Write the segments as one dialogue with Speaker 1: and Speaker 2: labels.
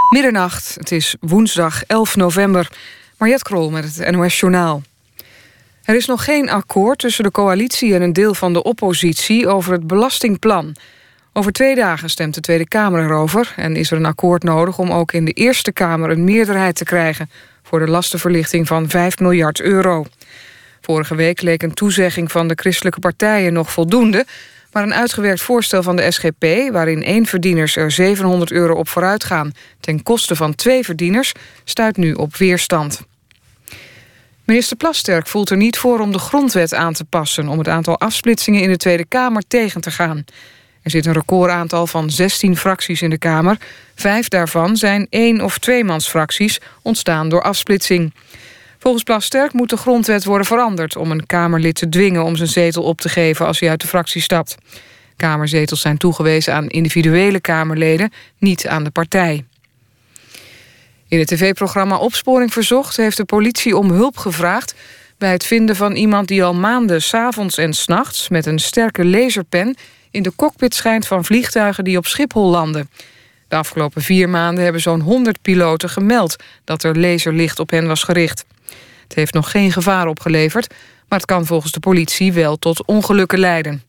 Speaker 1: Middernacht, het is woensdag 11 november. Mariette Krol met het NOS Journaal. Er is nog geen akkoord tussen de coalitie en een deel van de oppositie over het belastingplan. Over 2 dagen stemt de Tweede Kamer erover en is er een akkoord nodig om ook in de Eerste Kamer een meerderheid te krijgen voor de lastenverlichting van 5 miljard euro. Vorige week leek een toezegging van de christelijke partijen nog voldoende, maar een uitgewerkt voorstel van de SGP, waarin 1 verdieners er 700 euro op vooruit gaan ten koste van 2 verdieners, stuit nu op weerstand. Minister Plasterk voelt er niet voor om de grondwet aan te passen om het aantal afsplitsingen in de Tweede Kamer tegen te gaan. Er zit een recordaantal van 16 fracties in de Kamer. 5 daarvan zijn 1- of 2-mansfracties, ontstaan door afsplitsing. Volgens Plasterk moet de grondwet worden veranderd om een Kamerlid te dwingen om zijn zetel op te geven als hij uit de fractie stapt. Kamerzetels zijn toegewezen aan individuele Kamerleden, niet aan de partij. In het tv-programma Opsporing Verzocht heeft de politie om hulp gevraagd bij het vinden van iemand die al maanden 's avonds en 's nachts met een sterke laserpen in de cockpit schijnt van vliegtuigen die op Schiphol landen. De afgelopen 4 maanden hebben zo'n 100 piloten gemeld dat er laserlicht op hen was gericht. Het heeft nog geen gevaar opgeleverd, maar het kan volgens de politie wel tot ongelukken leiden.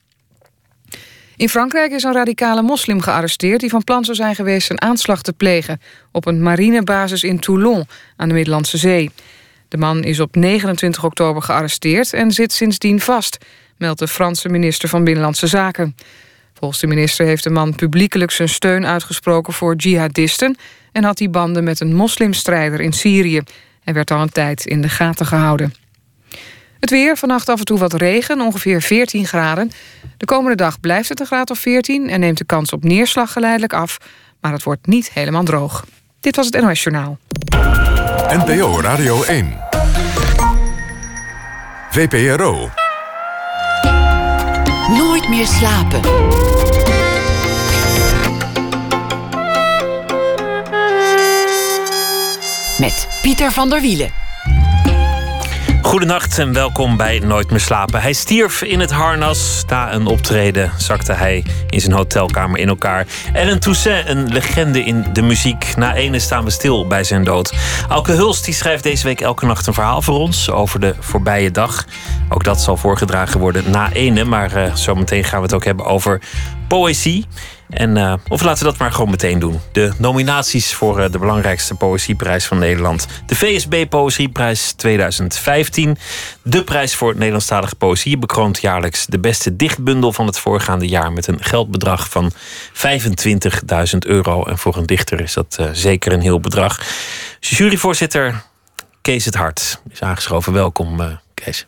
Speaker 1: In Frankrijk is een radicale moslim gearresteerd die van plan zou zijn geweest een aanslag te plegen op een marinebasis in Toulon aan de Middellandse Zee. De man is op 29 oktober gearresteerd en zit sindsdien vast, meldt de Franse minister van Binnenlandse Zaken. Volgens de minister heeft de man publiekelijk zijn steun uitgesproken voor jihadisten en had die banden met een moslimstrijder in Syrië. Hij werd al een tijd in de gaten gehouden. Het weer, vannacht af en toe wat regen, ongeveer 14 graden. De komende dag blijft het een graad of 14 en neemt de kans op neerslag geleidelijk af. Maar het wordt niet helemaal droog. Dit was het NOS Journaal.
Speaker 2: NPO Radio 1. VPRO.
Speaker 3: Nooit meer slapen. Met Pieter van der Wielen.
Speaker 4: Goedenacht en welkom bij Nooit meer slapen. Hij stierf in het harnas. Na een optreden zakte hij in zijn hotelkamer in elkaar. Ellen Toussaint, een legende in de muziek. Na ene staan we stil bij zijn dood. Alke Hulst die schrijft deze week elke nacht een verhaal voor ons over de voorbije dag. Ook dat zal voorgedragen worden na ene. Maar zometeen gaan we het ook hebben over poëzie. Of laten we dat maar gewoon meteen doen. De nominaties voor de belangrijkste poëzieprijs van Nederland. De VSB Poëzieprijs 2015. De prijs voor Nederlandstalige poëzie bekroont jaarlijks de beste dichtbundel van het voorgaande jaar met een geldbedrag van €25.000. En voor een dichter is dat zeker een heel bedrag. Juryvoorzitter Kees het Hart is aangeschoven. Welkom, Kees.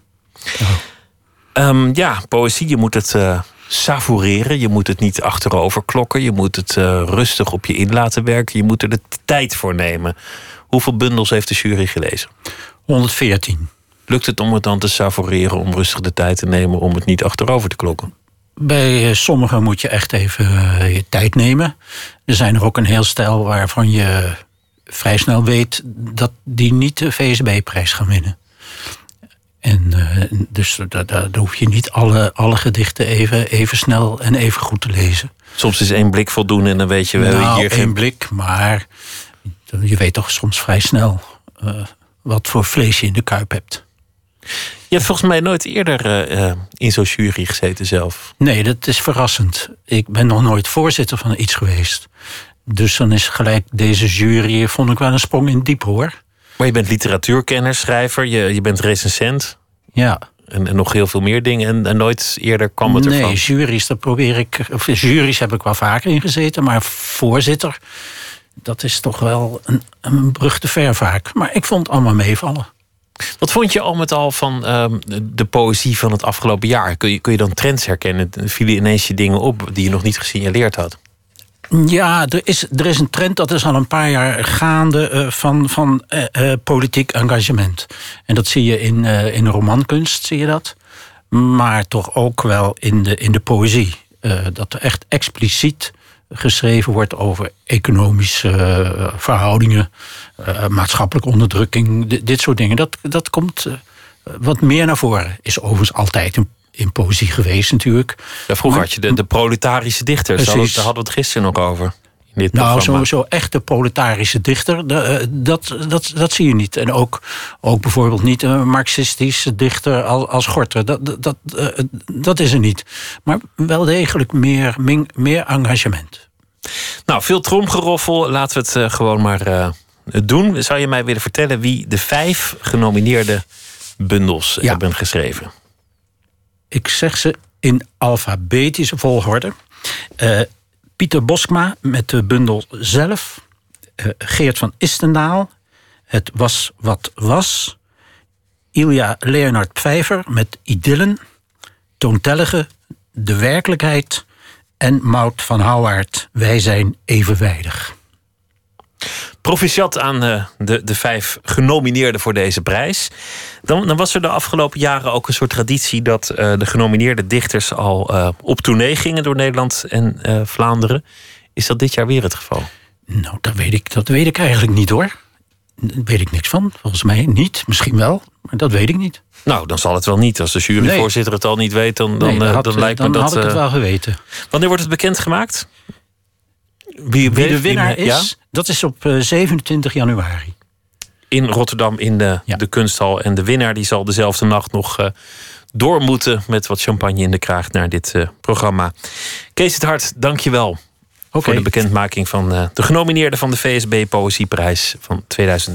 Speaker 4: Poëzie, je moet het savoureren. Je moet het niet achterover klokken. Je moet het rustig op je in laten werken. Je moet er de tijd voor nemen. Hoeveel bundels heeft de jury gelezen?
Speaker 5: 114.
Speaker 4: Lukt het om het dan te savoureren, om rustig de tijd te nemen, om het niet achterover te klokken?
Speaker 5: Bij sommigen moet je echt even je tijd nemen. Er zijn er ook een heel stel waarvan je vrij snel weet dat die niet de VSB-prijs gaan winnen. En dus daar hoef je niet alle gedichten even snel en even goed te lezen.
Speaker 4: Soms is 1 blik voldoende en dan weet je wel hier geen
Speaker 5: blik, maar je weet toch soms vrij snel wat voor vlees je in de kuip hebt.
Speaker 4: Je hebt volgens mij nooit eerder in zo'n jury gezeten zelf.
Speaker 5: Nee, dat is verrassend. Ik ben nog nooit voorzitter van iets geweest. Dus dan is gelijk deze jury, vond ik wel een sprong in het diep, hoor.
Speaker 4: Maar je bent literatuurkenner, schrijver, je bent recensent.
Speaker 5: Ja.
Speaker 4: En nog heel veel meer dingen. En nooit eerder kwam het ervan?
Speaker 5: Nee, juries, dat probeer ik. Of juries heb ik wel vaker in gezeten. Maar voorzitter, dat is toch wel een brug te ver vaak. Maar ik vond het allemaal meevallen.
Speaker 4: Wat vond je al met al van de poëzie van het afgelopen jaar? Kun je dan trends herkennen? Vielen ineens je dingen op die je nog niet gesignaleerd had?
Speaker 5: Ja, er is een trend, dat is al een paar jaar gaande, van politiek engagement. En dat zie je in romankunst, zie je dat. Maar toch ook wel in de poëzie. Dat er echt expliciet geschreven wordt over economische verhoudingen, maatschappelijke onderdrukking, dit soort dingen. Dat komt wat meer naar voren. Is overigens altijd in poëzie geweest natuurlijk.
Speaker 4: Ja, vroeger had je de proletarische dichters. Daar hadden we het gisteren nog over. in dit programma.
Speaker 5: Zo echte proletarische dichter, dat zie je niet. En ook bijvoorbeeld niet een marxistische dichter als Gorter. Dat is er niet. Maar wel degelijk meer engagement.
Speaker 4: Nou, veel tromgeroffel. Laten we het gewoon maar doen. Zou je mij willen vertellen wie de 5 genomineerde bundels hebben geschreven? Ik
Speaker 5: zeg ze in alfabetische volgorde. Pieter Boskma met de bundel Zelf. Geert van Istendaal, Het was wat was. Ilja Leonard Pfeiffer met Idyllen. Toon Tellige, De Werkelijkheid. En Maud van Houwaard, Wij zijn evenwijdig.
Speaker 4: Proficiat aan de 5 genomineerden voor deze prijs. Dan was er de afgelopen jaren ook een soort traditie dat de genomineerde dichters al op tournee gingen door Nederland en Vlaanderen. Is dat dit jaar weer het geval?
Speaker 5: Nou, dat weet ik eigenlijk niet hoor. Daar weet ik niks van. Volgens mij niet. Misschien wel, maar dat weet ik niet.
Speaker 4: Nou, dan zal het wel niet. Als de juryvoorzitter het al niet weet, dan lijkt me dat...
Speaker 5: Dan had ik het wel geweten.
Speaker 4: Wanneer wordt het bekendgemaakt?
Speaker 5: Wie de winnaar is, dat is op 27 januari.
Speaker 4: In Rotterdam in de Kunsthal. En de winnaar die zal dezelfde nacht nog door moeten met wat champagne in de kraag naar dit programma. Kees het Hart, dank je wel. Voor de bekendmaking van de genomineerden van de VSB Poëzieprijs van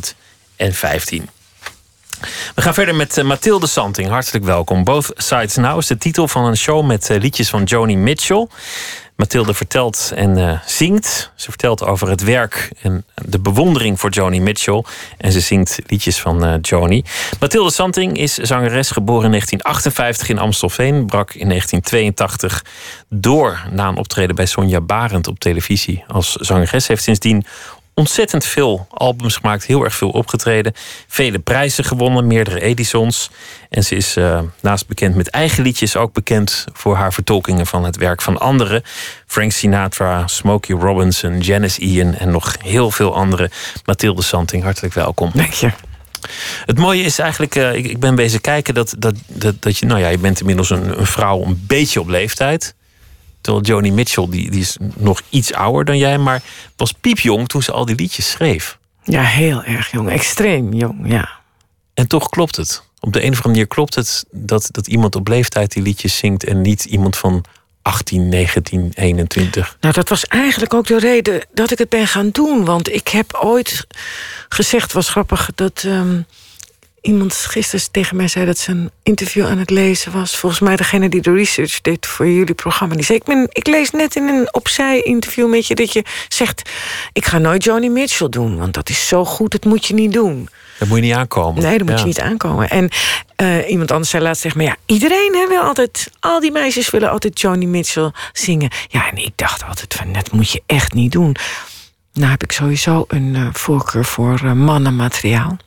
Speaker 4: 2015. We gaan verder met Mathilde Santing. Hartelijk welkom. Both Sides Now is de titel van een show met liedjes van Joni Mitchell. Mathilde vertelt en zingt. Ze vertelt over het werk en de bewondering voor Joni Mitchell. En ze zingt liedjes van Joni. Mathilde Santing is zangeres, geboren in 1958 in Amstelveen. Brak in 1982 door na een optreden bij Sonja Barend op televisie als zangeres. Heeft sindsdien ontzettend veel albums gemaakt, heel erg veel opgetreden. Vele prijzen gewonnen, meerdere Edisons. En ze is naast bekend met eigen liedjes ook bekend voor haar vertolkingen van het werk van anderen. Frank Sinatra, Smokey Robinson, Janis Ian en nog heel veel andere. Mathilde Santing, hartelijk welkom.
Speaker 6: Dank je.
Speaker 4: Het mooie is eigenlijk, ik ben bezig kijken dat je, nou ja, je bent inmiddels een vrouw een beetje op leeftijd. Terwijl Joni Mitchell, die is nog iets ouder dan jij, maar was piepjong toen ze al die liedjes schreef.
Speaker 6: Ja, heel erg jong. Extreem jong, ja.
Speaker 4: En toch klopt het. Op de een of andere manier klopt het dat iemand op leeftijd die liedjes zingt en niet iemand van 18, 19, 21.
Speaker 6: Nou, dat was eigenlijk ook de reden dat ik het ben gaan doen. Want ik heb ooit gezegd, was grappig, dat iemand gisteren tegen mij zei dat ze een interview aan het lezen was. Volgens mij degene die de research deed voor jullie programma. Die zei, ik lees net in een opzij interview met je dat je zegt, ik ga nooit Joni Mitchell doen, want dat is zo goed, dat moet je niet doen.
Speaker 4: Dat moet je niet aankomen.
Speaker 6: Nee, dat moet je niet aankomen. En iemand anders zei laatst tegen me, ja, iedereen wil altijd, al die meisjes willen altijd Joni Mitchell zingen. Ja, en ik dacht altijd van, dat moet je echt niet doen. Nou heb ik sowieso een voorkeur voor mannenmateriaal.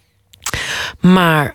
Speaker 6: Maar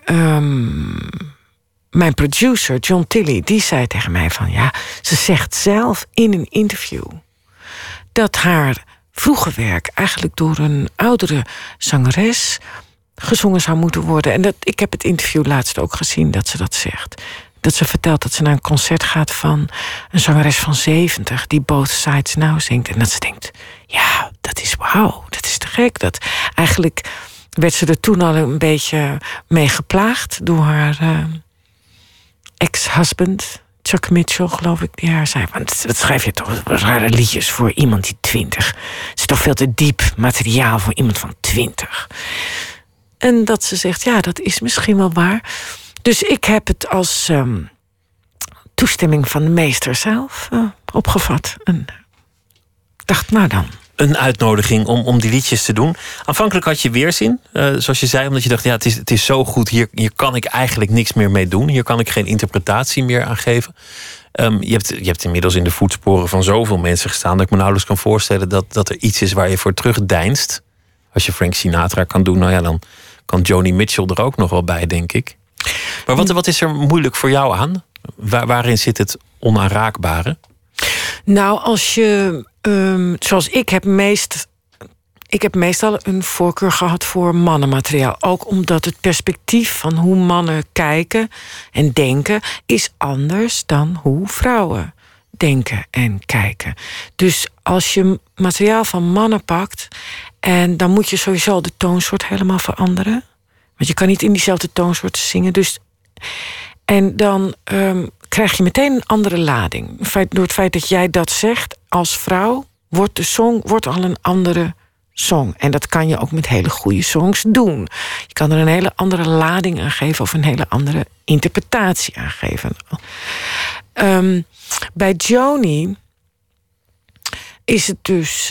Speaker 6: mijn producer, John Tilley, die zei tegen mij van, ja, ze zegt zelf in een interview dat haar vroege werk eigenlijk door een oudere zangeres gezongen zou moeten worden. En ik heb het interview laatst ook gezien dat ze dat zegt. Dat ze vertelt dat ze naar een concert gaat van een zangeres van 70... die Both Sides Now zingt. En dat ze denkt, ja, dat is wauw, dat is te gek. Dat eigenlijk werd ze er toen al een beetje mee geplaagd door haar ex-husband, Chuck Mitchell, geloof ik, die haar zei, want wat schrijf je toch rare liedjes voor iemand die 20. Het is toch veel te diep materiaal voor iemand van 20. En dat ze zegt, ja, dat is misschien wel waar. Dus ik heb het als toestemming van de meester zelf opgevat. En dacht, nou dan.
Speaker 4: Een uitnodiging om die liedjes te doen. Aanvankelijk had je weerzin, zoals je zei, omdat je dacht, ja, het is zo goed, hier kan ik eigenlijk niks meer mee doen. Hier kan ik geen interpretatie meer aan geven. Je hebt inmiddels in de voetsporen van zoveel mensen gestaan dat ik me nauwelijks kan voorstellen dat er iets is waar je voor terugdeinst. Als je Frank Sinatra kan doen, nou ja, dan kan Joni Mitchell er ook nog wel bij, denk ik. Maar wat is er moeilijk voor jou aan? Waarin zit het onaanraakbare?
Speaker 6: Nou, als je, zoals ik heb meestal een voorkeur gehad voor mannenmateriaal. Ook omdat het perspectief van hoe mannen kijken en denken is anders dan hoe vrouwen denken en kijken. Dus als je materiaal van mannen pakt, en dan moet je sowieso de toonsoort helemaal veranderen. Want je kan niet in diezelfde toonsoort zingen. Dus, en dan krijg je meteen een andere lading. Door het feit dat jij dat zegt als vrouw, wordt de song al een andere song. En dat kan je ook met hele goede songs doen. Je kan er een hele andere lading aan geven of een hele andere interpretatie aan geven. Bij Joni is het dus...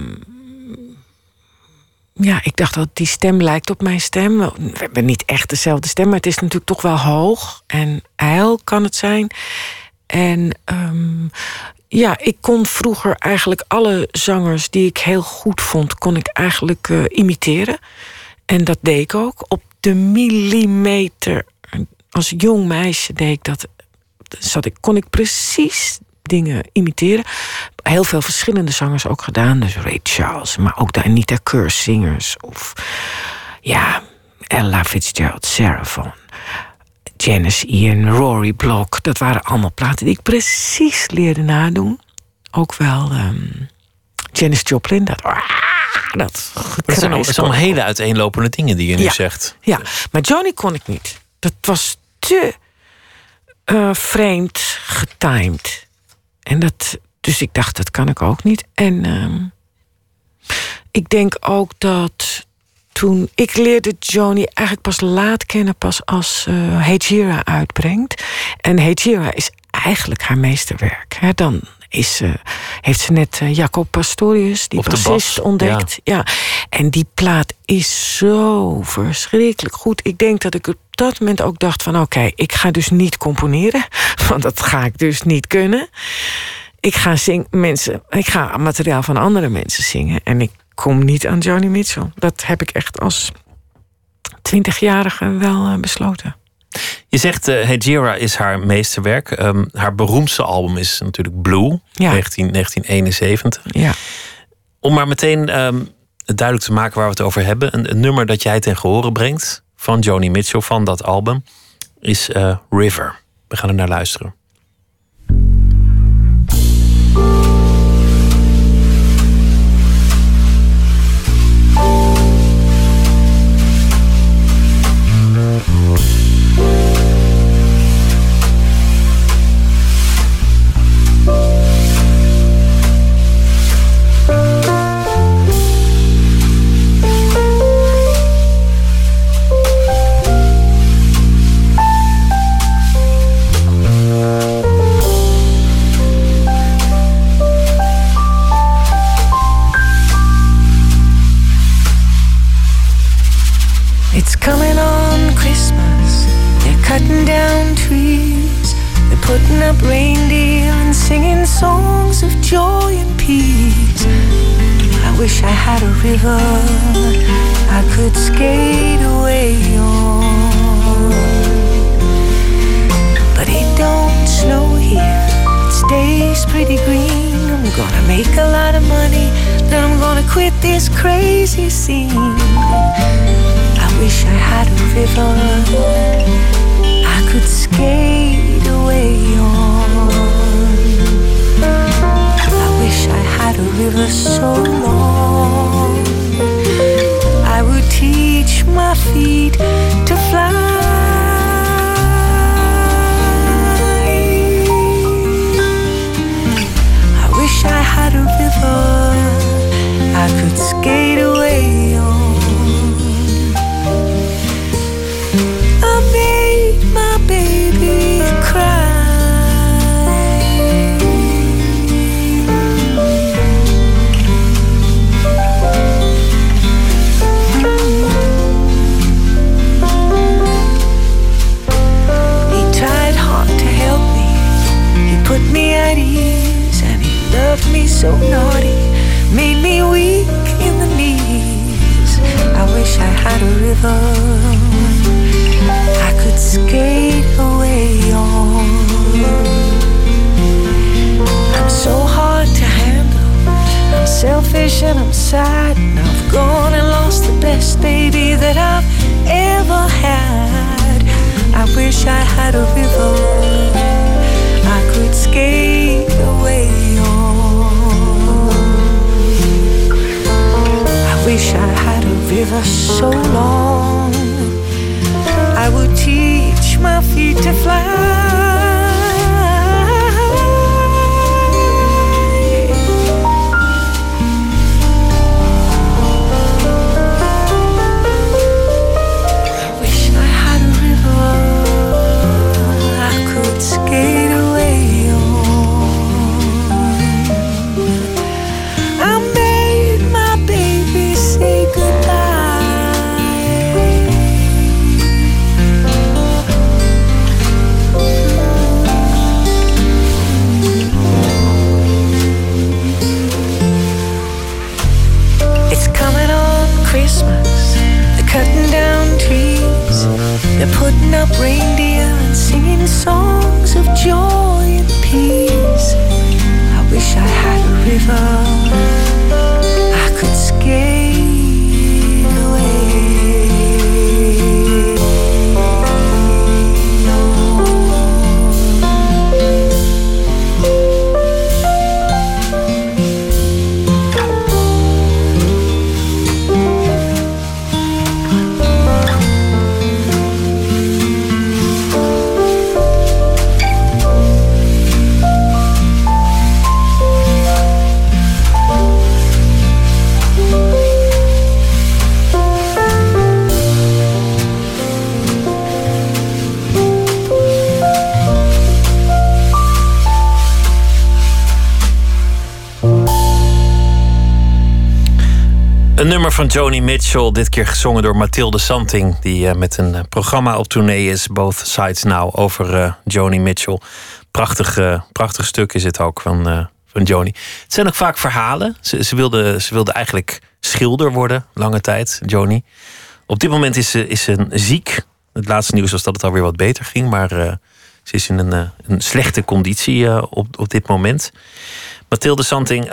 Speaker 6: ik dacht dat die stem lijkt op mijn stem. We hebben niet echt dezelfde stem, maar het is natuurlijk toch wel hoog. En ijl kan het zijn. En ik kon vroeger eigenlijk alle zangers die ik heel goed vond, kon ik eigenlijk imiteren. En dat deed ik ook. Op de millimeter. Als jong meisje deed ik dat. Kon ik precies dingen imiteren. Heel veel verschillende zangers ook gedaan. Dus Ray Charles, maar ook de Anita Kerr zingers. Of Ella Fitzgerald, Sarah Vaughan, Janis Ian, Rory Block. Dat waren allemaal platen die ik precies leerde nadoen. Ook wel Janis Joplin. Dat
Speaker 4: zijn allemaal hele uiteenlopende dingen die je nu zegt.
Speaker 6: Ja, maar Joni kon ik niet. Dat was te vreemd getimed. En dus ik dacht, dat kan ik ook niet. En ik denk ook dat toen... Ik leerde Joni eigenlijk pas laat kennen, pas als Hejira uitbrengt. En Hejira is eigenlijk haar meesterwerk. Dan heeft ze net Jacob Pastorius, die bassist, ontdekt. Ja. En die plaat is zo verschrikkelijk goed. Ik denk dat ik op dat moment ook dacht van... oké, ik ga dus niet componeren. Want dat ga ik dus niet kunnen. Ik ga materiaal van andere mensen zingen. En ik kom niet aan Joni Mitchell. Dat heb ik echt als 20-jarige wel besloten.
Speaker 4: Je zegt, Hejira is haar meesterwerk. Haar beroemdste album is natuurlijk Blue, 1971.
Speaker 6: Ja.
Speaker 4: Om maar meteen duidelijk te maken waar we het over hebben. Een nummer dat jij ten gehore brengt van Joni Mitchell, van dat album, is River. We gaan er naar luisteren.
Speaker 7: It's coming on Christmas, they're cutting down trees, they're putting up reindeer and singing songs of joy and peace. I wish I had a river I could skate away on, but it don't snow here, it stays pretty green. I'm gonna make a lot of money, then I'm gonna quit this crazy scene. I wish I had a river I could skate away on. I wish I had a river so long I would teach my feet to fly. I wish I had a river I could skate away on. I made my baby cry. He tried hard to help me, he put me at ease, and he loved me so naughty, made me weak in the knees. I wish I had a river I could skate away on. I'm so hard to handle, I'm selfish and I'm sad, and I've gone and lost the best baby that I've ever had. I wish I had a river I could skate away. wish I had a river so long I would teach my feet to fly. Skate away on. I made my baby say goodbye. It's coming on Christmas. They're cutting down trees. They're putting up reindeer and singing songs of joy and peace. I wish I had a river I could skate away
Speaker 4: Een nummer van Joni Mitchell, dit keer gezongen door Mathilde Santing, die met een programma op tournee is, Both Sides Now, over Joni Mitchell. Prachtig stuk is het ook van Joni. Het zijn ook vaak verhalen. Ze wilde eigenlijk schilder worden, lange tijd, Joni. Op dit moment is ze ziek. Het laatste nieuws was dat het alweer wat beter ging, maar ze is in een slechte conditie op dit moment. Mathilde Santing,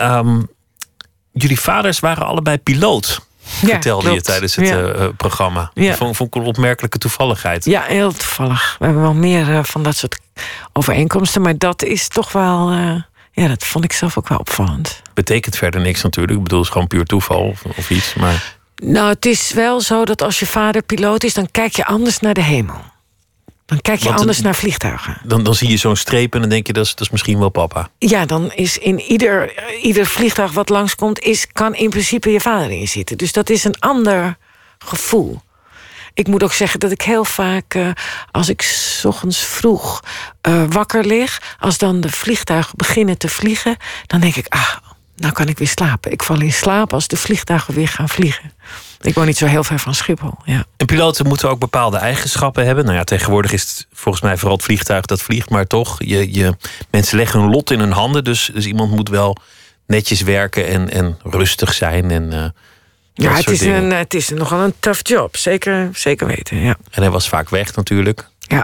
Speaker 4: jullie vaders waren allebei piloot, vertelde je tijdens het programma.
Speaker 6: Ja.
Speaker 4: Vond ik een opmerkelijke toevalligheid.
Speaker 6: Ja, heel toevallig. We hebben wel meer van dat soort overeenkomsten, maar dat is toch wel... dat vond ik zelf ook wel opvallend.
Speaker 4: Betekent verder niks natuurlijk. Ik bedoel, het is gewoon puur toeval of iets. Maar...
Speaker 6: Nou, het is wel zo dat als je vader piloot is, dan kijk je anders naar de hemel. Dan kijk je anders naar vliegtuigen.
Speaker 4: Dan zie je zo'n streep en dan denk je, dat is misschien wel papa.
Speaker 6: Ja, dan is in ieder vliegtuig wat langskomt, kan in principe je vader in zitten. Dus dat is een ander gevoel. Ik moet ook zeggen dat ik heel vaak, als ik 's ochtends vroeg wakker lig, als dan de vliegtuigen beginnen te vliegen, dan denk ik, nou kan ik weer slapen. Ik val in slaap als de vliegtuigen weer gaan vliegen. Ik woon niet zo heel ver van Schiphol, ja.
Speaker 4: En piloten moeten ook bepaalde eigenschappen hebben. Nou ja, tegenwoordig is het volgens mij vooral het vliegtuig dat vliegt, maar toch, mensen leggen hun lot in hun handen, dus iemand moet wel netjes werken en rustig zijn en
Speaker 6: ja, het is nogal een tough job, zeker weten, ja.
Speaker 4: En hij was vaak weg natuurlijk.
Speaker 6: Ja.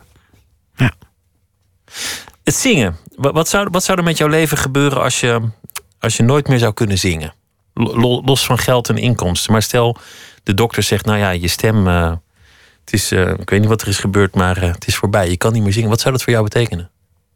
Speaker 4: Het zingen. Wat zou er met jouw leven gebeuren als je nooit meer zou kunnen zingen? Los van geld en inkomsten. Maar stel, de dokter zegt, nou ja, je stem... het is, ik weet niet wat er is gebeurd, maar het is voorbij. Je kan niet meer zingen. Wat zou dat voor jou betekenen?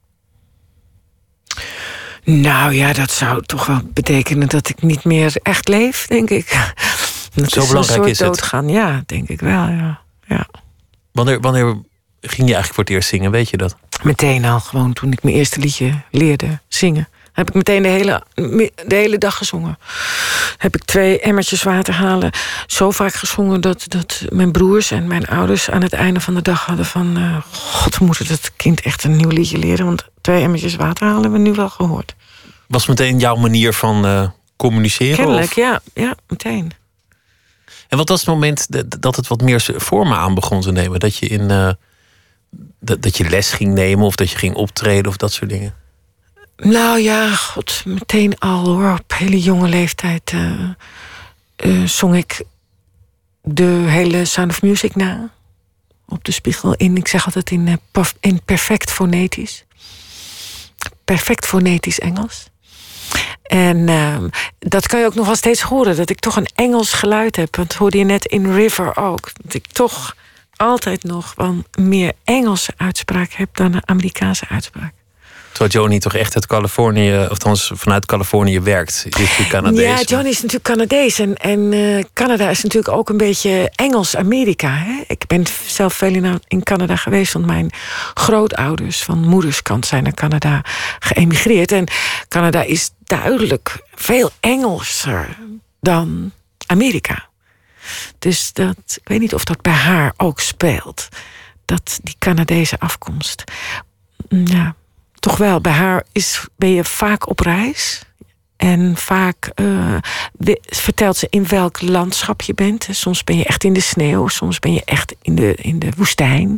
Speaker 6: Nou ja, dat zou toch wel betekenen dat ik niet meer echt leef, denk ik. Dat
Speaker 4: Zo belangrijk is het.
Speaker 6: Doodgaan, ja, denk ik wel, ja.
Speaker 4: Wanneer ging je eigenlijk voor het eerst zingen, weet je dat?
Speaker 6: Meteen al, gewoon toen ik mijn eerste liedje leerde zingen. Heb ik meteen de hele dag gezongen. Heb ik 2 emmertjes water halen. Zo vaak gezongen dat mijn broers en mijn ouders aan het einde van de dag hadden van... God, we moeten dat kind echt een nieuw liedje leren. Want 2 emmertjes water halen hebben we nu wel gehoord.
Speaker 4: Was meteen jouw manier van communiceren?
Speaker 6: Kennelijk, ja, meteen.
Speaker 4: En wat was het moment dat het wat meer vormen aan begon te nemen? Dat je dat je les ging nemen of dat je ging optreden of dat soort dingen?
Speaker 6: Nou ja, god, meteen al hoor. Op hele jonge leeftijd zong ik de hele Sound of Music na. Op de spiegel in, ik zeg altijd in perfect fonetisch. Perfect fonetisch Engels. En dat kan je ook nog wel steeds horen, dat ik toch een Engels geluid heb. Want hoorde je net in River ook. Dat ik toch altijd nog wel meer Engelse uitspraak heb dan een Amerikaanse uitspraak.
Speaker 4: Terwijl Joni toch echt uit Californië, of althans vanuit Californië werkt. Is hij Canadees?
Speaker 6: Ja, Joni is natuurlijk Canadees. En Canada is natuurlijk ook een beetje Engels-Amerika. Hè? Ik ben zelf veel in Canada geweest. Want mijn grootouders van moederskant zijn naar Canada geëmigreerd. En Canada is duidelijk veel Engelser dan Amerika. Dus ik weet niet of dat bij haar ook speelt. Dat die Canadese afkomst. Ja, toch wel. Bij haar ben je vaak op reis. En vaak vertelt ze in welk landschap je bent. Soms ben je echt in de sneeuw. Soms ben je echt in de woestijn.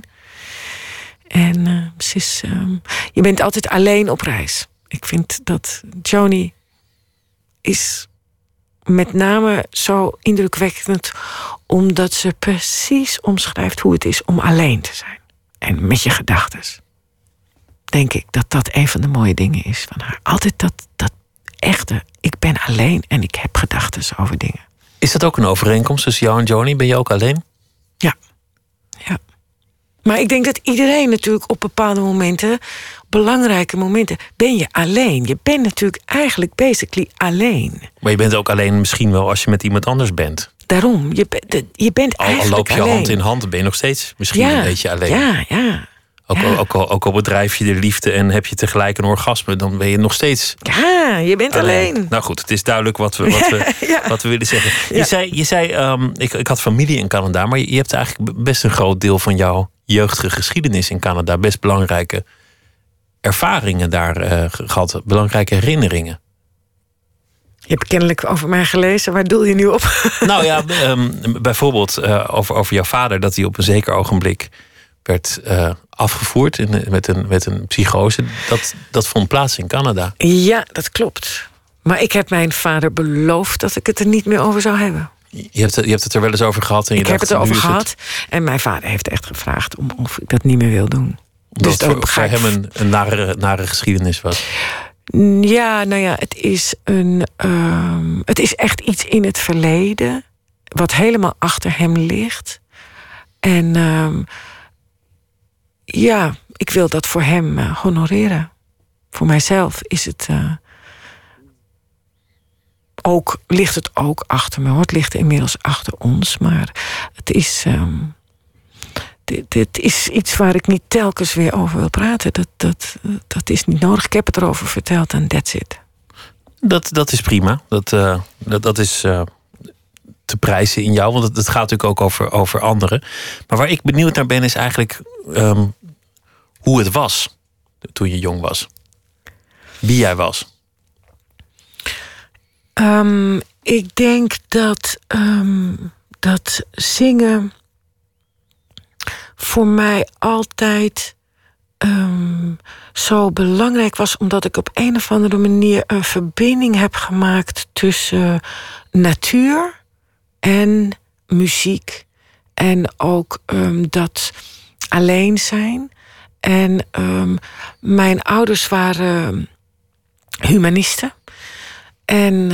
Speaker 6: En je bent altijd alleen op reis. Ik vind dat Joni is met name zo indrukwekkend, omdat ze precies omschrijft hoe het is om alleen te zijn. En met je gedachtes. Denk ik dat dat een van de mooie dingen is van haar. Altijd dat echte, ik ben alleen en ik heb gedachtes over dingen.
Speaker 4: Is dat ook een overeenkomst tussen jou en Joni? Ben je ook alleen?
Speaker 6: Ja. Maar ik denk dat iedereen natuurlijk op bepaalde momenten, belangrijke momenten, ben je alleen. Je bent natuurlijk eigenlijk basically alleen.
Speaker 4: Maar je bent ook alleen misschien wel als je met iemand anders bent.
Speaker 6: Daarom, je bent eigenlijk
Speaker 4: al loop je
Speaker 6: alleen.
Speaker 4: hand in hand, ben je nog steeds misschien een beetje alleen.
Speaker 6: Ja.
Speaker 4: Ook al bedrijf je de liefde en heb je tegelijk een orgasme, dan ben je nog steeds.
Speaker 6: Ja, je bent alleen.
Speaker 4: Nou goed, het is duidelijk wat we willen zeggen.
Speaker 6: Ja.
Speaker 4: Je zei ik had familie in Canada, maar je hebt eigenlijk best een groot deel van jouw jeugdige geschiedenis in Canada, best belangrijke ervaringen daar gehad, belangrijke herinneringen.
Speaker 6: Je hebt kennelijk over mij gelezen. Waar doel je nu op?
Speaker 4: Nou ja, bijvoorbeeld over jouw vader, dat hij op een zeker ogenblik werd afgevoerd met een psychose. Dat vond plaats in Canada.
Speaker 6: Ja, dat klopt. Maar ik heb mijn vader beloofd dat ik het er niet meer over zou hebben.
Speaker 4: Je hebt het er wel eens over gehad. En je
Speaker 6: ik heb het erover gehad. En mijn vader heeft echt gevraagd of ik dat niet meer wil doen.
Speaker 4: Omdat dus het voor hem een nare geschiedenis was.
Speaker 6: Ja, nou ja, het is echt iets in het verleden wat helemaal achter hem ligt. En ja, ik wil dat voor hem honoreren. Voor mijzelf is het ligt het ook achter me. Het ligt inmiddels achter ons, maar het is dit is iets waar ik niet telkens weer over wil praten. Dat is niet nodig. Ik heb het erover verteld en that's it.
Speaker 4: Dat is prima. Dat is te prijzen in jou, want het gaat natuurlijk ook over anderen. Maar waar ik benieuwd naar ben is eigenlijk hoe het was toen je jong was. Wie jij was.
Speaker 6: Ik denk dat zingen voor mij altijd zo belangrijk was, omdat ik op een of andere manier een verbinding heb gemaakt tussen natuur en muziek. En ook dat alleen zijn. En mijn ouders waren humanisten. En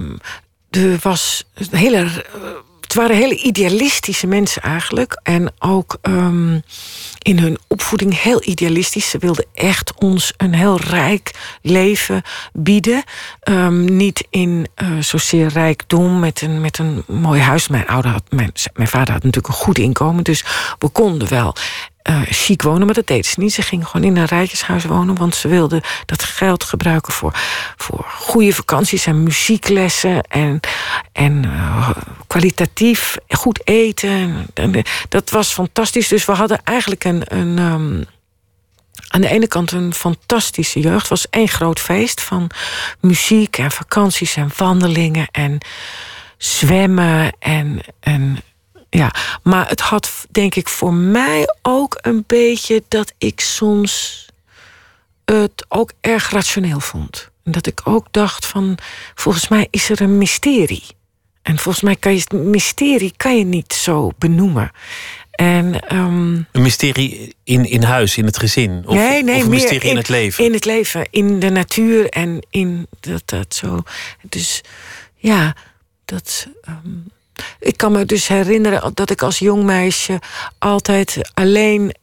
Speaker 6: het waren hele idealistische mensen eigenlijk. En ook in hun opvoeding heel idealistisch. Ze wilden echt ons een heel rijk leven bieden. Niet in zozeer rijkdom met een mooi huis. Mijn vader had natuurlijk een goed inkomen. Dus we konden wel chic wonen, maar dat deden ze niet. Ze gingen gewoon in een rijtjeshuis wonen, want ze wilden dat geld gebruiken voor goede vakanties en muzieklessen en kwalitatief goed eten. Dat was fantastisch. Dus we hadden eigenlijk aan de ene kant een fantastische jeugd. Het was één groot feest van muziek en vakanties en wandelingen en zwemmen en ja, maar het had denk ik voor mij ook een beetje dat ik soms het ook erg rationeel vond. En dat ik ook dacht van, volgens mij is er een mysterie. En volgens mij kan je het mysterie niet zo benoemen. En,
Speaker 4: een mysterie in huis, in het gezin? Of een mysterie in het leven?
Speaker 6: In het leven, in de natuur en in dat zo. Dus ja, dat. Ik kan me dus herinneren dat ik als jong meisje altijd alleen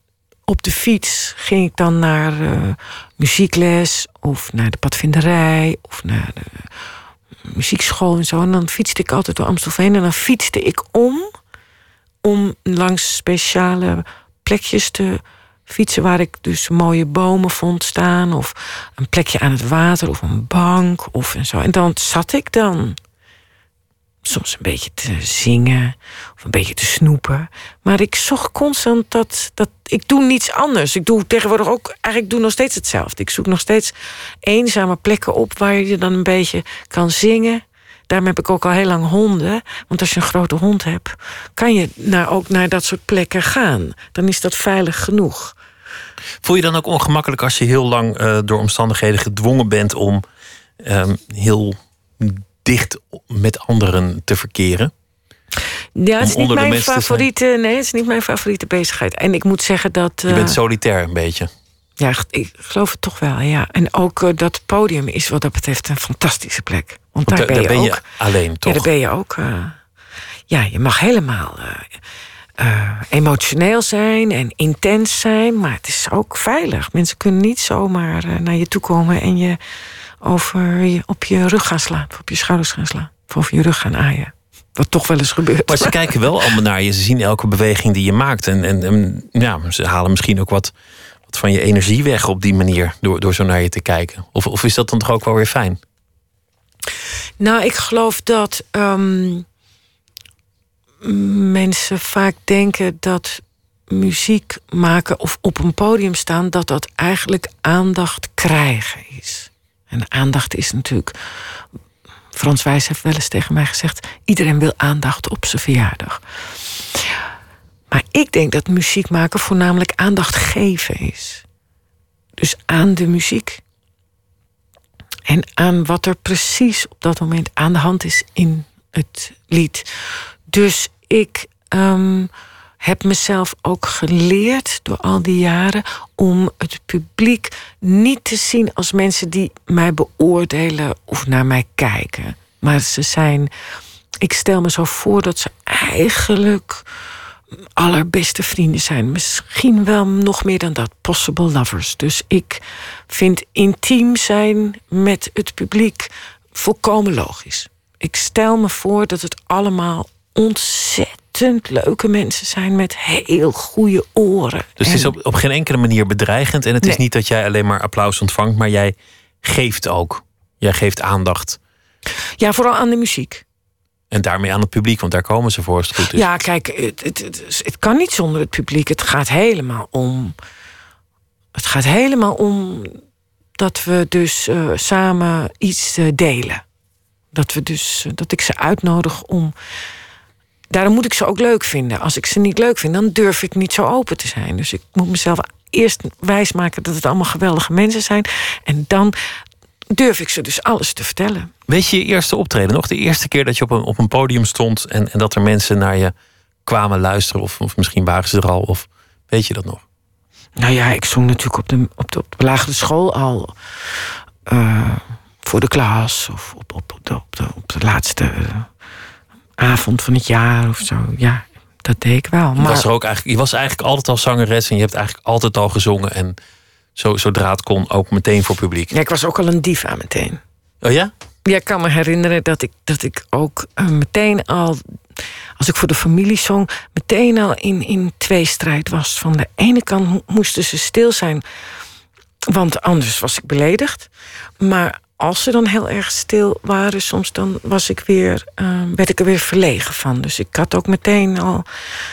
Speaker 6: op de fiets ging ik dan naar muziekles of naar de padvinderij of naar de muziekschool en zo. En dan fietste ik altijd door Amstelveen en dan fietste ik om langs speciale plekjes te fietsen waar ik dus mooie bomen vond staan of een plekje aan het water of een bank of en zo. En dan zat ik dan soms een beetje te zingen of een beetje te snoepen. Maar ik zocht constant dat ik doe niets anders. Ik doe tegenwoordig ook, eigenlijk doe nog steeds hetzelfde. Ik zoek nog steeds eenzame plekken op waar je dan een beetje kan zingen. Daarom heb ik ook al heel lang honden. Want als je een grote hond hebt, kan je ook naar dat soort plekken gaan. Dan is dat veilig genoeg.
Speaker 4: Voel je dan ook ongemakkelijk als je heel lang door omstandigheden gedwongen bent om heel dicht met anderen te verkeren?
Speaker 6: Ja, het is niet mijn favoriete. Nee, het is niet mijn favoriete bezigheid. En ik moet zeggen dat.
Speaker 4: Je bent solitair een beetje.
Speaker 6: Ja, ik geloof het toch wel, ja. En ook dat podium is wat dat betreft een fantastische plek. Want daar ben je ook
Speaker 4: alleen, toch?
Speaker 6: Ja, daar ben je ook. Ja, je mag helemaal emotioneel zijn en intens zijn, maar het is ook veilig. Mensen kunnen niet zomaar naar je toe komen en je op je rug gaan slaan, of op je schouders gaan slaan, of over je rug gaan aaien. Wat toch wel eens gebeurt.
Speaker 4: Maar ze kijken wel allemaal naar je. Ze zien elke beweging die je maakt. En ja, ze halen misschien ook wat van je energie weg op die manier, door zo naar je te kijken. Of is dat dan toch ook wel weer fijn?
Speaker 6: Nou, ik geloof dat mensen vaak denken dat muziek maken of op een podium staan, dat eigenlijk aandacht krijgen is. En aandacht is natuurlijk, Frans Wijs heeft wel eens tegen mij gezegd, iedereen wil aandacht op zijn verjaardag. Maar ik denk dat muziek maken voornamelijk aandacht geven is. Dus aan de muziek. En aan wat er precies op dat moment aan de hand is in het lied. Dus ik heb mezelf ook geleerd door al die jaren om het publiek niet te zien als mensen die mij beoordelen of naar mij kijken. Maar ik stel me zo voor dat ze eigenlijk allerbeste vrienden zijn. Misschien wel nog meer dan dat. Possible lovers. Dus ik vind intiem zijn met het publiek volkomen logisch. Ik stel me voor dat het allemaal ontzettend leuke mensen zijn met heel goede oren.
Speaker 4: Dus het is op geen enkele manier bedreigend. En het is niet dat jij alleen maar applaus ontvangt, maar jij geeft ook. Jij geeft aandacht.
Speaker 6: Ja, vooral aan de muziek.
Speaker 4: En daarmee aan het publiek, want daar komen ze voor als het goed is.
Speaker 6: Ja, kijk, het kan niet zonder het publiek. Het gaat helemaal om dat we dus samen iets delen. Dat ik ze uitnodig om. Daarom moet ik ze ook leuk vinden. Als ik ze niet leuk vind, dan durf ik niet zo open te zijn. Dus ik moet mezelf eerst wijsmaken dat het allemaal geweldige mensen zijn. En dan durf ik ze dus alles te vertellen.
Speaker 4: Weet je eerste optreden nog? De eerste keer dat je op een podium stond en dat er mensen naar je kwamen luisteren? Of misschien waren ze er al? Of weet je dat nog?
Speaker 6: Nou ja, ik zong natuurlijk op de lagere school al voor de klas. Of op de laatste avond van het jaar of zo. Ja, dat deed ik wel. Maar
Speaker 4: Je was eigenlijk altijd al zangeres en je hebt eigenlijk altijd al gezongen. En zodra het kon, ook meteen voor publiek.
Speaker 6: Ja, ik was ook al een diva meteen.
Speaker 4: Oh ja?
Speaker 6: Ja, ik kan me herinneren dat ik ook meteen al, als ik voor de familie zong, meteen al in tweestrijd was. Van de ene kant moesten ze stil zijn, want anders was ik beledigd. Maar als ze dan heel erg stil waren, soms dan werd ik er weer verlegen van. Dus ik had ook meteen al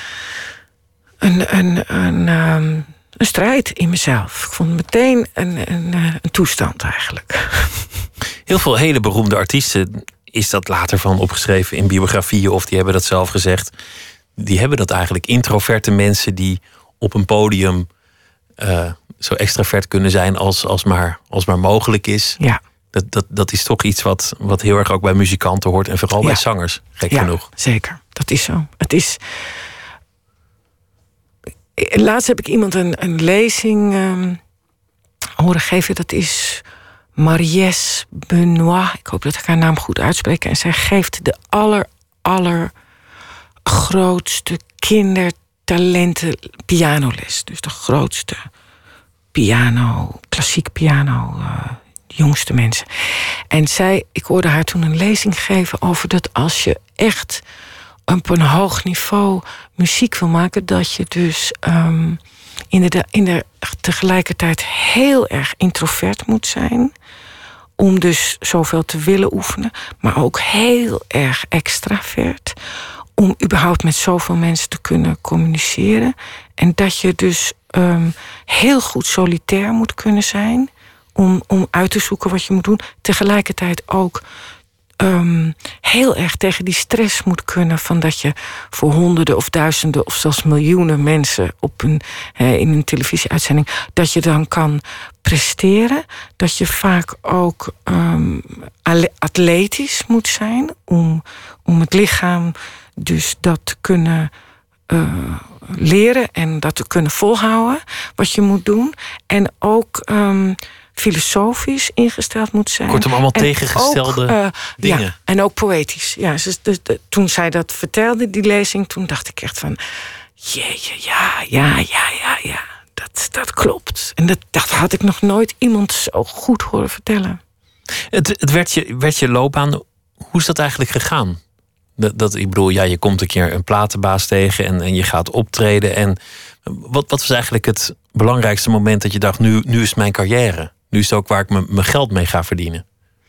Speaker 6: een strijd in mezelf. Ik vond het meteen een toestand eigenlijk.
Speaker 4: Heel veel hele beroemde artiesten is dat later van opgeschreven in biografieën, of die hebben dat zelf gezegd. Die hebben dat eigenlijk. Introverte mensen die op een podium zo extravert kunnen zijn als maar mogelijk is.
Speaker 6: Ja.
Speaker 4: Dat is toch iets wat heel erg ook bij muzikanten hoort. En vooral bij zangers, gek genoeg.
Speaker 6: Zeker. Dat is zo. Het is. Laatst heb ik iemand een lezing horen geven. Dat is Mariès Benoit. Ik hoop dat ik haar naam goed uitspreek. En zij geeft de allergrootste talenten pianoles. Dus de grootste klassiek piano, jongste mensen. En ik hoorde haar toen een lezing geven over dat als je echt op een hoog niveau muziek wil maken, dat je dus tegelijkertijd heel erg introvert moet zijn, om dus zoveel te willen oefenen, maar ook heel erg extravert, om überhaupt met zoveel mensen te kunnen communiceren. En dat je dus heel goed solitair moet kunnen zijn, om uit te zoeken wat je moet doen. Tegelijkertijd ook heel erg tegen die stress moet kunnen van dat je voor honderden of duizenden of zelfs miljoenen mensen in een televisieuitzending, dat je dan kan presteren. Dat je vaak ook atletisch moet zijn om het lichaam dus dat te kunnen leren en dat te kunnen volhouden wat je moet doen. En ook filosofisch ingesteld moet zijn.
Speaker 4: Kortom, allemaal tegengestelde dingen.
Speaker 6: Ja, en ook poëtisch. Ja, toen zij dat vertelde, die lezing, toen dacht ik echt van, jeetje, ja. Dat klopt. En dat had ik nog nooit iemand zo goed horen vertellen.
Speaker 4: Het werd je loopbaan. Hoe is dat eigenlijk gegaan? Ik bedoel, je komt een keer een platenbaas tegen en je gaat optreden. En wat was eigenlijk het belangrijkste moment dat je dacht, nu is het mijn carrière? Nu is het ook waar ik mijn geld mee ga verdienen.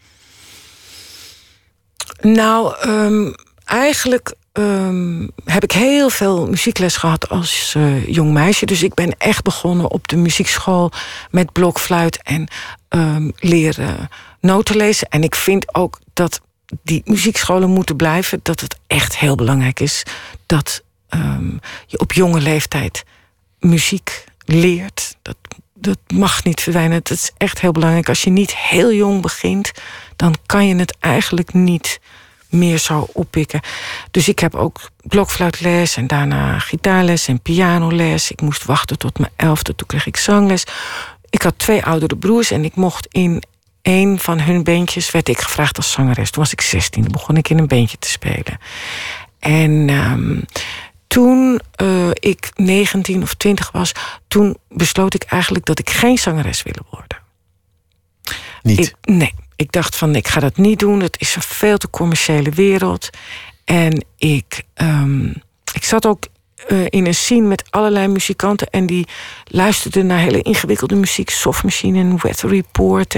Speaker 6: Nou, eigenlijk heb ik heel veel muziekles gehad als jong meisje. Dus ik ben echt begonnen op de muziekschool met blokfluit en leren noten lezen. En ik vind ook dat die muziekscholen moeten blijven. Dat het echt heel belangrijk is dat je op jonge leeftijd muziek leert. Dat mag niet verdwijnen. Het is echt heel belangrijk. Als je niet heel jong begint, dan kan je het eigenlijk niet meer zo oppikken. Dus ik heb ook blokfluitles en daarna gitaarles en pianoles. Ik moest wachten tot mijn 11e, toen kreeg ik zangles. Ik had 2 oudere broers en ik mocht in een van hun bandjes, werd ik gevraagd als zangeres. Toen was ik 16, toen begon ik in een bandje te spelen. En toen ik 19 of 20 was, toen besloot ik eigenlijk dat ik geen zangeres wilde worden.
Speaker 4: Niet?
Speaker 6: Nee. Ik dacht van, ik ga dat niet doen. Het is een veel te commerciële wereld. En ik zat ook in een scene met allerlei muzikanten. En die luisterden naar hele ingewikkelde muziek. Soft Machine en Weather Report.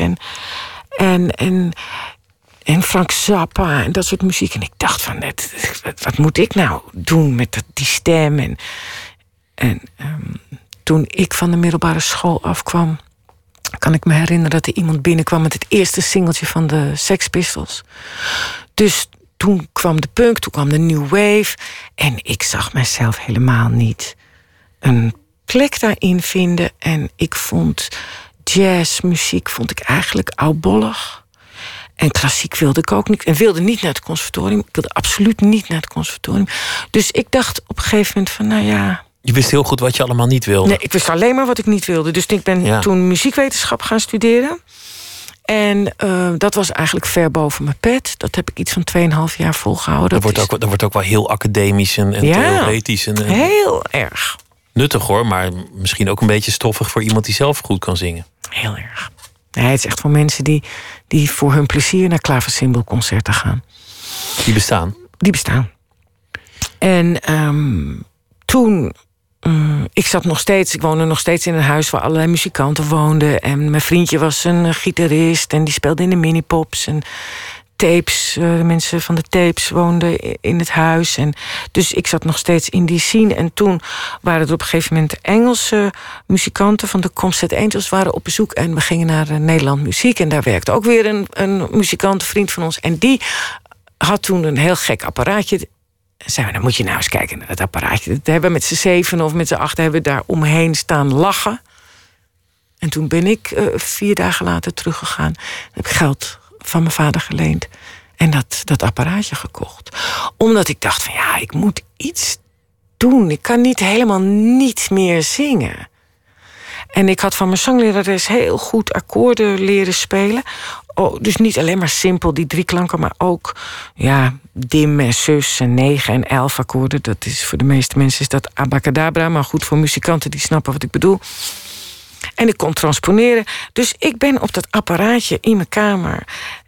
Speaker 6: En Frank Zappa en dat soort muziek. En ik dacht van, wat moet ik nou doen met die stem? En toen ik van de middelbare school afkwam, kan ik me herinneren dat er iemand binnenkwam met het eerste singeltje van de Sex Pistols. Dus toen kwam de punk, toen kwam de new wave. En ik zag mezelf helemaal niet een plek daarin vinden. En ik vond jazzmuziek eigenlijk oudbollig. En klassiek wilde ik ook niet. En wilde niet naar het conservatorium. Ik wilde absoluut niet naar het conservatorium. Dus ik dacht op een gegeven moment van, nou ja,
Speaker 4: je wist heel goed wat je allemaal niet wilde.
Speaker 6: Nee, ik wist alleen maar wat ik niet wilde. Dus ik ben toen muziekwetenschap gaan studeren. En dat was eigenlijk ver boven mijn pet. Dat heb ik iets van 2,5 jaar volgehouden.
Speaker 4: Dat wordt ook wel heel academisch en theoretisch. En
Speaker 6: heel erg.
Speaker 4: Nuttig hoor, maar misschien ook een beetje stoffig voor iemand die zelf goed kan zingen.
Speaker 6: Heel erg. Nee, het is echt voor mensen die voor hun plezier naar klaversymbolconcerten gaan.
Speaker 4: Die bestaan?
Speaker 6: Die bestaan. En toen, ik woonde nog steeds in een huis waar allerlei muzikanten woonden. En mijn vriendje was een gitarist en die speelde in de minipops. En tapes, de mensen van de tapes woonden in het huis. En dus ik zat nog steeds in die scene. En toen waren er op een gegeven moment Engelse muzikanten van de Comset Angels waren op bezoek. En we gingen naar Nederland Muziek. En daar werkte ook weer een muzikant, een vriend van ons. En die had toen een heel gek apparaatje. Zeiden we, dan moet je nou eens kijken naar dat apparaatje. Dat hebben we met z'n 7 of met z'n 8 hebben we daar omheen staan lachen. En toen ben ik 4 dagen later teruggegaan. Heb ik geld van mijn vader geleend. En dat apparaatje gekocht. Omdat ik dacht van ja, ik moet iets doen. Ik kan helemaal niet meer zingen. En ik had van mijn zanglerares heel goed akkoorden leren spelen. dus niet alleen maar simpel, die 3 klanken, maar ook dim en sus en 9 en 11 akkoorden. Dat is voor de meeste mensen is dat abacadabra, maar goed, voor muzikanten die snappen wat ik bedoel. En ik kon transponeren. Dus ik ben op dat apparaatje in mijn kamer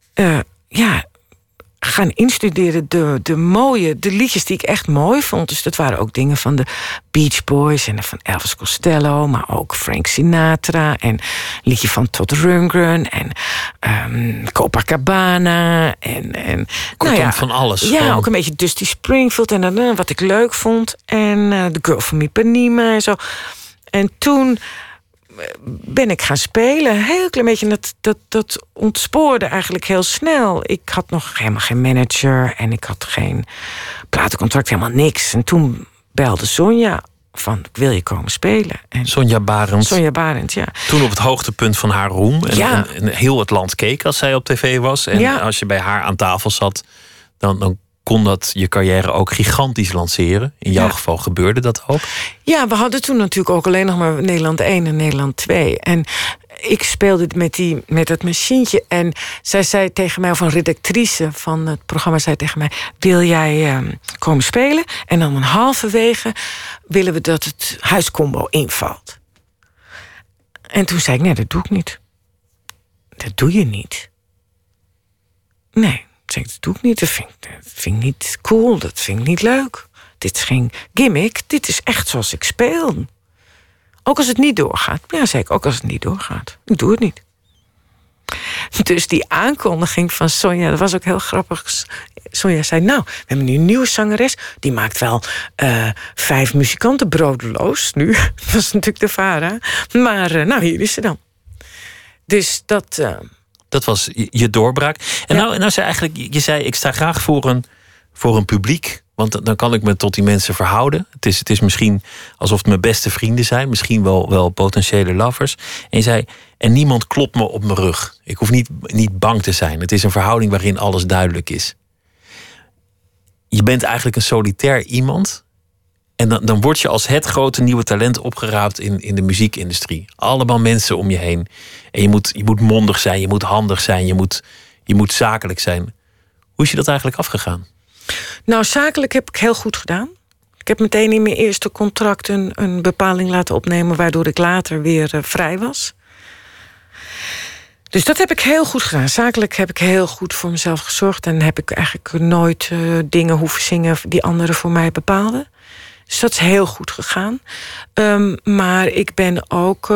Speaker 6: gaan instuderen de liedjes die ik echt mooi vond. Dus dat waren ook dingen van de Beach Boys en van Elvis Costello, maar ook Frank Sinatra en een liedje van Todd Rundgren en Copacabana en
Speaker 4: kortom, van alles.
Speaker 6: Ja,
Speaker 4: gewoon.
Speaker 6: ook een beetje Dusty Springfield en wat ik leuk vond en The Girl from Ipanema en zo. En toen ben ik gaan spelen. Een heel klein beetje. Dat ontspoorde eigenlijk heel snel. Ik had nog helemaal geen manager en ik had geen platencontract, helemaal niks. En toen belde Sonja van, wil je komen spelen? En
Speaker 4: Sonja Barend,
Speaker 6: ja.
Speaker 4: Toen op het hoogtepunt van haar roem. En heel het land keek als zij op tv was. En als je bij haar aan tafel zat, dan kon dat je carrière ook gigantisch lanceren. In jouw geval gebeurde dat ook. Ja,
Speaker 6: we hadden toen natuurlijk ook alleen nog maar Nederland 1 en Nederland 2. En ik speelde met dat machientje. En zij zei tegen mij, of een redactrice van het programma zei tegen mij, wil jij komen spelen? En dan halverwege willen we dat het huiscombo invalt. En toen zei ik, nee, dat doe ik niet. Dat doe je niet. Nee. Dat doe ik niet, dat vind ik niet cool, dat vind ik niet leuk. Dit is geen gimmick, dit is echt zoals ik speel. Ook als het niet doorgaat. Ja, zei ik, ook als het niet doorgaat. Ik doe het niet. Dus die aankondiging van Sonja, dat was ook heel grappig. Sonja zei, nou, we hebben nu een nieuwe zangeres. Die maakt wel 5 muzikanten brodeloos nu. Dat was natuurlijk de Vara. Maar hier is ze dan. Dus
Speaker 4: dat was je doorbraak. En nou zei eigenlijk, je zei, ik sta graag voor een publiek. Want dan kan ik me tot die mensen verhouden. Het is misschien alsof het mijn beste vrienden zijn. Misschien wel potentiële lovers. En je zei, en niemand klopt me op mijn rug. Ik hoef niet bang te zijn. Het is een verhouding waarin alles duidelijk is. Je bent eigenlijk een solitair iemand. En dan word je als het grote nieuwe talent opgeraapt in de muziekindustrie. Allemaal mensen om je heen. En je moet mondig zijn, je moet handig zijn, je moet zakelijk zijn. Hoe is je dat eigenlijk afgegaan?
Speaker 6: Nou, zakelijk heb ik heel goed gedaan. Ik heb meteen in mijn eerste contract een bepaling laten opnemen, waardoor ik later weer vrij was. Dus dat heb ik heel goed gedaan. Zakelijk heb ik heel goed voor mezelf gezorgd en heb ik eigenlijk nooit dingen hoeven zingen die anderen voor mij bepaalden. Dus dat is heel goed gegaan. Maar ik ben ook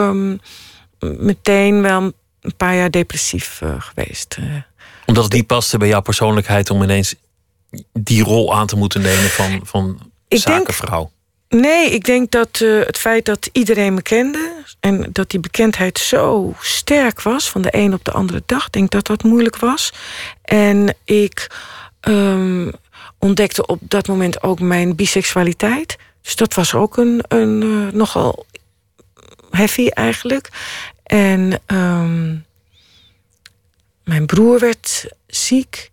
Speaker 6: meteen wel een paar jaar depressief geweest.
Speaker 4: Omdat het niet paste bij jouw persoonlijkheid om ineens die rol aan te moeten nemen van zakenvrouw?
Speaker 6: Nee, ik denk dat het feit dat iedereen me kende en dat die bekendheid zo sterk was van de een op de andere dag, denk dat dat moeilijk was. En ik ontdekte op dat moment ook mijn biseksualiteit. Dus dat was ook een nogal heavy eigenlijk. En mijn broer werd ziek.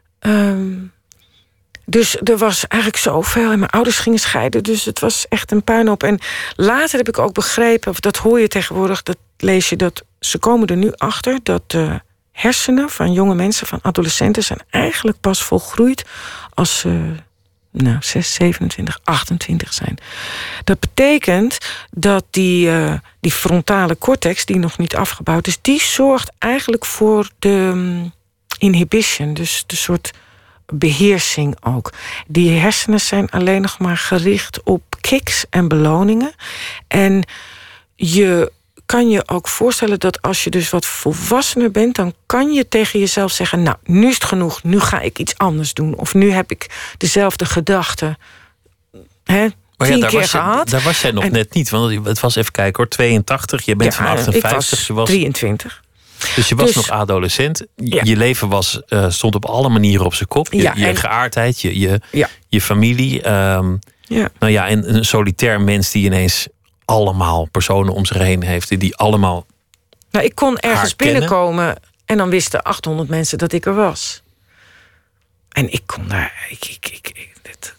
Speaker 6: Dus er was eigenlijk zoveel. En mijn ouders gingen scheiden. Dus het was echt een puinhoop. En later heb ik ook begrepen, of dat hoor je tegenwoordig, dat lees je, dat ze komen er nu achter dat de hersenen van jonge mensen, van adolescenten, zijn eigenlijk pas volgroeid als ze 6, 27, 28 zijn. Dat betekent dat die frontale cortex, die nog niet afgebouwd is, die zorgt eigenlijk voor de inhibition, dus de soort beheersing ook. Die hersenen zijn alleen nog maar gericht op kicks en beloningen. En je kan je ook voorstellen dat als je dus wat volwassener bent, dan kan je tegen jezelf zeggen, nou, nu is het genoeg, nu ga ik iets anders doen. Of nu heb ik dezelfde gedachten. Maar 10 keer gehad.
Speaker 4: Daar was jij nog net niet, want het was, even kijken hoor, 82, je bent van 58.
Speaker 6: Ik was 23.
Speaker 4: Dus je was nog adolescent. Je leven stond op alle manieren op zijn kop. Je geaardheid, je familie. En een solitair mens die ineens allemaal personen om zich heen heeft. Die allemaal.
Speaker 6: Nou, ik kon ergens binnenkomen en dan wisten 800 mensen dat ik er was. En ik kon daar. Dat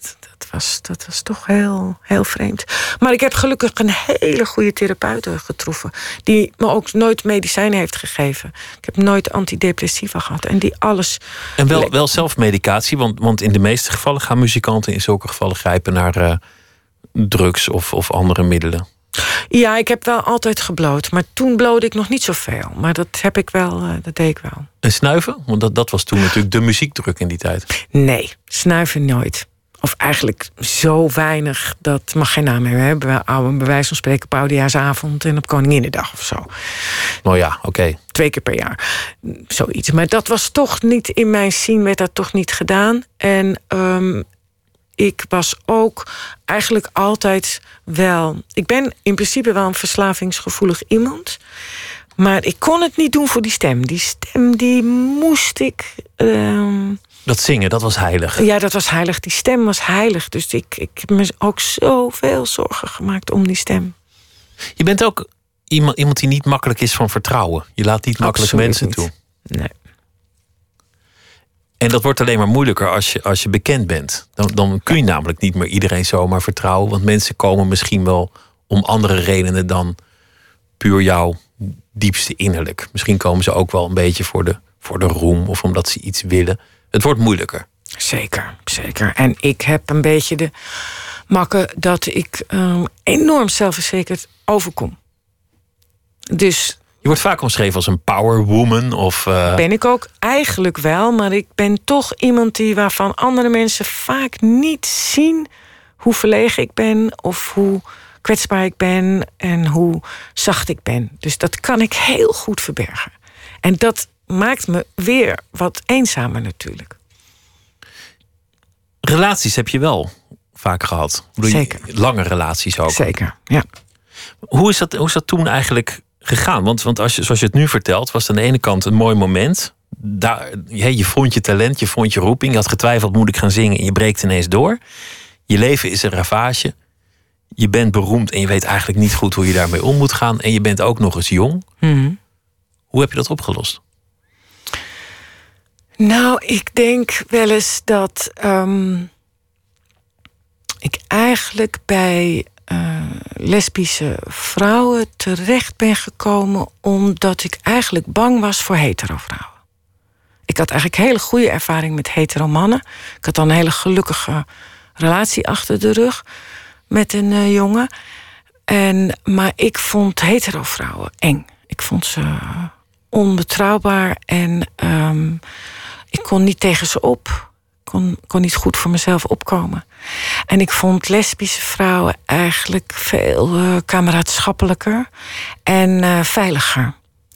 Speaker 6: dat was toch heel, heel vreemd. Maar ik heb gelukkig een hele goede therapeut getroffen. Die me ook nooit medicijnen heeft gegeven. Ik heb nooit antidepressiva gehad. En die alles...
Speaker 4: En wel zelfmedicatie, want in de meeste gevallen gaan muzikanten in zulke gevallen grijpen naar drugs of andere middelen.
Speaker 6: Ja, ik heb wel altijd gebloot. Maar toen bloodde ik nog niet zoveel. Maar dat heb ik wel, dat deed ik wel.
Speaker 4: En snuiven? Want dat was toen natuurlijk de muziekdruk in die tijd.
Speaker 6: Nee, snuiven nooit. Of eigenlijk zo weinig, dat mag geen naam meer hebben. Bij wijze van spreken op Oudejaarsavond en op Koninginnedag of zo.
Speaker 4: Nou ja, oké.
Speaker 6: 2 keer per jaar. Zoiets. Maar dat was toch niet, in mijn scene werd dat toch niet gedaan. En ik was ook eigenlijk altijd wel... Ik ben in principe wel een verslavingsgevoelig iemand. Maar ik kon het niet doen voor die stem. Die stem, die moest ik...
Speaker 4: Dat zingen, dat was heilig.
Speaker 6: Ja, dat was heilig. Die stem was heilig. Dus ik heb me ook zoveel zorgen gemaakt om die stem.
Speaker 4: Je bent ook iemand die niet makkelijk is van vertrouwen. Je laat niet makkelijk
Speaker 6: Absoluut
Speaker 4: mensen
Speaker 6: niet.
Speaker 4: toe.
Speaker 6: Nee.
Speaker 4: En dat wordt alleen maar moeilijker als je bekend bent. Dan kun je namelijk niet meer iedereen zomaar vertrouwen. Want mensen komen misschien wel om andere redenen dan puur jouw diepste innerlijk. Misschien komen ze ook wel een beetje voor de roem of omdat ze iets willen. Het wordt moeilijker.
Speaker 6: Zeker, zeker. En ik heb een beetje de makke dat ik enorm zelfverzekerd overkom. Dus...
Speaker 4: Je wordt vaak omschreven als een powerwoman of...
Speaker 6: Ben ik ook eigenlijk wel, maar ik ben toch iemand waarvan andere mensen vaak niet zien hoe verlegen ik ben of hoe kwetsbaar ik ben en hoe zacht ik ben. Dus dat kan ik heel goed verbergen. En dat maakt me weer wat eenzamer natuurlijk.
Speaker 4: Relaties heb je wel vaak gehad.
Speaker 6: Zeker.
Speaker 4: Lange relaties ook.
Speaker 6: Zeker, ja.
Speaker 4: Hoe is dat toen eigenlijk gegaan? Want zoals je het nu vertelt, was het aan de ene kant een mooi moment. Je vond je talent, je vond je roeping. Je had getwijfeld, moet ik gaan zingen? En je breekt ineens door. Je leven is een ravage. Je bent beroemd en je weet eigenlijk niet goed hoe je daarmee om moet gaan. En je bent ook nog eens jong.
Speaker 6: Mm-hmm.
Speaker 4: Hoe heb je dat opgelost?
Speaker 6: Nou, ik denk wel eens dat ik eigenlijk bij lesbische vrouwen terecht ben gekomen omdat ik eigenlijk bang was voor hetero vrouwen. Ik had eigenlijk hele goede ervaring met hetero mannen. Ik had dan een hele gelukkige relatie achter de rug met een jongen. Maar ik vond hetero vrouwen eng. Ik vond ze onbetrouwbaar en ik kon niet tegen ze op. Kon niet goed voor mezelf opkomen. En ik vond lesbische vrouwen eigenlijk veel kameraadschappelijker en veiliger.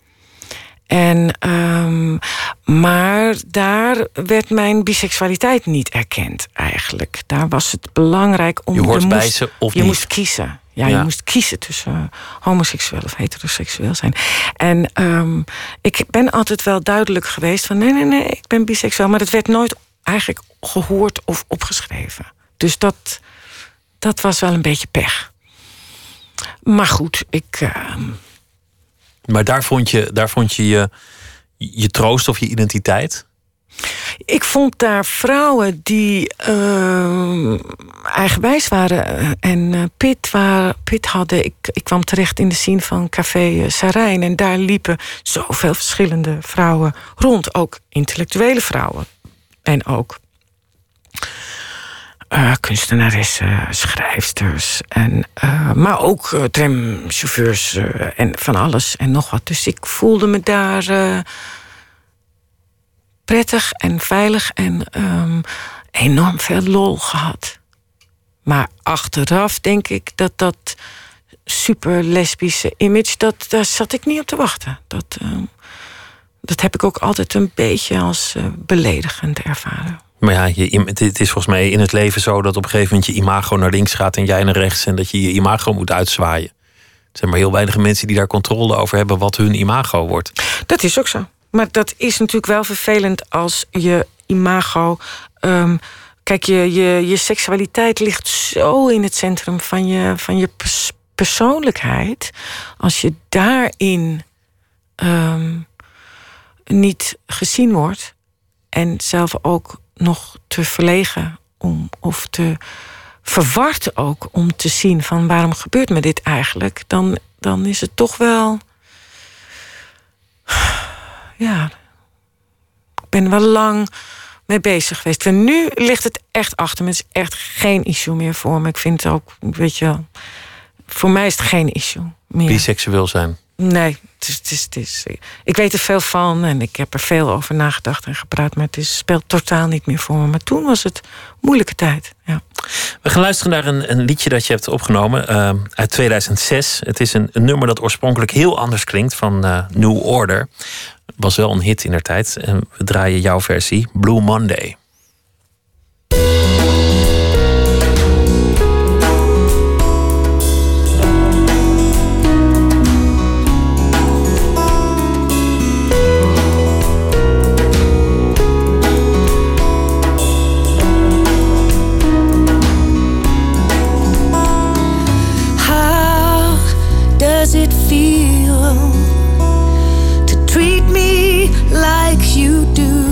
Speaker 6: Maar daar werd mijn biseksualiteit niet erkend eigenlijk. Daar was het belangrijk om...
Speaker 4: Je hoort bij ze of niet?
Speaker 6: Je moest kiezen. Ja, je moest kiezen tussen homoseksueel of heteroseksueel zijn. En ik ben altijd wel duidelijk geweest van nee, ik ben biseksueel. Maar dat werd nooit eigenlijk gehoord of opgeschreven. Dus dat was wel een beetje pech. Maar goed,
Speaker 4: Maar daar vond je je troost of je identiteit?
Speaker 6: Ik vond daar vrouwen die eigenwijs waren en pit hadden. Ik kwam terecht in de scene van Café Sarijn. En daar liepen zoveel verschillende vrouwen rond. Ook intellectuele vrouwen. En ook kunstenaressen, schrijfsters. Maar ook tramchauffeurs en van alles en nog wat. Dus ik voelde me daar prettig en veilig en enorm veel lol gehad. Maar achteraf denk ik dat super lesbische image, daar zat ik niet op te wachten. Dat heb ik ook altijd een beetje als beledigend ervaren.
Speaker 4: Maar ja, het is volgens mij in het leven zo dat op een gegeven moment je imago naar links gaat en jij naar rechts en dat je je imago moet uitzwaaien. Er zijn maar heel weinig mensen die daar controle over hebben wat hun imago wordt.
Speaker 6: Dat is ook zo. Maar dat is natuurlijk wel vervelend als je imago... kijk, je seksualiteit ligt zo in het centrum van je persoonlijkheid. Als je daarin niet gezien wordt en zelf ook nog te verlegen om of te verward ook om te zien van waarom gebeurt me dit eigenlijk, dan is het toch wel, ja, ik ben wel lang mee bezig geweest. En nu ligt het echt achter me. Het is echt geen issue meer voor me. Ik vind het ook, weet je wel, voor mij is het geen issue meer.
Speaker 4: Biseksueel zijn?
Speaker 6: Nee, het is, ik weet er veel van en ik heb er veel over nagedacht en gepraat, maar het speelt totaal niet meer voor me. Maar toen was het moeilijke tijd. Ja.
Speaker 4: We gaan luisteren naar een liedje dat je hebt opgenomen uit 2006. Het is een nummer dat oorspronkelijk heel anders klinkt, van New Order. Was wel een hit indertijd. En we draaien jouw versie, Blue Monday.
Speaker 7: Does it feel to treat me like you do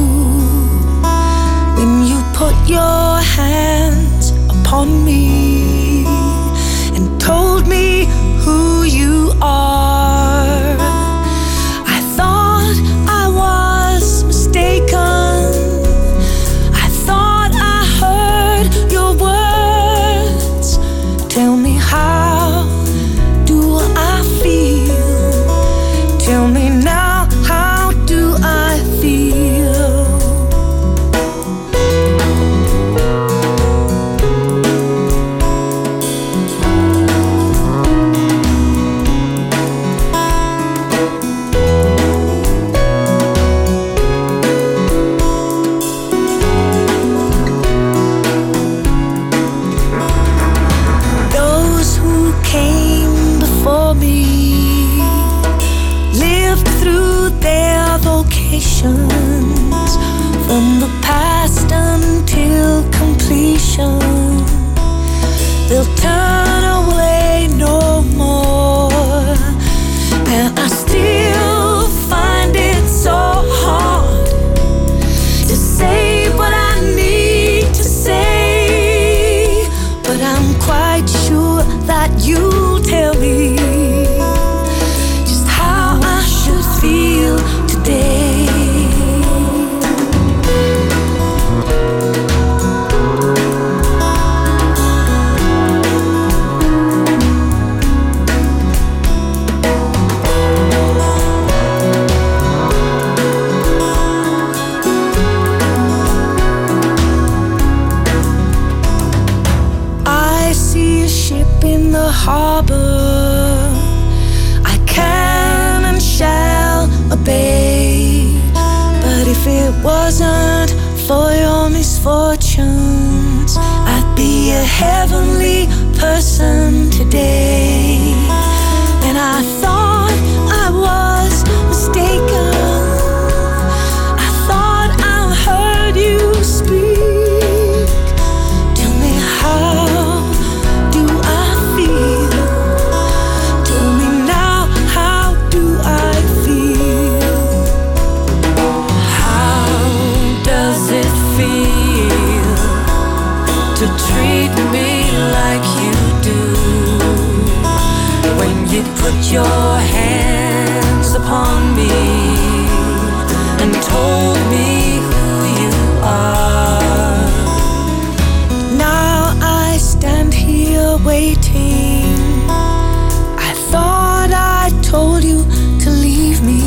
Speaker 7: when you put your hands upon me and told me who you are? I thought I was mistaken. I thought I heard your words. Tell me, how do I feel? Tell me now, how do I feel? Those who came before me lived through their vocations from the past until completion. They'll turn away no more, and I still find it so hard to say what I need to say, but I'm quite sure that you'll tell me just how I should feel today. I see a ship in the harbor. I can and shall obey. But if it wasn't for your misfortunes, I'd be a heavenly person today. And I thought I was mistaken. I thought I heard you speak. Tell me, how do I feel? Tell me now, how do I feel? How does it feel to treat me like you do when you put your hands upon me and told me who you are? Now I stand here waiting. I thought I told you to leave me.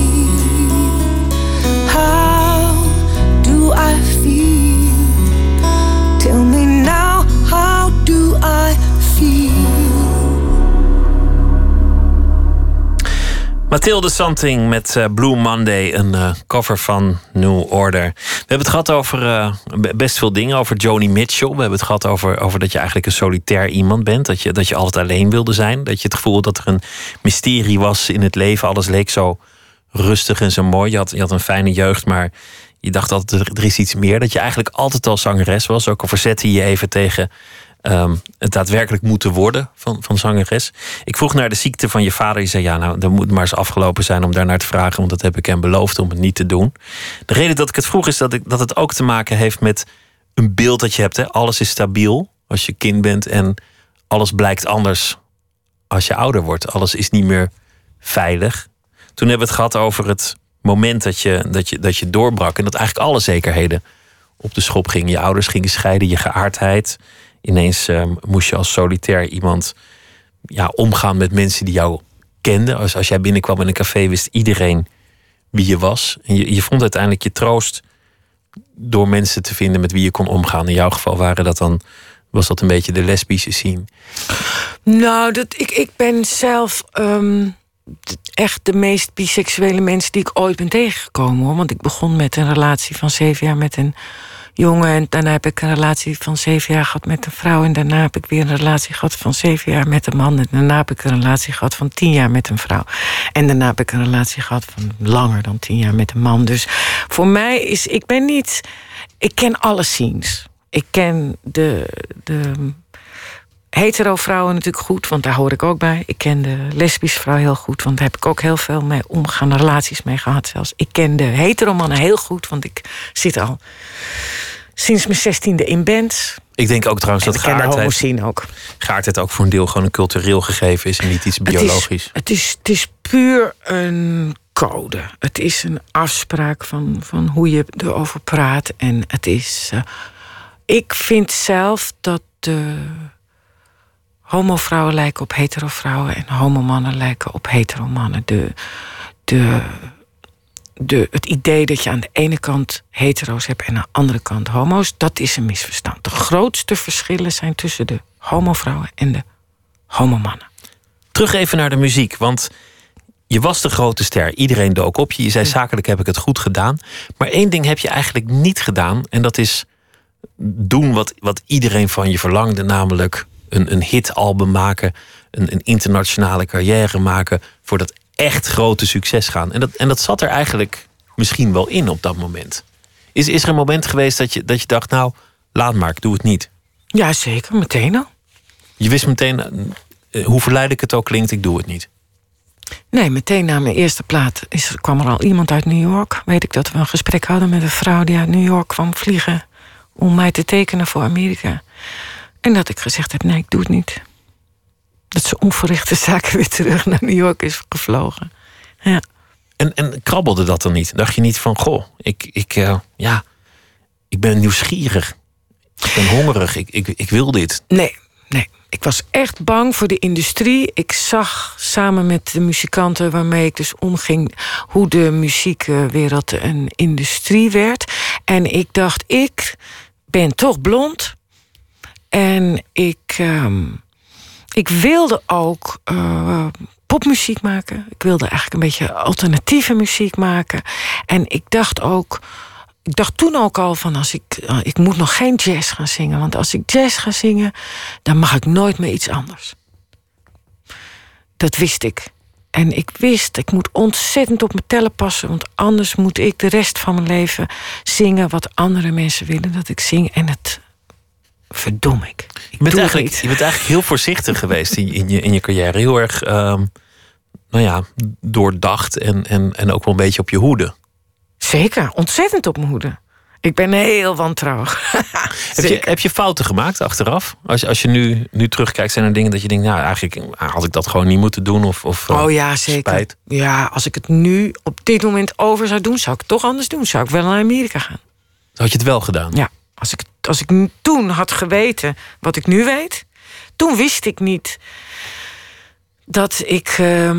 Speaker 7: How do I feel? Tell me now, how do I feel?
Speaker 4: Mathilde Santing met Blue Monday, een cover van New Order. We hebben het gehad over best veel dingen, over Joni Mitchell. We hebben het gehad over dat je eigenlijk een solitair iemand bent. Dat je altijd alleen wilde zijn. Dat je het gevoel dat er een mysterie was in het leven. Alles leek zo rustig en zo mooi. Je had een fijne jeugd, maar je dacht altijd, er is iets meer. Dat je eigenlijk altijd al zangeres was. Ook al verzette je je even tegen het daadwerkelijk moeten worden van zangeres. Ik vroeg naar de ziekte van je vader. Je zei, ja, nou, dat moet maar eens afgelopen zijn om daarnaar te vragen, want dat heb ik hem beloofd om het niet te doen. De reden dat ik het vroeg is dat het ook te maken heeft met een beeld dat je hebt. Hè? Alles is stabiel. als je kind bent en alles blijkt anders als je ouder wordt. Alles is niet meer veilig. Toen hebben we het gehad over het moment dat je doorbrak en dat eigenlijk alle zekerheden op de schop gingen. Je ouders gingen scheiden, je geaardheid. Ineens moest je als solitair iemand omgaan met mensen die jou kenden. Als jij binnenkwam in een café, wist iedereen wie je was. En je vond uiteindelijk je troost door mensen te vinden met wie je kon omgaan. In jouw geval was dat een beetje de lesbische scene.
Speaker 6: Nou, ik ben zelf echt de meest biseksuele mensen die ik ooit ben tegengekomen, hoor. Want ik begon met een relatie van 7 jaar met een jongen. En daarna heb ik een relatie van 7 jaar gehad met een vrouw. En daarna heb ik weer een relatie gehad van 7 jaar met een man. En daarna heb ik een relatie gehad van 10 jaar met een vrouw. En daarna heb ik een relatie gehad van langer dan 10 jaar met een man. Dus voor mij ik ken alle scenes. Ik ken de hetero vrouwen natuurlijk goed, want daar hoor ik ook bij. Ik ken de lesbische vrouw heel goed, want daar heb ik ook heel veel mee omgegaan, relaties mee gehad zelfs. Ik ken de hetero mannen heel goed, want ik zit al sinds mijn 16e in bands.
Speaker 4: Ik denk ook trouwens dat geaardheid ook voor een deel gewoon een cultureel gegeven is en niet iets biologisch.
Speaker 6: Het is puur een code. Het is een afspraak van hoe je erover praat. En het is ik vind zelf dat homo-vrouwen lijken op hetero-vrouwen en homo-mannen lijken op hetero-mannen. Het idee dat je aan de ene kant hetero's hebt en aan de andere kant homo's, dat is een misverstand. De grootste verschillen zijn tussen de homo-vrouwen en de homo-mannen.
Speaker 4: Terug even naar de muziek, want je was de grote ster. Iedereen dook op je. Je zei, zakelijk heb ik het goed gedaan. Maar 1 ding heb je eigenlijk niet gedaan, en dat is doen wat iedereen van je verlangde, namelijk een hitalbum maken, een internationale carrière maken, voor dat echt grote succes gaan. En dat zat er eigenlijk misschien wel in op dat moment. Is er een moment geweest dat je dacht, nou, laat maar, ik doe het niet?
Speaker 6: Ja, zeker, meteen al.
Speaker 4: Je wist meteen, hoe verleidelijk het ook klinkt, ik doe het niet.
Speaker 6: Nee, meteen na mijn eerste plaat kwam er al iemand uit New York. Weet ik dat we een gesprek hadden met een vrouw die uit New York kwam vliegen om mij te tekenen voor Amerika. En dat ik gezegd heb, nee, ik doe het niet. Dat ze onverrichte zaken weer terug naar New York is gevlogen. Ja.
Speaker 4: En krabbelde dat dan niet? Dacht je niet van, goh, ik ben nieuwsgierig. Ik ben hongerig, ik wil dit.
Speaker 6: Nee. Ik was echt bang voor de industrie. Ik zag samen met de muzikanten waarmee ik dus omging hoe de muziekwereld een industrie werd. En ik dacht, ik ben toch blond. En ik wilde ook popmuziek maken. Ik wilde eigenlijk een beetje alternatieve muziek maken. En ik dacht toen ook al van, ik moet nog geen jazz gaan zingen. Want als ik jazz ga zingen, dan mag ik nooit meer iets anders. Dat wist ik. En ik wist, ik moet ontzettend op mijn tellen passen. Want anders moet ik de rest van mijn leven zingen wat andere mensen willen dat ik zing. En het verdom ik.
Speaker 4: Je bent eigenlijk heel voorzichtig geweest in je carrière. Heel erg doordacht en ook wel een beetje op je hoede.
Speaker 6: Zeker, ontzettend op mijn hoede. Ik ben heel wantrouwig.
Speaker 4: Heb je fouten gemaakt achteraf? Als je nu terugkijkt, zijn er dingen dat je denkt, nou, eigenlijk had ik dat gewoon niet moeten doen?
Speaker 6: Oh ja, zeker.
Speaker 4: Spijt.
Speaker 6: Ja, als ik het nu op dit moment over zou doen, zou ik het toch anders doen. Zou ik wel naar Amerika gaan.
Speaker 4: Had je het wel gedaan?
Speaker 6: Ja, als ik toen had geweten wat ik nu weet, toen wist ik niet dat ik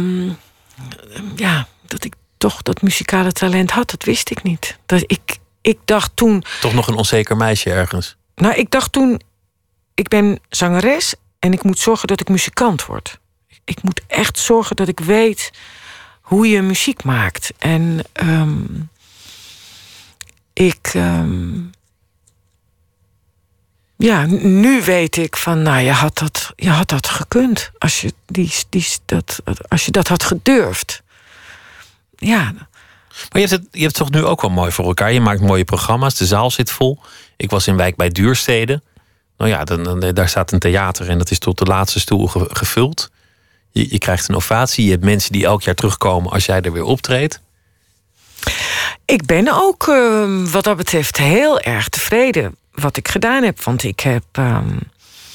Speaker 6: toch dat muzikale talent had. Dat wist ik niet. Ik dacht toen...
Speaker 4: Toch nog een onzeker meisje ergens?
Speaker 6: Nou, ik dacht toen, ik ben zangeres en ik moet zorgen dat ik muzikant word. Ik moet echt zorgen dat ik weet hoe je muziek maakt. En nu weet ik van, nou, je had dat gekund. Als je dat had gedurfd. Ja.
Speaker 4: Maar je hebt het toch nu ook wel mooi voor elkaar. Je maakt mooie programma's, de zaal zit vol. Ik was in Wijk bij Duurstede. Nou ja, daar staat een theater en dat is tot de laatste stoel gevuld. Je krijgt een ovatie. Je hebt mensen die elk jaar terugkomen als jij er weer optreedt.
Speaker 6: Ik ben ook wat dat betreft heel erg tevreden wat ik gedaan heb. Want ik heb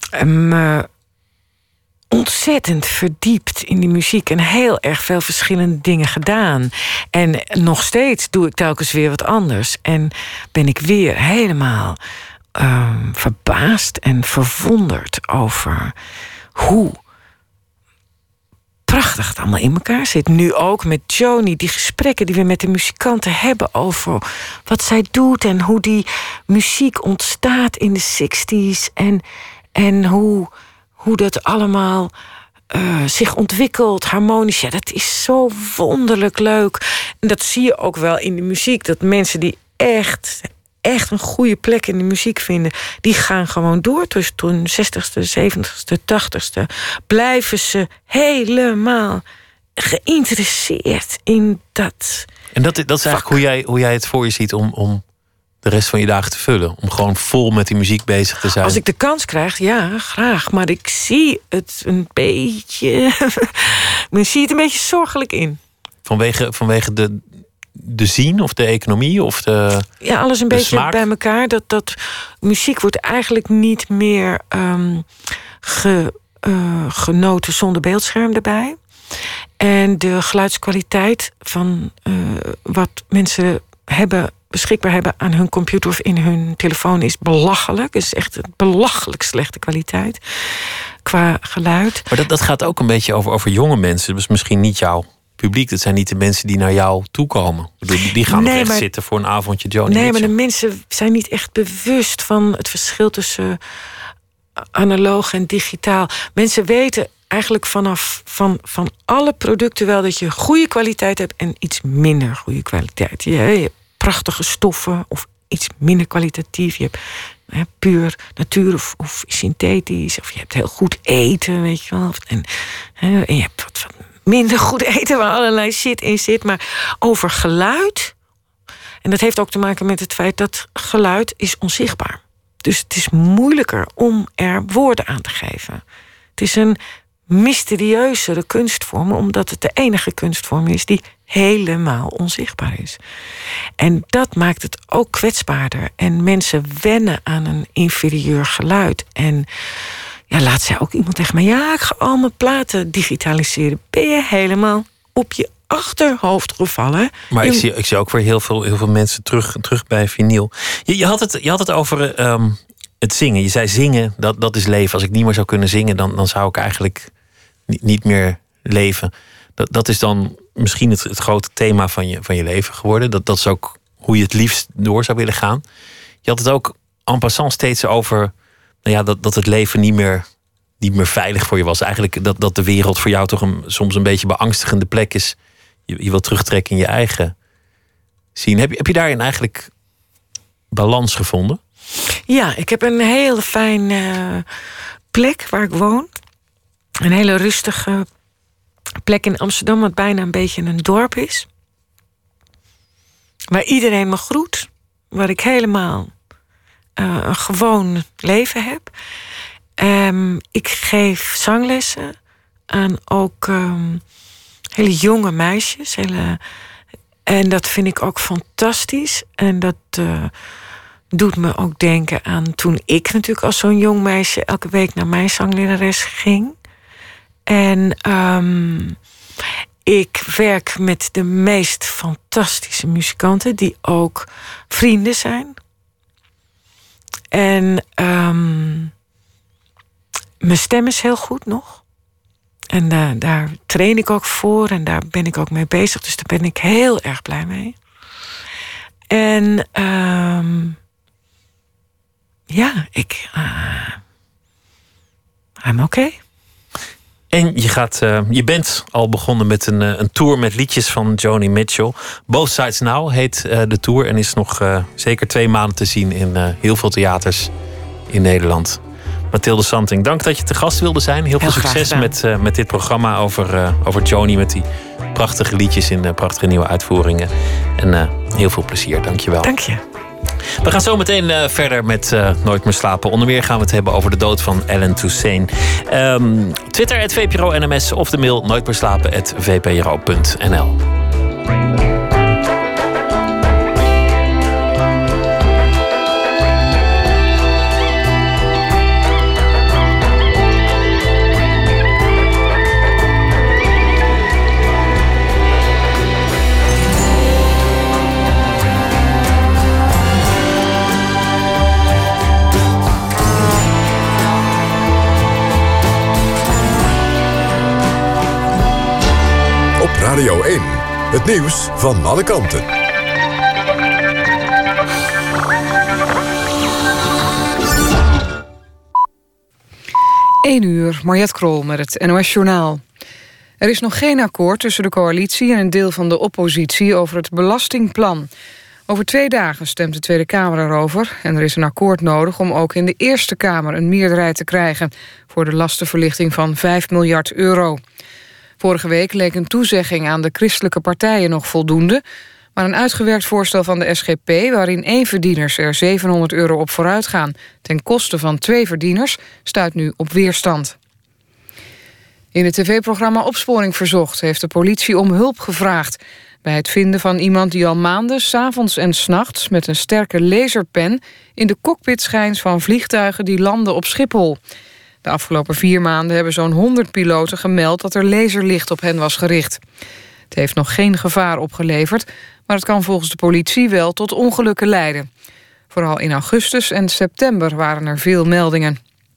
Speaker 6: me ontzettend verdiept in die muziek en heel erg veel verschillende dingen gedaan. En nog steeds doe ik telkens weer wat anders. En ben ik weer helemaal verbaasd en verwonderd over hoe prachtig het allemaal in elkaar zit. Nu ook met Joni, die gesprekken die we met de muzikanten hebben over wat zij doet en hoe die muziek ontstaat in de 60's en hoe dat allemaal zich ontwikkelt, harmonisch. Ja, dat is zo wonderlijk leuk. En dat zie je ook wel in de muziek, dat mensen die echt een goede plek in de muziek vinden, die gaan gewoon door tussen de 60ste, 70ste, 80ste. Blijven ze helemaal geïnteresseerd in dat.
Speaker 4: En dat is eigenlijk hoe jij het voor je ziet om de rest van je dagen te vullen. Om gewoon vol met die muziek bezig te zijn.
Speaker 6: Als ik de kans krijg, ja, graag. Maar ik zie het een beetje. Ik zie het een beetje zorgelijk in.
Speaker 4: Vanwege de zien of de economie of de. Ja,
Speaker 6: alles een beetje
Speaker 4: smaak
Speaker 6: bij elkaar. Dat muziek wordt eigenlijk niet meer genoten zonder beeldscherm erbij. En de geluidskwaliteit van wat mensen beschikbaar hebben aan hun computer of in hun telefoon is belachelijk. Het is echt een belachelijk slechte kwaliteit qua geluid.
Speaker 4: Maar dat gaat ook een beetje over jonge mensen. Dus misschien niet jouw publiek. Dat zijn niet de mensen die naar jou toekomen. Die gaan nog echt zitten voor een avondje Joni Mitchell.
Speaker 6: Nee, maar de mensen zijn niet echt bewust van het verschil tussen analoog en digitaal. Mensen weten eigenlijk van alle producten wel dat je goede kwaliteit hebt en iets minder goede kwaliteit. Je hebt prachtige stoffen of iets minder kwalitatief. Je hebt puur natuur of synthetisch. Of je hebt heel goed eten, weet je wel. En je hebt wat minder goed eten waar allerlei shit in zit. Maar over geluid. En dat heeft ook te maken met het feit dat geluid is onzichtbaar. Dus het is moeilijker om er woorden aan te geven. Het is een mysterieuzere kunstvorm, omdat het de enige kunstvorm is die helemaal onzichtbaar is. En dat maakt het ook kwetsbaarder. En mensen wennen aan een inferieur geluid. En ja, laat zei ook iemand tegen mij, ja, ik ga al mijn platen digitaliseren. Ben je helemaal op je achterhoofd gevallen?
Speaker 4: Maar ik zie ook weer heel veel mensen terug bij vinyl. Je had het over het zingen. Je zei zingen, dat is leven. Als ik niet meer zou kunnen zingen, dan zou ik eigenlijk niet meer leven. Dat is dan misschien het grote thema van je leven geworden. Dat is ook hoe je het liefst door zou willen gaan. Je had het ook en passant steeds over dat het leven niet meer veilig voor je was. Eigenlijk dat de wereld voor jou toch soms een beetje beangstigende plek is. Je wilt terugtrekken in je eigen zien. Heb je daarin eigenlijk balans gevonden?
Speaker 6: Ja, ik heb een hele fijne plek waar ik woon. Een hele rustige plek in Amsterdam, wat bijna een beetje een dorp is. Waar iedereen me groet. Waar ik helemaal een gewoon leven heb. Ik geef zanglessen aan ook hele jonge meisjes. En dat vind ik ook fantastisch. En dat doet me ook denken aan toen ik natuurlijk als zo'n jong meisje elke week naar mijn zanglerares ging. En ik werk met de meest fantastische muzikanten die ook vrienden zijn. En mijn stem is heel goed nog. En daar train ik ook voor en daar ben ik ook mee bezig. Dus daar ben ik heel erg blij mee. En I'm okay.
Speaker 4: En je bent al begonnen met een tour met liedjes van Joni Mitchell. Both Sides Now heet de tour en is nog zeker 2 maanden te zien in heel veel theaters in Nederland. Mathilde Santing, dank dat je te gast wilde zijn. Heel veel succes met dit programma over Joni, met die prachtige liedjes in prachtige nieuwe uitvoeringen. En heel veel plezier, dank je wel.
Speaker 6: Dank je.
Speaker 4: We gaan zo meteen verder met Nooit meer slapen. Onder meer gaan we het hebben over de dood van Ellen Toussaint. Twitter @VPRO-NMS of de mail nooitmeerslapen@vpro.nl.
Speaker 2: Radio 1. Het nieuws van alle kanten.
Speaker 1: 1 uur, Mariette Krol met het NOS Journaal. Er is nog geen akkoord tussen de coalitie en een deel van de oppositie over het belastingplan. Over 2 dagen stemt de Tweede Kamer erover en er is een akkoord nodig om ook in de Eerste Kamer een meerderheid te krijgen voor de lastenverlichting van 5 miljard euro. Vorige week leek een toezegging aan de christelijke partijen nog voldoende, maar een uitgewerkt voorstel van de SGP waarin 1 verdieners er 700 euro op vooruit gaan ten koste van 2 verdieners stuit nu op weerstand. In het tv-programma Opsporing Verzocht heeft de politie om hulp gevraagd bij het vinden van iemand die al maanden 's avonds en 's nachts met een sterke laserpen in de cockpit schijnt van vliegtuigen die landen op Schiphol. De afgelopen 4 maanden hebben zo'n 100 piloten gemeld dat er laserlicht op hen was gericht. Het heeft nog geen gevaar opgeleverd, maar het kan volgens de politie wel tot ongelukken leiden. Vooral in augustus en september waren er veel meldingen.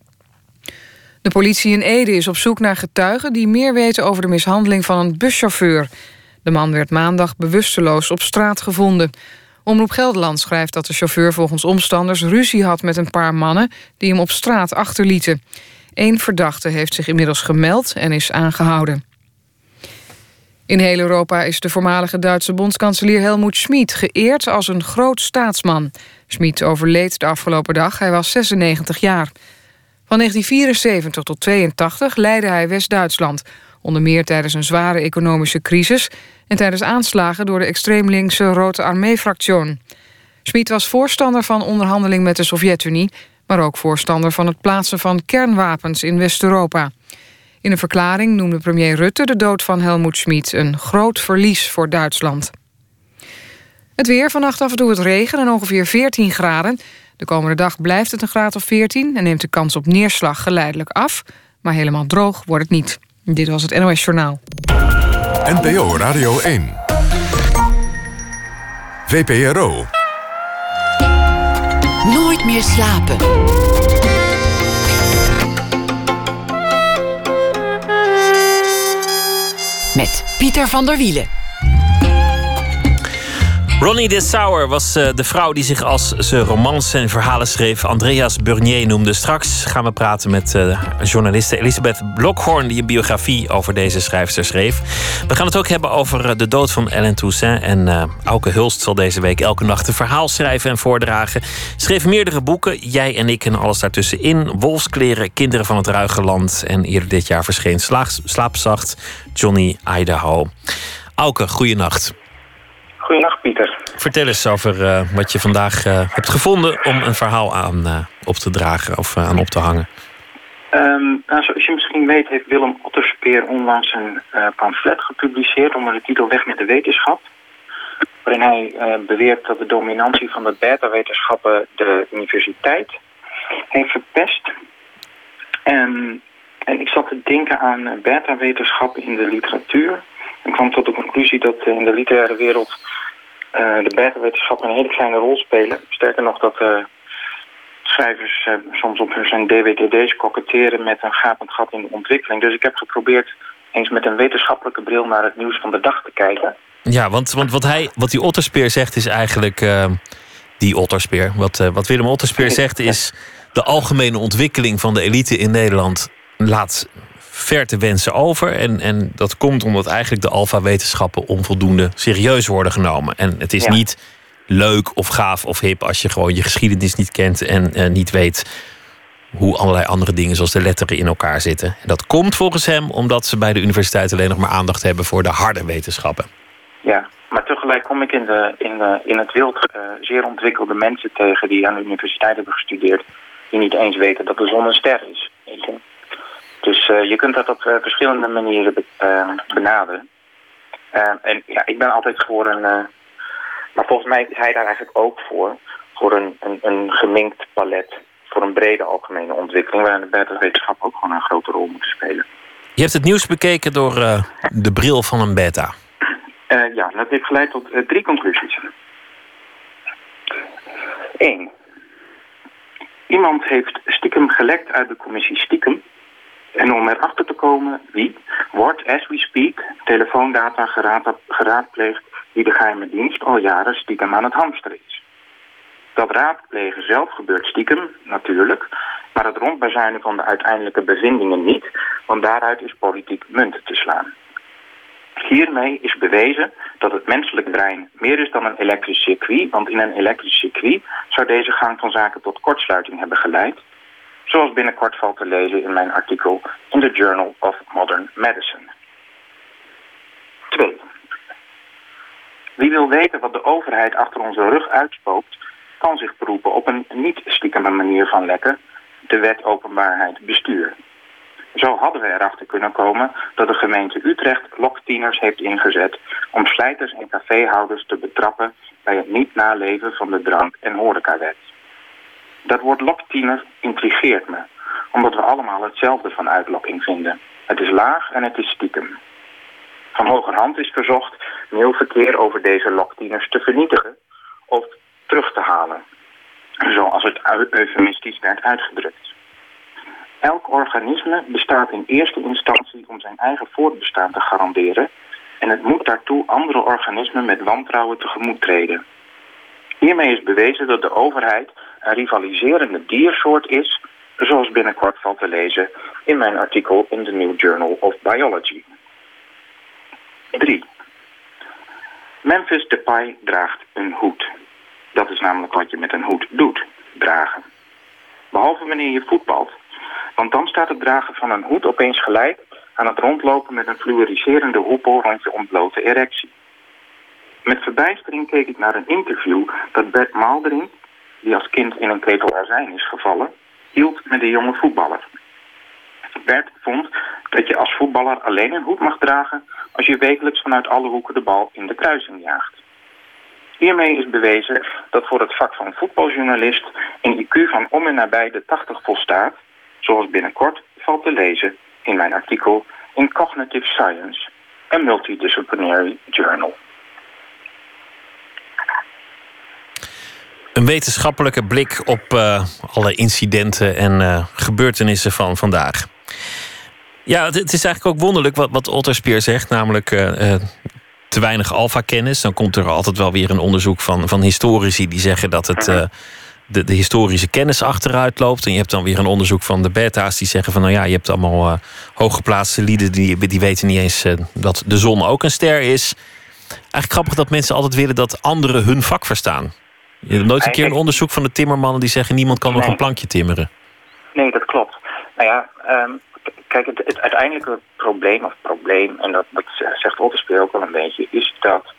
Speaker 1: De politie in Ede is op zoek naar getuigen die meer weten over de mishandeling van een buschauffeur. De man werd maandag bewusteloos op straat gevonden. Omroep Gelderland schrijft dat de chauffeur volgens omstanders ruzie had met een paar mannen die hem op straat achterlieten. 1 verdachte heeft zich inmiddels gemeld en is aangehouden. In heel Europa is de voormalige Duitse bondskanselier Helmut Schmid geëerd als een groot staatsman. Schmid overleed de afgelopen dag, hij was 96 jaar. Van 1974 tot 82 leidde hij West-Duitsland, onder meer tijdens een zware economische crisis en tijdens aanslagen door de extreemlinkse Rote Armee-fractie. Schmid was voorstander van onderhandeling met de Sovjet-Unie, maar ook voorstander van het plaatsen van kernwapens in West-Europa. In een verklaring noemde premier Rutte de dood van Helmut Schmid een groot verlies voor Duitsland. Het weer, vannacht af en toe het regen en ongeveer 14 graden. De komende dag blijft het een graad of 14 en neemt de kans op neerslag geleidelijk af. Maar helemaal droog wordt het niet. Dit was het NOS Journaal.
Speaker 2: NPO Radio 1. VPRO.
Speaker 3: Nooit meer slapen. Met Pieter van der Wielen.
Speaker 4: Ronnie Dessauer was de vrouw die zich als ze romans en verhalen schreef Andreas Burnier noemde. Straks gaan we praten met journaliste Elisabeth Blokhorn, die een biografie over deze schrijfster schreef. We gaan het ook hebben over de dood van Ellen Toussaint. En Auke Hulst zal deze week elke nacht een verhaal schrijven en voordragen. Schreef meerdere boeken, Jij en ik en alles daartussenin. Wolfskleren, Kinderen van het Ruige Land. En eerder dit jaar verscheen Slaapzacht, Johnny Idaho. Auke, goeienacht.
Speaker 8: Goedenacht, Pieter.
Speaker 4: Vertel eens over wat je vandaag hebt gevonden om een verhaal aan op te dragen of aan op te hangen.
Speaker 8: Zoals je misschien weet heeft Willem Otterspeer onlangs een pamflet gepubliceerd onder de titel Weg met de wetenschap. Waarin hij beweert dat de dominantie van de beta-wetenschappen de universiteit heeft verpest. En ik zat te denken aan beta-wetenschappen in de literatuur. Ik kwam tot de conclusie dat in de literaire wereld de beta-wetenschappen een hele kleine rol spelen. Sterker nog dat schrijvers soms op hun DWDD's koketteren met een gapend gat in de ontwikkeling. Dus ik heb geprobeerd eens met een wetenschappelijke bril naar het nieuws van de dag te kijken.
Speaker 4: Ja, want wat die Otterspeer zegt is eigenlijk die Otterspeer. Wat Willem Otterspeer zegt is de algemene ontwikkeling van de elite in Nederland laat ver te wensen over. En dat komt omdat eigenlijk de alfa-wetenschappen onvoldoende serieus worden genomen. En het is niet leuk of gaaf of hip als je gewoon je geschiedenis niet kent en niet weet hoe allerlei andere dingen zoals de letteren in elkaar zitten. En dat komt volgens hem omdat ze bij de universiteit alleen nog maar aandacht hebben voor de harde wetenschappen.
Speaker 8: Ja, maar tegelijk kom ik in het wild zeer ontwikkelde mensen tegen die aan de universiteit hebben gestudeerd, die niet eens weten dat de zon een ster is. Weet je? Dus je kunt dat op verschillende manieren benaderen. En ja, ik ben altijd voor maar volgens mij is hij daar eigenlijk ook voor een gemengd palet, voor een brede algemene ontwikkeling, waarin de beta-wetenschap ook gewoon een grote rol moet spelen.
Speaker 4: Je hebt het nieuws bekeken door de bril van een beta.
Speaker 8: Ja, dat heeft geleid tot 3 conclusies. 1. Iemand heeft stiekem gelekt uit de commissie Stiekem. En Om erachter te komen wie wordt, as we speak, telefoondata geraadpleegd die de geheime dienst al jaren stiekem aan het hamsteren is. Dat raadplegen zelf gebeurt stiekem, natuurlijk, maar het rondbazuinen van de uiteindelijke bevindingen niet, want daaruit is politiek munt te slaan. Hiermee is bewezen dat het menselijk brein meer is dan een elektrisch circuit, want in een elektrisch circuit zou deze gang van zaken tot kortsluiting hebben geleid, zoals binnenkort valt te lezen in mijn artikel in the Journal of Modern Medicine. 2. Wie wil weten wat de overheid achter onze rug uitspookt, kan zich beroepen op een niet stiekeme manier van lekken, de wet openbaarheid bestuur. Zo hadden we erachter kunnen komen dat de gemeente Utrecht loktieners heeft ingezet om slijters en caféhouders te betrappen bij het niet naleven van de drank- en horecawet. Dat woord loktiener intrigeert me, omdat we allemaal hetzelfde van uitlokking vinden. Het is laag en het is stiekem. Van hogerhand is verzocht mailverkeer over deze loktieners te vernietigen of terug te halen, zoals het eufemistisch werd uitgedrukt. Elk organisme bestaat in eerste instantie om zijn eigen voortbestaan te garanderen en het moet daartoe andere organismen met wantrouwen tegemoet treden. Hiermee is bewezen dat de overheid een rivaliserende diersoort is, zoals binnenkort valt te lezen in mijn artikel in the New Journal of Biology. 3. Memphis Depay draagt een hoed. Dat is namelijk wat je met een hoed doet, dragen. Behalve wanneer je voetbalt, want dan staat het dragen van een hoed opeens gelijk aan het rondlopen met een fluoriserende hoepel rond je ontblote erectie. Met verbijstering keek ik naar een interview dat Bert Maalderink, die als kind in een ketel azijn is gevallen, hield met een jonge voetballer. Bert vond dat je als voetballer alleen een hoed mag dragen als je wekelijks vanuit alle hoeken de bal in de kruising jaagt. Hiermee is bewezen dat voor het vak van voetbaljournalist een IQ van om en nabij de 80 volstaat, zoals binnenkort valt te lezen in mijn artikel in Cognitive Science, a multidisciplinary journal.
Speaker 4: Een wetenschappelijke blik op alle incidenten en gebeurtenissen van vandaag. Ja, het is eigenlijk ook wonderlijk wat Otterspeer zegt, namelijk te weinig alfa-kennis. Dan komt er altijd wel weer een onderzoek van historici die zeggen dat het de historische kennis achteruit loopt. En je hebt dan weer een onderzoek van de beta's die zeggen van nou ja, je hebt allemaal hooggeplaatste lieden die weten niet eens dat de zon ook een ster is. Eigenlijk grappig dat mensen altijd willen dat anderen hun vak verstaan. Je hebt nooit een keer een onderzoek van de timmermannen die zeggen niemand kan nog een plankje timmeren.
Speaker 8: Nee, dat klopt. Nou ja, kijk, het uiteindelijke probleem, en dat zegt Otterspeer ook wel een beetje, is dat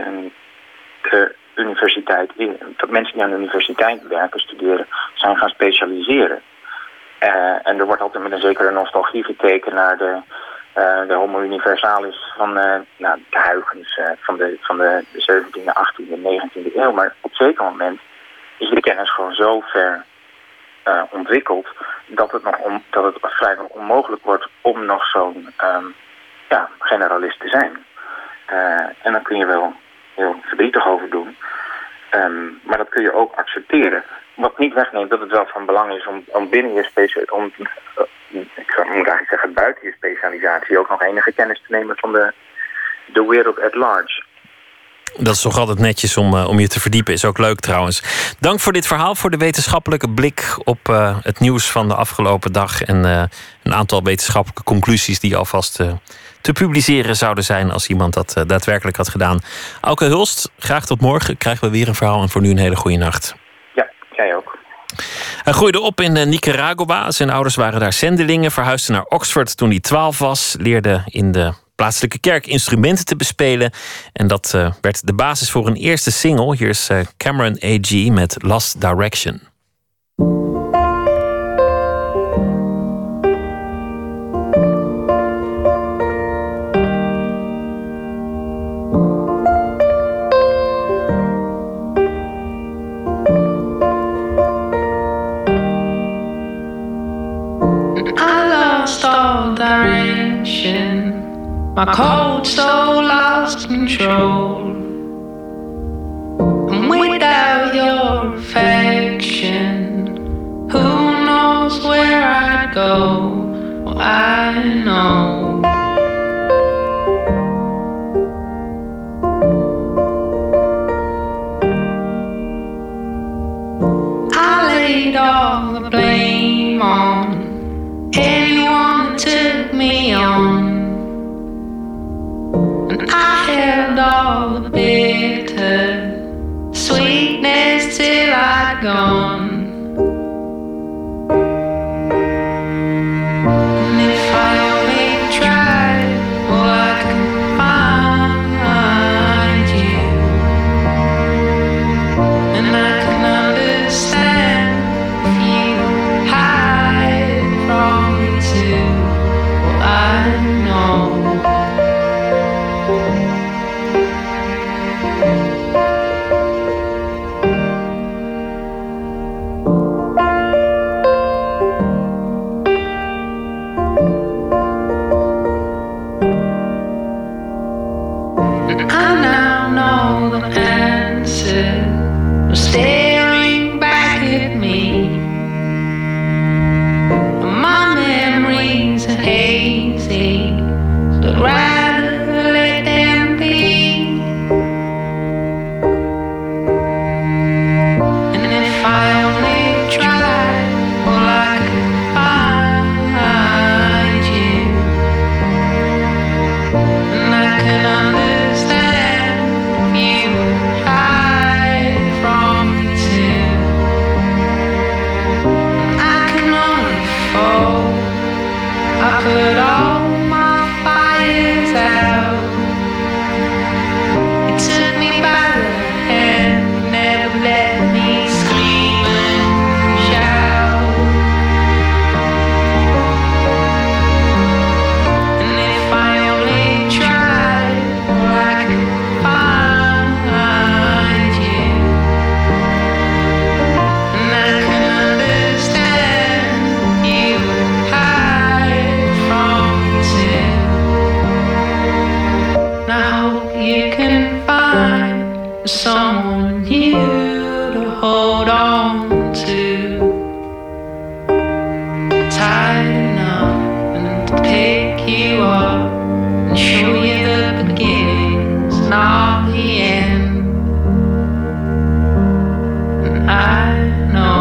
Speaker 8: de universiteit, dat mensen die aan de universiteit werken, studeren, zijn gaan specialiseren. En er wordt altijd met een zekere nostalgie gekeken naar de homo universalis van de Huygens van de 17e, 18e, 19e eeuw. Maar op een zeker moment is de kennis gewoon zo ver ontwikkeld dat het vrijwel onmogelijk wordt om nog zo'n generalist te zijn. En dan kun je wel heel verdrietig over doen. Maar dat kun je ook accepteren. Wat niet wegneemt dat het wel van belang is om binnen je ik moet eigenlijk zeggen buiten je specialisatie ook nog enige kennis te nemen van de wereld at large.
Speaker 4: Dat is toch altijd netjes om je te verdiepen. Is ook leuk trouwens. Dank voor dit verhaal, voor de wetenschappelijke blik op het nieuws van de afgelopen dag. En een aantal wetenschappelijke conclusies die alvast te publiceren zouden zijn als iemand dat daadwerkelijk had gedaan. Auke Hulst, graag tot morgen. Krijgen we weer een verhaal en voor nu een hele goede nacht.
Speaker 8: Ja, jij ook.
Speaker 4: Hij groeide op in Nicaragua. Zijn ouders waren daar zendelingen. Verhuisde naar Oxford toen hij 12 was. Leerde in de plaatselijke kerk instrumenten te bespelen. En dat werd de basis voor een eerste single. Hier is Cameron A.G. met Lost Direction.
Speaker 9: My cold soul lost control, and without your affection, who knows where I'd go? Well, I know. I laid all the blame on anyone that took me on. And I held all the bitter sweetness till I'd gone. And if I only tried, well, I could find you. And I can understand if you hide from me too. Well, I know. Staring back at me, my memories are hazy, so I'd rather let them be. And if I only tried, well, I could find you, and I can understand if you hide from me too. I can only fall. I put all my fires out. You took me by the hand, never let me scream and shout. And if I only tried, well, I could find you. And I can understand you hide from me too. And I hope you can find someone new to hold on to, tight enough and to pick you up and show you the beginnings, not the end. And I know.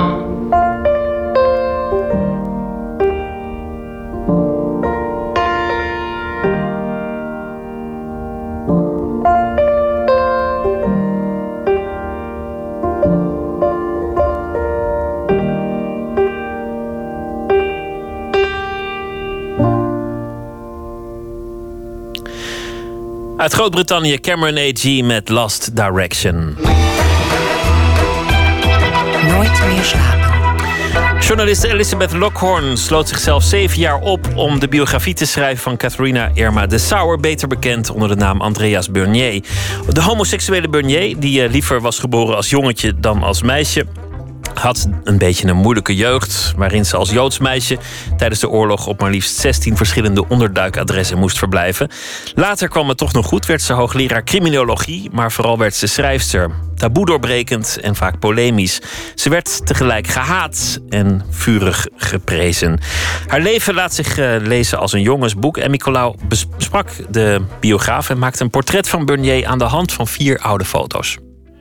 Speaker 4: Uit Groot-Brittannië, Cameron A.G. met Lost Direction.
Speaker 3: Nooit meer slapen.
Speaker 4: Journaliste Elizabeth Lockhorn sloot zichzelf 7 jaar op om de biografie te schrijven van Catharina Irma de Sauer, beter bekend onder de naam Andreas Bernier. De homoseksuele Bernier, die liever was geboren als jongetje dan als meisje, had een beetje een moeilijke jeugd, waarin ze als Joods meisje tijdens de oorlog op maar liefst 16 verschillende onderduikadressen moest verblijven. Later kwam het toch nog goed, werd ze hoogleraar criminologie, maar vooral werd ze schrijfster. Taboe doorbrekend en vaak polemisch. Ze werd tegelijk gehaat en vurig geprezen. Haar leven laat zich lezen als een jongensboek. En Nicolaou besprak de biograaf en maakte een portret van Bernier aan de hand van 4 oude foto's.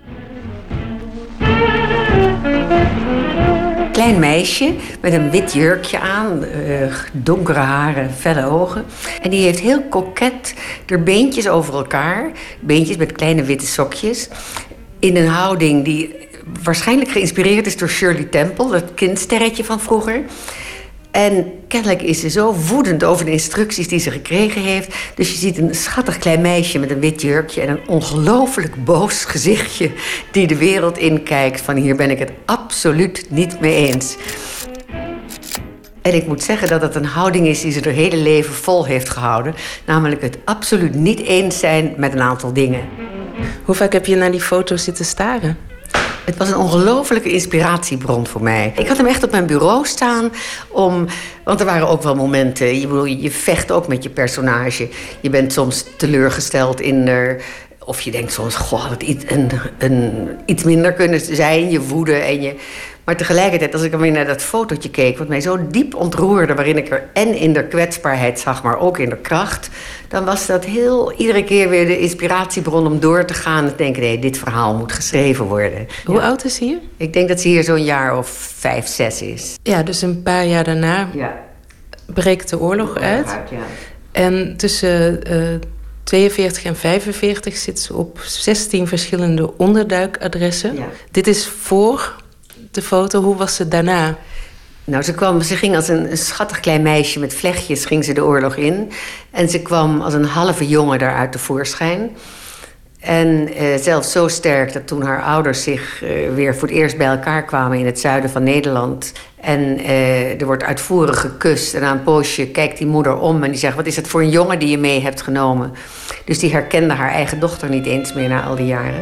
Speaker 10: Klein meisje met een wit jurkje aan, donkere haren, felle ogen. En die heeft heel koket de beentjes over elkaar. Beentjes met kleine witte sokjes. In een houding die waarschijnlijk geïnspireerd is door Shirley Temple, dat kindsterretje van vroeger. En kennelijk is ze zo woedend over de instructies die ze gekregen heeft. Dus je ziet een schattig klein meisje met een wit jurkje en een ongelooflijk boos gezichtje die de wereld inkijkt van hier ben ik het absoluut niet mee eens. En ik moet zeggen dat het een houding is die ze haar hele leven vol heeft gehouden. Namelijk het absoluut niet eens zijn met een aantal dingen.
Speaker 11: Hoe vaak heb je naar die foto's zitten staren?
Speaker 10: Het was een ongelofelijke inspiratiebron voor mij. Ik had hem echt op mijn bureau staan. Want er waren ook wel momenten. Je vecht ook met je personage. Je bent soms teleurgesteld in of je denkt soms, goh, had het iets minder kunnen zijn. Je woede en je Maar tegelijkertijd, als ik dan weer naar dat fotootje keek, wat mij zo diep ontroerde, waarin ik er en in de kwetsbaarheid zag, maar ook in de kracht, dan was dat iedere keer weer de inspiratiebron om door te gaan en te denken, nee, dit verhaal moet geschreven worden.
Speaker 11: Hoe oud is ze hier?
Speaker 10: Ik denk dat ze hier zo'n jaar of 5, 6 is.
Speaker 11: Ja, dus een paar jaar daarna breekt de oorlog uit.
Speaker 10: Ja.
Speaker 11: En tussen 42 en 45 zit ze op 16 verschillende onderduikadressen.
Speaker 10: Ja.
Speaker 11: Dit is voor de foto. Hoe was ze daarna?
Speaker 10: Nou, ze ging als een schattig klein meisje met vlechtjes ging ze de oorlog in. En ze kwam als een halve jongen daaruit tevoorschijn. En zelfs zo sterk dat toen haar ouders zich weer voor het eerst bij elkaar kwamen in het zuiden van Nederland. En er wordt uitvoerig gekust. En na een poosje kijkt die moeder om en die zegt, wat is het voor een jongen die je mee hebt genomen? Dus die herkende haar eigen dochter niet eens meer na al die jaren.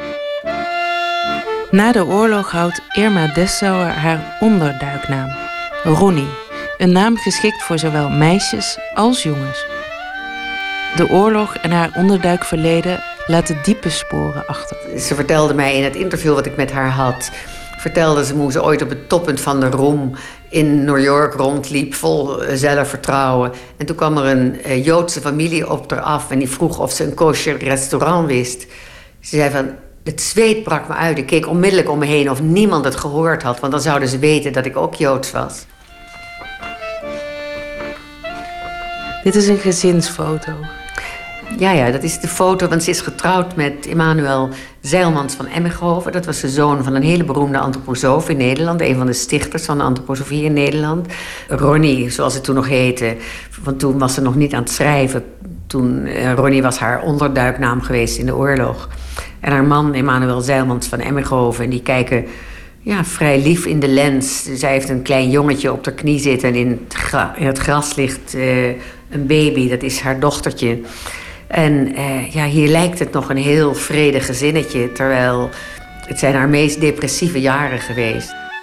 Speaker 11: Na de oorlog houdt Irma Dessauer haar onderduiknaam. Ronnie. Een naam geschikt voor zowel meisjes als jongens. De oorlog en haar onderduikverleden laten diepe sporen achter.
Speaker 10: Ze vertelde mij in het interview wat ik met haar had, vertelde ze hoe ze ooit op het toppunt van de roem in New York rondliep, vol zelfvertrouwen. En toen kwam er een Joodse familie op haar af en die vroeg of ze een kosher restaurant wist. Ze zei van, het zweet brak me uit. Ik keek onmiddellijk om me heen of niemand het gehoord had, want dan zouden ze weten dat ik ook Joods was.
Speaker 11: Dit is een gezinsfoto.
Speaker 10: Ja, dat is de foto, want ze is getrouwd met Emanuel Zeilmans van Emmenhoven. Dat was de zoon van een hele beroemde antroposoof in Nederland. Een van de stichters van de antroposofie in Nederland. Ronnie, zoals het toen nog heette. Want toen was ze nog niet aan het schrijven. Ronnie was haar onderduiknaam geweest in de oorlog. En haar man, Emanuel Zeilmans van Emmenhoven. En die kijken vrij lief in de lens. Zij heeft een klein jongetje op haar knie zitten. En in het gras ligt een baby, dat is haar dochtertje. En hier lijkt het nog een heel vredig gezinnetje, terwijl het zijn haar meest depressieve jaren geweest.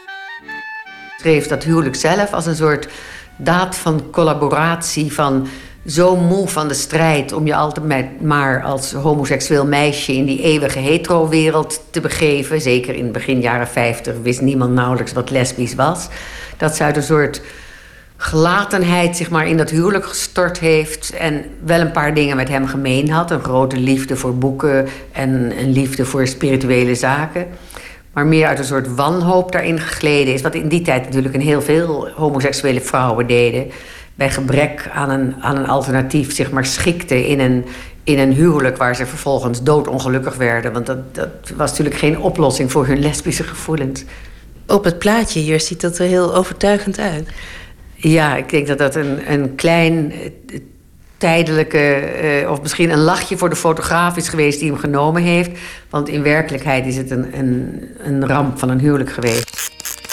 Speaker 10: Ze schreef dat huwelijk zelf als een soort daad van collaboratie, van zo moe van de strijd om je altijd maar als homoseksueel meisje in die eeuwige hetero-wereld te begeven. Zeker in het begin jaren 50 wist niemand nauwelijks wat lesbisch was. Dat ze uit een soort gelatenheid zich maar in dat huwelijk gestort heeft en wel een paar dingen met hem gemeen had. Een grote liefde voor boeken en een liefde voor spirituele zaken. Maar meer uit een soort wanhoop daarin gegleden is, wat in die tijd natuurlijk een heel veel homoseksuele vrouwen deden. Bij gebrek aan een alternatief zich maar schikten in een huwelijk waar ze vervolgens doodongelukkig werden. Want dat was natuurlijk geen oplossing voor hun lesbische gevoelens.
Speaker 11: Op het plaatje hier ziet dat er heel overtuigend uit.
Speaker 10: Ja, ik denk dat dat een klein tijdelijke, of misschien een lachje voor de fotograaf is geweest die hem genomen heeft. Want in werkelijkheid is het een ramp van een huwelijk geweest.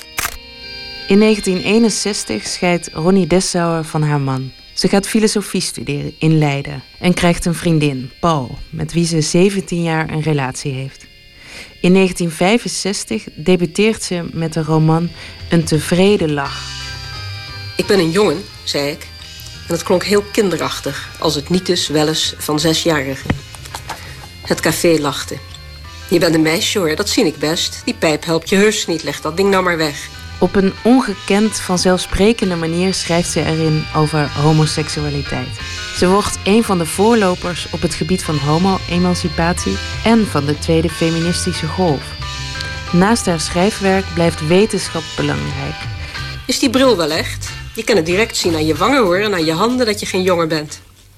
Speaker 11: In 1961 scheidt Ronnie Dessauer van haar man. Ze gaat filosofie studeren in Leiden en krijgt een vriendin, Paul, met wie ze 17 jaar een relatie heeft. In 1965 debuteert ze met de roman Een tevreden lach.
Speaker 12: Ik ben een jongen, zei ik. En het klonk heel kinderachtig, als het niet dus wel eens van 6-jarigen. Het café lachte. Je bent een meisje hoor, dat zie ik best. Die pijp helpt je heus niet, leg dat ding nou maar weg.
Speaker 11: Op een ongekend vanzelfsprekende manier schrijft ze erin over homoseksualiteit. Ze wordt een van de voorlopers op het gebied van homo-emancipatie en van de tweede feministische golf. Naast haar schrijfwerk blijft wetenschap belangrijk.
Speaker 12: Is die bril wel echt? Je kan het direct zien aan je wangen hoor en aan je handen dat je geen jongen bent.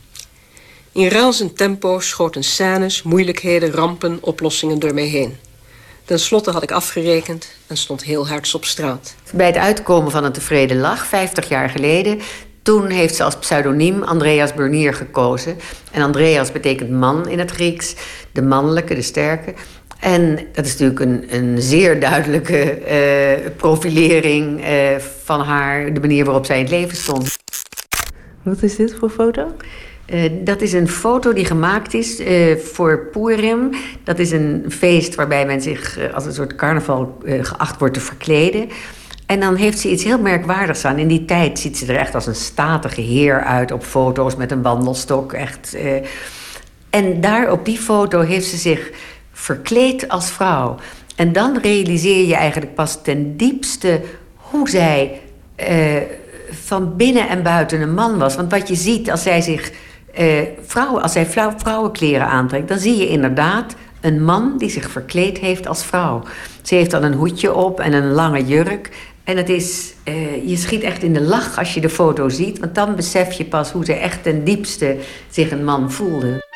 Speaker 12: In razend tempo schoten scènes, moeilijkheden, rampen, oplossingen door mij heen. Ten slotte had ik afgerekend en stond heel hard op straat.
Speaker 10: Bij het uitkomen van Een tevreden lach, 50 jaar geleden, toen heeft ze als pseudoniem Andreas Bernier gekozen. En Andreas betekent man in het Grieks, de mannelijke, de sterke. En dat is natuurlijk een zeer duidelijke profilering van haar, de manier waarop zij in het leven stond.
Speaker 11: Wat is dit voor foto?
Speaker 10: Dat is een foto die gemaakt is voor Purim. Dat is een feest waarbij men zich als een soort carnaval geacht wordt te verkleden. En dan heeft ze iets heel merkwaardigs aan. In die tijd ziet ze er echt als een statige heer uit op foto's met een wandelstok. Echt. En daar op die foto heeft ze zich verkleed als vrouw. En dan realiseer je eigenlijk pas ten diepste hoe zij van binnen en buiten een man was. Want wat je ziet als zij zich vrouwenkleren aantrekt, dan zie je inderdaad een man die zich verkleed heeft als vrouw. Ze heeft dan een hoedje op en een lange jurk. En het is, je schiet echt in de lach als je de foto ziet, want dan besef je pas hoe ze echt ten diepste zich een man voelde.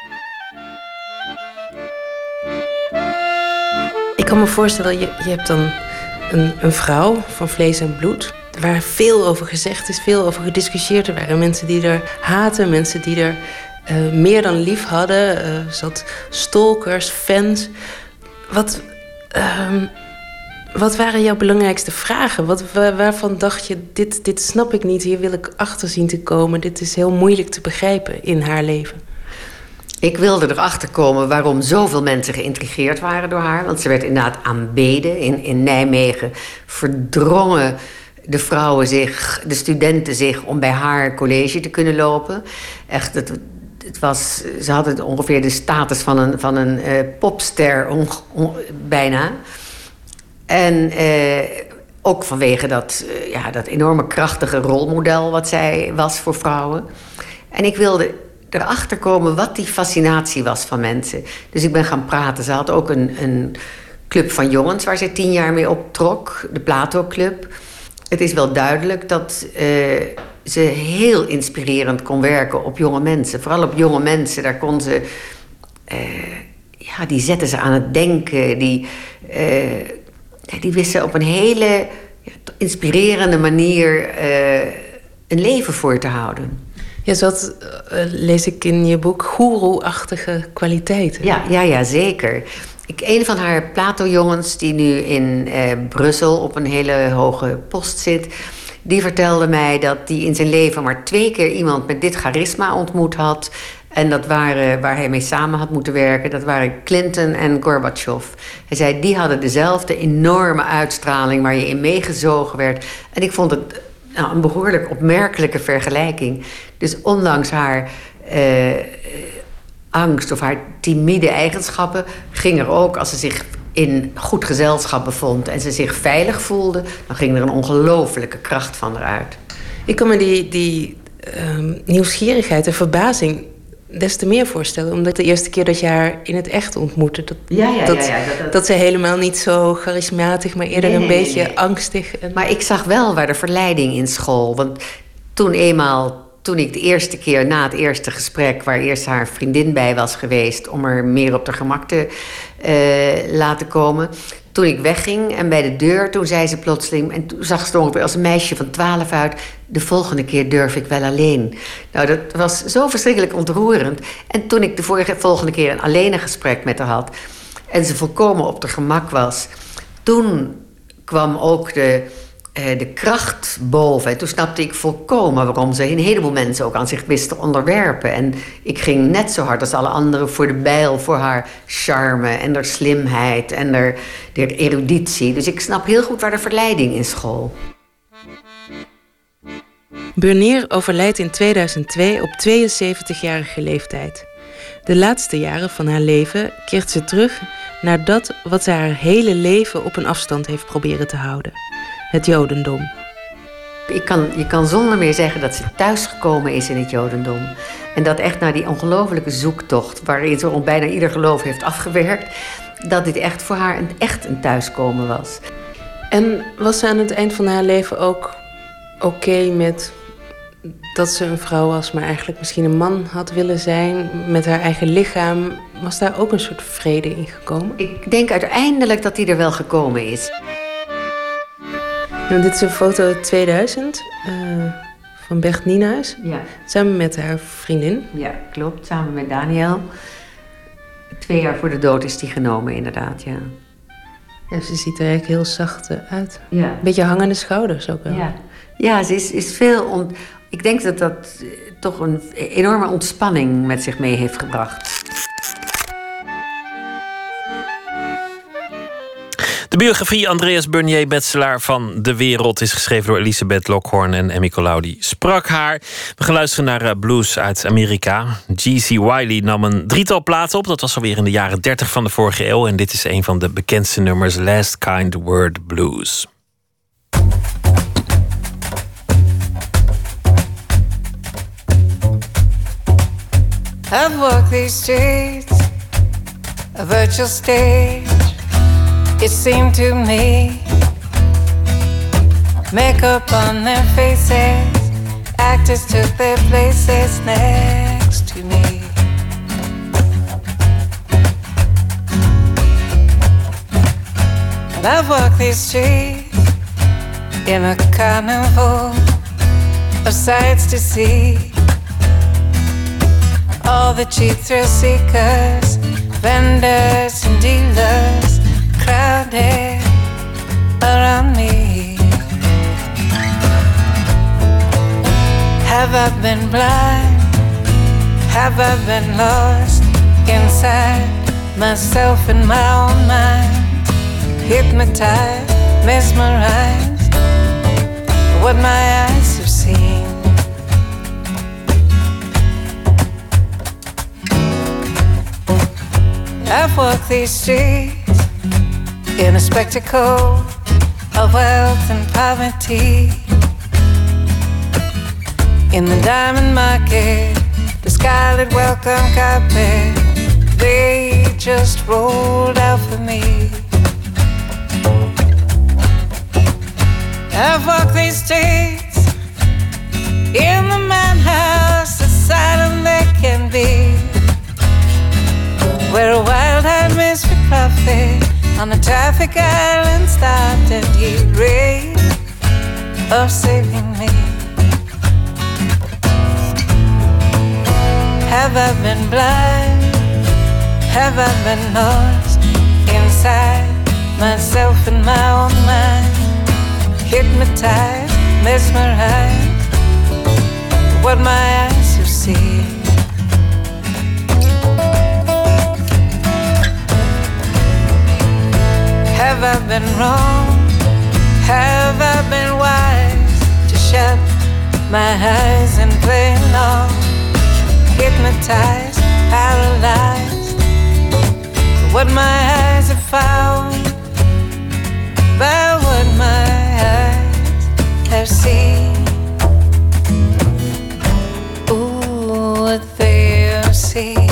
Speaker 11: Ik kan me voorstellen, je hebt dan een vrouw van vlees en bloed, waar veel over gezegd is, veel over gediscussieerd. Er waren mensen die er haten, mensen die er meer dan lief hadden. Zat stalkers, fans. Wat waren jouw belangrijkste vragen? Waarvan dacht je, dit snap ik niet, hier wil ik achter zien te komen. Dit is heel moeilijk te begrijpen in haar leven.
Speaker 10: Ik wilde erachter komen waarom zoveel mensen geïntrigeerd waren door haar. Want ze werd inderdaad aanbeden. In Nijmegen verdrongen de vrouwen zich, de studenten zich, om bij haar college te kunnen lopen. Echt, ze hadden ongeveer de status van een popster, bijna. En ook vanwege dat enorme krachtige rolmodel wat zij was voor vrouwen. En ik wilde erachter komen wat die fascinatie was van mensen. Dus ik ben gaan praten. Ze had ook een club van jongens waar ze 10 jaar mee optrok. De Plato Club. Het is wel duidelijk dat ze heel inspirerend kon werken op jonge mensen. Vooral op jonge mensen. Daar kon ze... die zetten ze aan het denken. Die wisten op een hele inspirerende manier een leven voor te houden.
Speaker 11: Ja, dat lees ik in je boek, goeroe-achtige kwaliteiten.
Speaker 10: Ja, zeker. Een van haar Plato-jongens, die nu in Brussel op een hele hoge post zit, die vertelde mij dat hij in zijn leven maar 2 keer iemand met dit charisma ontmoet had. En dat waren, waar hij mee samen had moeten werken, dat waren Clinton en Gorbachev. Hij zei, die hadden dezelfde enorme uitstraling waar je in meegezogen werd. En ik vond het een behoorlijk opmerkelijke vergelijking. Dus ondanks haar angst of haar timide eigenschappen ging er ook, als ze zich in goed gezelschap bevond en ze zich veilig voelde, dan ging er een ongelofelijke kracht van eruit.
Speaker 11: Ik kan me die nieuwsgierigheid en verbazing des te meer voorstellen, omdat de eerste keer dat je haar in het echt ontmoette, dat ze helemaal niet zo charismatisch, maar eerder een beetje angstig.
Speaker 10: Maar ik zag wel waar de verleiding in school. Want toen ik de eerste keer na het eerste gesprek, waar eerst haar vriendin bij was geweest om er meer op haar gemak te laten komen, toen ik wegging en bij de deur, toen zei ze plotseling, en toen zag ze er ongeveer als een meisje van 12 uit, de volgende keer durf ik wel alleen. Nou, dat was zo verschrikkelijk ontroerend. En toen ik de volgende keer een alleen gesprek met haar had en ze volkomen op haar gemak was, toen kwam ook de kracht boven. En toen snapte ik volkomen waarom ze een heleboel mensen ook aan zich wist te onderwerpen. En ik ging net zo hard als alle anderen voor de bijl, voor haar charme en haar slimheid en haar eruditie. Dus ik snap heel goed waar de verleiding in school.
Speaker 11: Bernier overlijdt in 2002 op 72-jarige leeftijd. De laatste jaren van haar leven keert ze terug naar dat wat ze haar hele leven op een afstand heeft proberen te houden. Het Jodendom.
Speaker 10: Je kan zonder meer zeggen dat ze thuisgekomen is in het Jodendom. En dat echt na die ongelofelijke zoektocht, waarin ze bijna ieder geloof heeft afgewerkt, dat dit echt voor haar een thuiskomen was.
Speaker 11: En was ze aan het eind van haar leven ook oké met dat ze een vrouw was, maar eigenlijk misschien een man had willen zijn, met haar eigen lichaam? Was daar ook een soort vrede in gekomen?
Speaker 10: Ik denk uiteindelijk dat die er wel gekomen is.
Speaker 11: Nou, dit is een foto uit 2000 van Bert Nienhuis. Ja. Samen met haar vriendin.
Speaker 10: Ja, klopt. Samen met Daniel. 2 jaar voor de dood is die genomen, inderdaad, ja.
Speaker 11: Ja, ze ziet er eigenlijk heel zacht uit.
Speaker 10: Ja.
Speaker 11: Een beetje hangende schouders ook wel.
Speaker 10: Ja, ze is veel... Ik denk dat dat toch een enorme ontspanning met zich mee heeft gebracht.
Speaker 4: De biografie Andreas Bernier, betselaar van De Wereld, is geschreven door Elisabeth Lockhorn en Emmy Colau, die sprak haar. We gaan luisteren naar blues uit Amerika. G.C. Wiley nam een drietal platen op. Dat was alweer in de jaren 30 van de vorige eeuw. En dit is een van de bekendste nummers, Last Kind Word Blues.
Speaker 13: I've walked these streets, a virtual stage. It seemed to me, makeup on their faces, actors took their places next to me. And I've walked these streets in a carnival of sights to see. All the cheap thrill seekers, vendors and dealers crowded around me. Have I been blind? Have I been lost inside myself and my own mind? Hypnotized, mesmerized, what my eyes have seen. I've walked these streets in a spectacle of wealth and poverty. In the diamond market, the scarlet welcome carpet, they just rolled out for me. I've walked these streets in the madhouse, asylum there can be, where a wild-eyed misfit prophet on a traffic island stopped and he raved of saving me. Have I been blind? Have I been lost inside myself and my own mind? Hypnotized, mesmerized, what my eyes have seen. Have I been wrong? Have I been wise to shut my eyes and play along? Hypnotized, paralyzed, what my eyes have found, by what my eyes have seen. Ooh, what they have seen.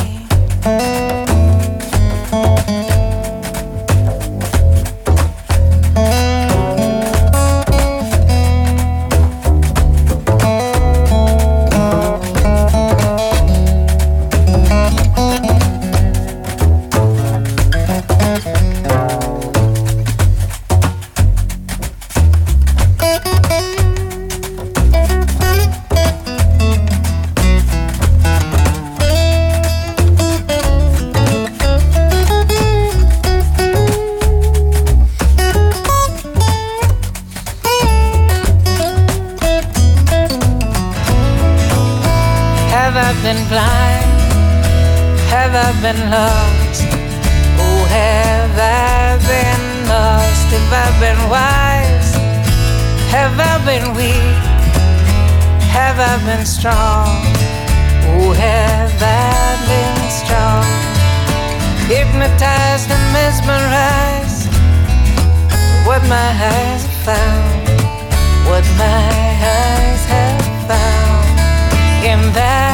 Speaker 13: Been lost? Oh, have I been lost? Have I been wise? Have I been weak? Have I been strong? Oh, have I been strong? Hypnotized and mesmerized, what my eyes have found, what my eyes have found in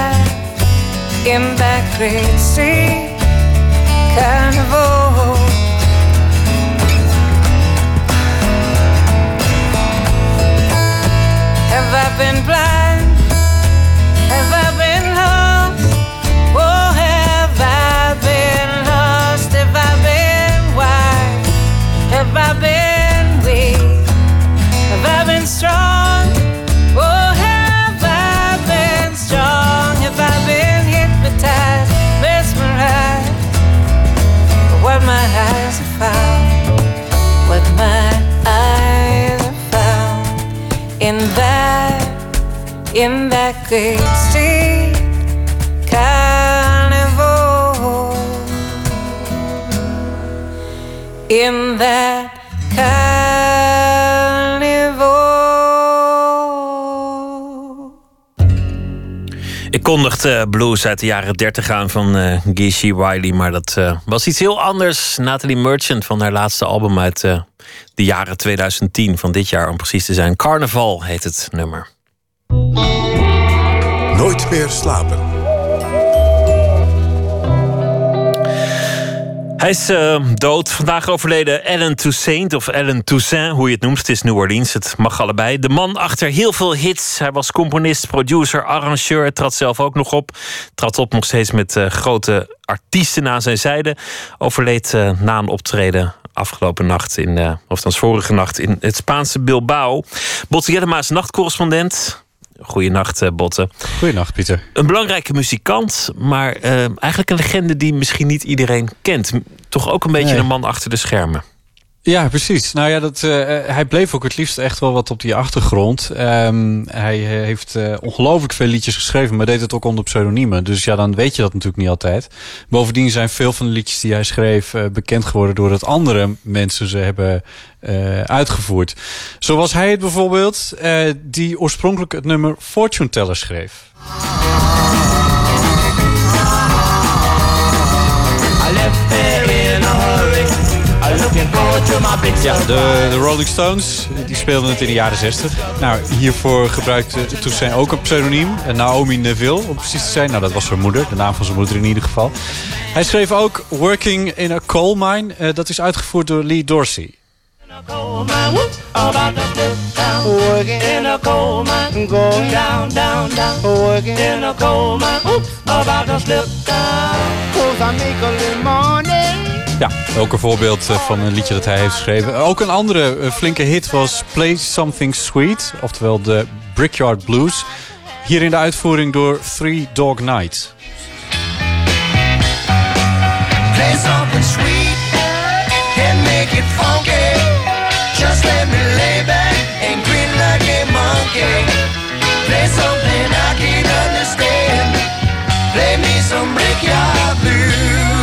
Speaker 13: that great sea carnival. Have I been blind? Have I been lost? Oh, have I been lost? Have I been wise? Have I been weak? Have I been strong? Oh, have I been strong? Have I been hypnotized, mesmerized? What my eyes have found, what my eyes have found in that great street carnival, in that
Speaker 4: Ik kondigde blues uit de jaren 30 aan van Gishi Wiley, maar dat was iets heel anders. Natalie Merchant van haar laatste album uit de jaren 2010, van dit jaar om precies te zijn. Carnaval heet het nummer.
Speaker 2: Nooit meer slapen.
Speaker 4: Hij is dood. Vandaag overleden Alan Toussaint, of Alan Toussaint, hoe je het noemt. Het is New Orleans, het mag allebei. De man achter heel veel hits. Hij was componist, producer, arrangeur. Trad zelf ook nog op. Trad op nog steeds met grote artiesten aan zijn zijde. Overleed na een optreden afgelopen nacht, vorige nacht, in het Spaanse Bilbao. Botte Jellema is nachtcorrespondent. Goeienacht, Botte.
Speaker 14: Goeienacht, Pieter.
Speaker 4: Een belangrijke muzikant, maar eigenlijk een legende die misschien niet iedereen kent. Toch ook een beetje een man achter de schermen.
Speaker 14: Ja, precies. Nou ja, hij bleef ook het liefst echt wel wat op die achtergrond. Hij heeft ongelooflijk veel liedjes geschreven, maar deed het ook onder pseudoniemen. Dus ja, dan weet je dat natuurlijk niet altijd. Bovendien zijn veel van de liedjes die hij schreef bekend geworden doordat andere mensen ze hebben uitgevoerd. Zo was hij het bijvoorbeeld die oorspronkelijk het nummer Fortune Teller schreef.
Speaker 13: I left there in a hurry.
Speaker 14: Ja, de Rolling Stones, die speelden het in de jaren 60. Nou, hiervoor gebruikte Toussaint ook een pseudoniem. Naomi Neville, om precies te zijn. Nou, dat was zijn moeder, de naam van zijn moeder in ieder geval. Hij schreef ook Working in a Coal Mine. Dat is uitgevoerd door Lee Dorsey.
Speaker 13: Working in a coal mine, going down, down, down. Working in a coal mine, oops, about to slip down. 'Cause I make a little money.
Speaker 14: Ja, ook een voorbeeld van een liedje dat hij heeft geschreven. Ook een andere flinke hit was Play Something Sweet, oftewel de Brickyard Blues. Hier in de uitvoering door Three Dog Night.
Speaker 13: Play something sweet and make it funky. Just let me lay back and grin like a monkey. Play something I can understand. Play me some Brickyard Blues.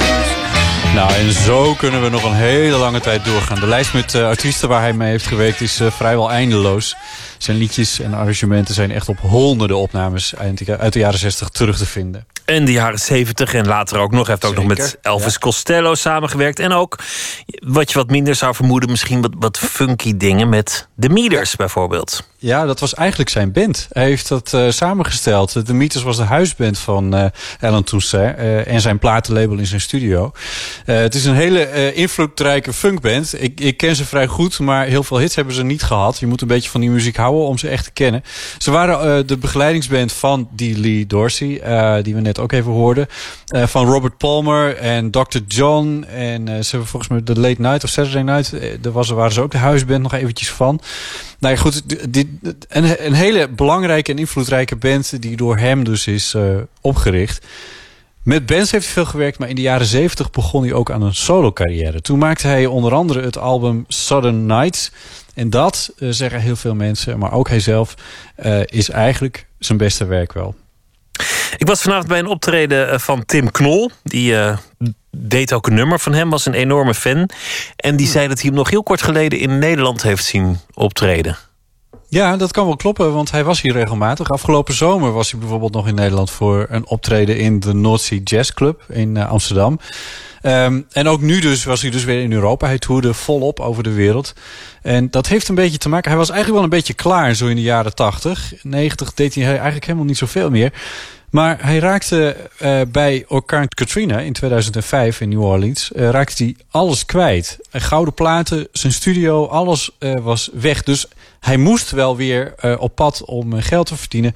Speaker 14: Nou, en zo kunnen we nog een hele lange tijd doorgaan. De lijst met artiesten waar hij mee heeft gewerkt is vrijwel eindeloos. Zijn liedjes en arrangementen zijn echt op honderden opnames uit de jaren 60 terug te vinden.
Speaker 4: En de jaren 70 en later ook nog. Hij heeft ook nog met Elvis Costello samengewerkt. En ook, wat je wat minder zou vermoeden, misschien wat funky dingen met The Meters bijvoorbeeld.
Speaker 14: Ja, dat was eigenlijk zijn band. Hij heeft dat samengesteld. The Meters was de huisband van Alan Toussaint en zijn platenlabel in zijn studio. Het is een hele invloedrijke funkband. Ik ken ze vrij goed, maar heel veel hits hebben ze niet gehad. Je moet een beetje van die muziek houden om ze echt te kennen. Ze waren de begeleidingsband van die Lee Dorsey, die we net ook even hoorden. Van Robert Palmer en Dr. John. En ze hebben volgens mij de Late Night of Saturday Night. Daar waren ze ook de huisband nog eventjes van. Nou ja, goed, een hele belangrijke en invloedrijke band die door hem dus is opgericht. Met bands heeft hij veel gewerkt, maar in de jaren 70 begon hij ook aan een solo-carrière. Toen maakte hij onder andere het album Southern Nights. En dat, zeggen heel veel mensen, maar ook hij zelf, is eigenlijk zijn beste werk wel.
Speaker 4: Ik was vanavond bij een optreden van Tim Knol. Die deed ook een nummer van hem, was een enorme fan. En die zei dat hij hem nog heel kort geleden in Nederland heeft zien optreden.
Speaker 14: Ja, dat kan wel kloppen, want hij was hier regelmatig. Afgelopen zomer was hij bijvoorbeeld nog in Nederland voor een optreden in de North Sea Jazz Club in Amsterdam. En ook nu dus was hij dus weer in Europa. Hij toerde volop over de wereld. En dat heeft een beetje te maken. Hij was eigenlijk wel een beetje klaar zo in de jaren 80. 90 deed hij eigenlijk helemaal niet zoveel meer. Maar hij raakte bij orkaan Katrina in 2005 in New Orleans, raakte hij alles kwijt. Gouden platen, zijn studio, alles was weg. Dus hij moest wel weer op pad om geld te verdienen.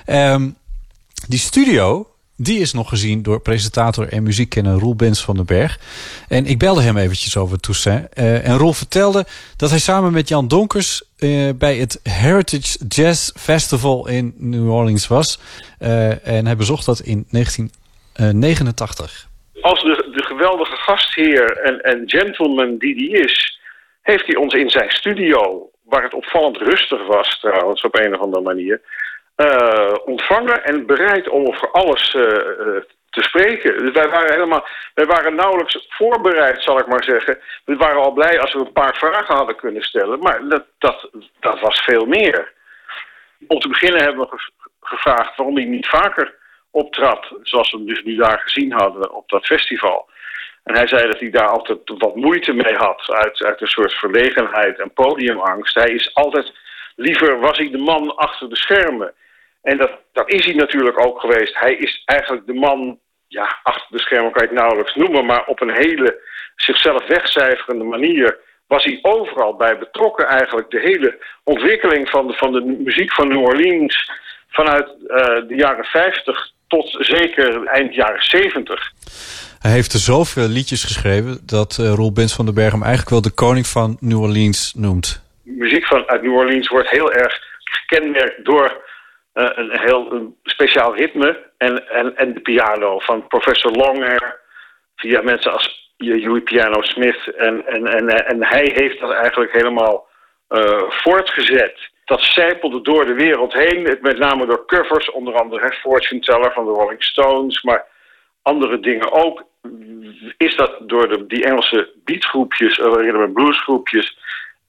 Speaker 14: Die studio, die is nog gezien door presentator en muziekkenner Roel Bens van den Berg. En ik belde hem eventjes over Toussaint. En Roel vertelde dat hij samen met Jan Donkers bij het Heritage Jazz Festival in New Orleans was. En hij bezocht dat in 1989.
Speaker 15: Als de geweldige gastheer en gentleman die hij is, heeft hij ons in zijn studio, waar het opvallend rustig was trouwens op een of andere manier, ontvangen en bereid om over alles te spreken. Dus wij waren nauwelijks voorbereid, zal ik maar zeggen. We waren al blij als we een paar vragen hadden kunnen stellen, maar dat was veel meer. Om te beginnen hebben we gevraagd waarom hij niet vaker optrad, zoals we hem dus nu daar gezien hadden op dat festival. En hij zei dat hij daar altijd wat moeite mee had, uit een soort verlegenheid en podiumangst. Hij is altijd, liever was hij de man achter de schermen. En dat is hij natuurlijk ook geweest. Hij is eigenlijk de man, ja, achter de schermen kan je het nauwelijks noemen, maar op een hele zichzelf wegcijferende manier was hij overal bij betrokken eigenlijk. De hele ontwikkeling van de muziek van New Orleans vanuit de jaren 50 tot zeker eind jaren 70.
Speaker 14: Hij heeft er zoveel liedjes geschreven dat Roel Bens van den Berg hem eigenlijk wel de koning van New Orleans noemt.
Speaker 15: Muziek uit New Orleans wordt heel erg gekenmerkt door een heel speciaal ritme en de piano van Professor Longhair via mensen als Huey Piano Smith. En hij heeft dat eigenlijk helemaal voortgezet. Dat zijpelde door de wereld heen, met name door covers, onder andere Fortune Teller van de Rolling Stones, maar andere dingen ook. Is dat door die Engelse beatgroepjes, rhythm and bluesgroepjes,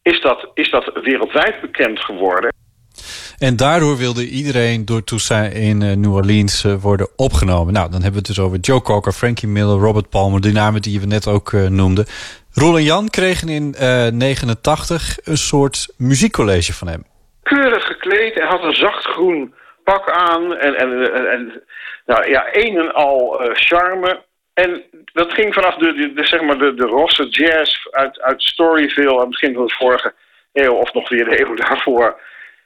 Speaker 15: is dat wereldwijd bekend geworden.
Speaker 14: En daardoor wilde iedereen door Toussaint in New Orleans worden opgenomen. Nou, dan hebben we het dus over Joe Cocker, Frankie Miller, Robert Palmer, die namen die we net ook noemden. Roel en Jan kregen in 1989 een soort muziekcollege van hem.
Speaker 15: Keurig gekleed, hij had een zacht groen pak aan en nou ja, een en al charme. En dat ging vanaf de rosse jazz uit Storyville aan het begin van de vorige eeuw of nog weer de eeuw daarvoor.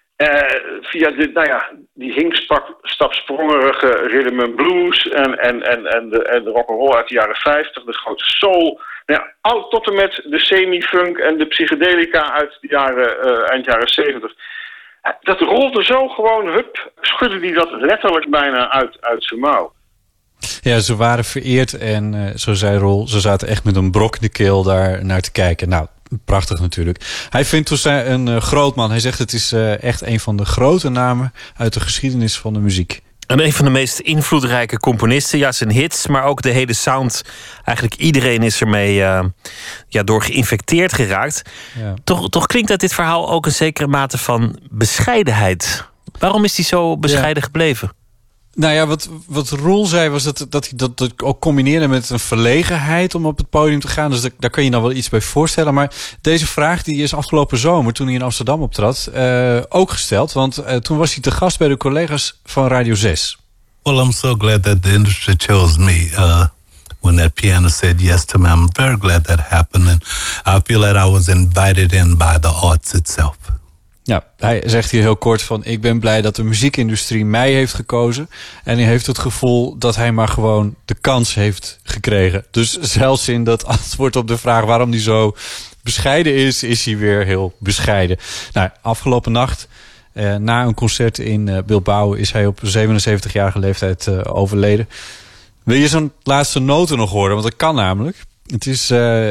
Speaker 15: Via die hinkstapsprongerige rhythm and blues en de rock'n'roll uit de jaren 50, de grote soul. Nou, tot en met de semi-funk en de psychedelica uit de eind jaren 70. Dat rolde zo gewoon, schudde die dat letterlijk bijna uit zijn mouw.
Speaker 14: Ja, ze waren vereerd en zo zei Roel, ze zaten echt met een brok in de keel daar naar te kijken. Nou, prachtig natuurlijk. Hij vindt Toussaint een groot man. Hij zegt het is echt een van de grote namen uit de geschiedenis van de muziek.
Speaker 4: En een van de meest invloedrijke componisten. Ja, zijn hits, maar ook de hele sound. Eigenlijk iedereen is ermee door geïnfecteerd geraakt. Ja. Toch klinkt uit dit verhaal ook een zekere mate van bescheidenheid. Waarom is hij zo bescheiden gebleven?
Speaker 14: Nou ja, wat Roel zei was dat hij dat ook combineerde met een verlegenheid om op het podium te gaan. Dus daar kan je nou wel iets bij voorstellen. Maar deze vraag die is afgelopen zomer, toen hij in Amsterdam optrad, ook gesteld. Want toen was hij te gast bij de collega's van Radio 6.
Speaker 16: Well, I'm so glad that the industry chose me. When that pianist said yes to me, I'm very glad that happened. And I feel that I was invited in by the arts itself.
Speaker 14: Ja, hij zegt hier heel kort van, ik ben blij dat de muziekindustrie mij heeft gekozen. En hij heeft het gevoel dat hij maar gewoon de kans heeft gekregen. Dus zelfs in dat antwoord op de vraag waarom hij zo bescheiden is hij weer heel bescheiden. Nou, afgelopen nacht, na een concert in Bilbao, is hij op 77-jarige leeftijd overleden. Wil je zo'n laatste noten nog horen? Want dat kan namelijk. Het is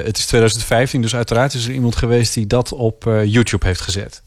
Speaker 14: 2015, dus uiteraard is er iemand geweest die dat op YouTube heeft gezet.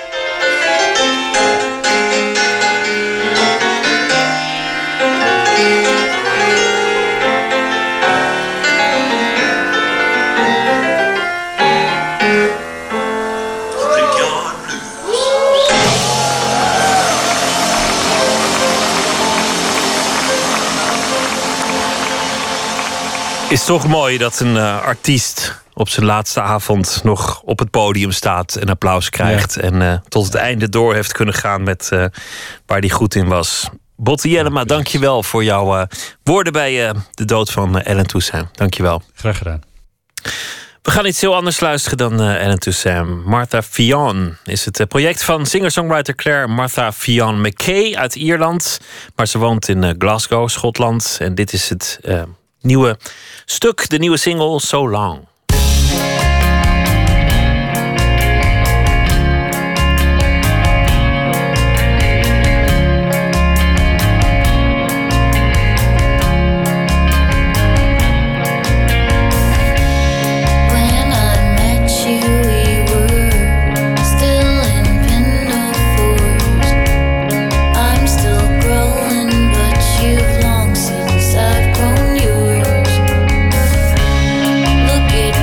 Speaker 4: Is toch mooi dat een artiest op zijn laatste avond nog op het podium staat en applaus krijgt. Ja. En tot het einde door heeft kunnen gaan met waar hij goed in was. Botte Jellema, dank je wel voor jouw woorden bij de dood van Ellen Toussaint. Dank je wel.
Speaker 14: Graag gedaan.
Speaker 4: We gaan iets heel anders luisteren dan Ellen Toussaint. Martha Fionn is het project van singer-songwriter Claire Martha Fionn McKay uit Ierland. Maar ze woont in Glasgow, Schotland. En dit is het nieuwe stuk, de nieuwe single So Long.
Speaker 17: Look at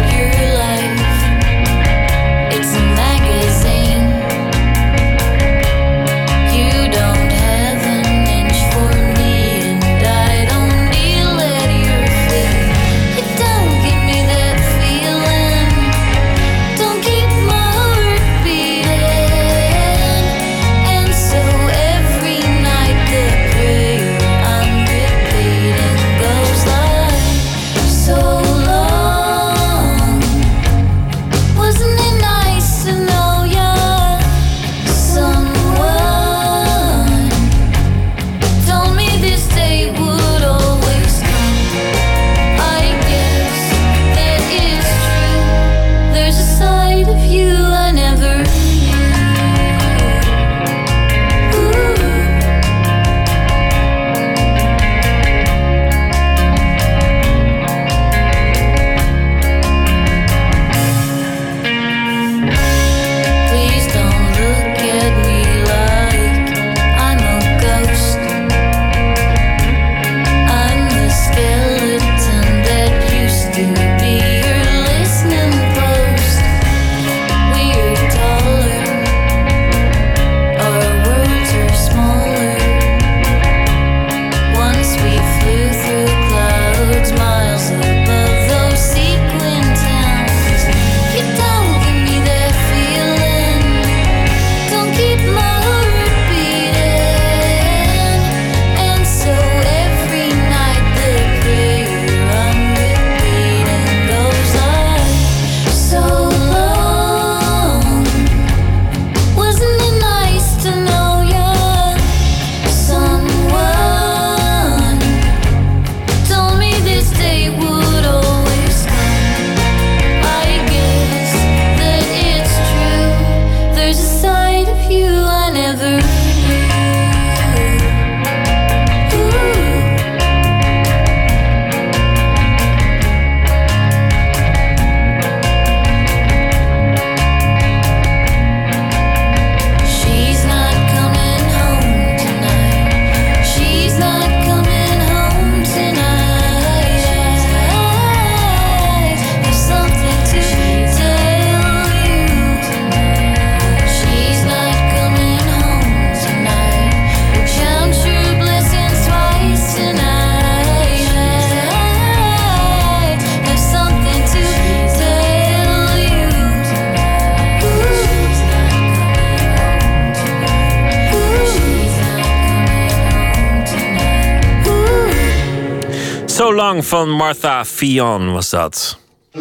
Speaker 4: So Long van Martha Fionn was dat.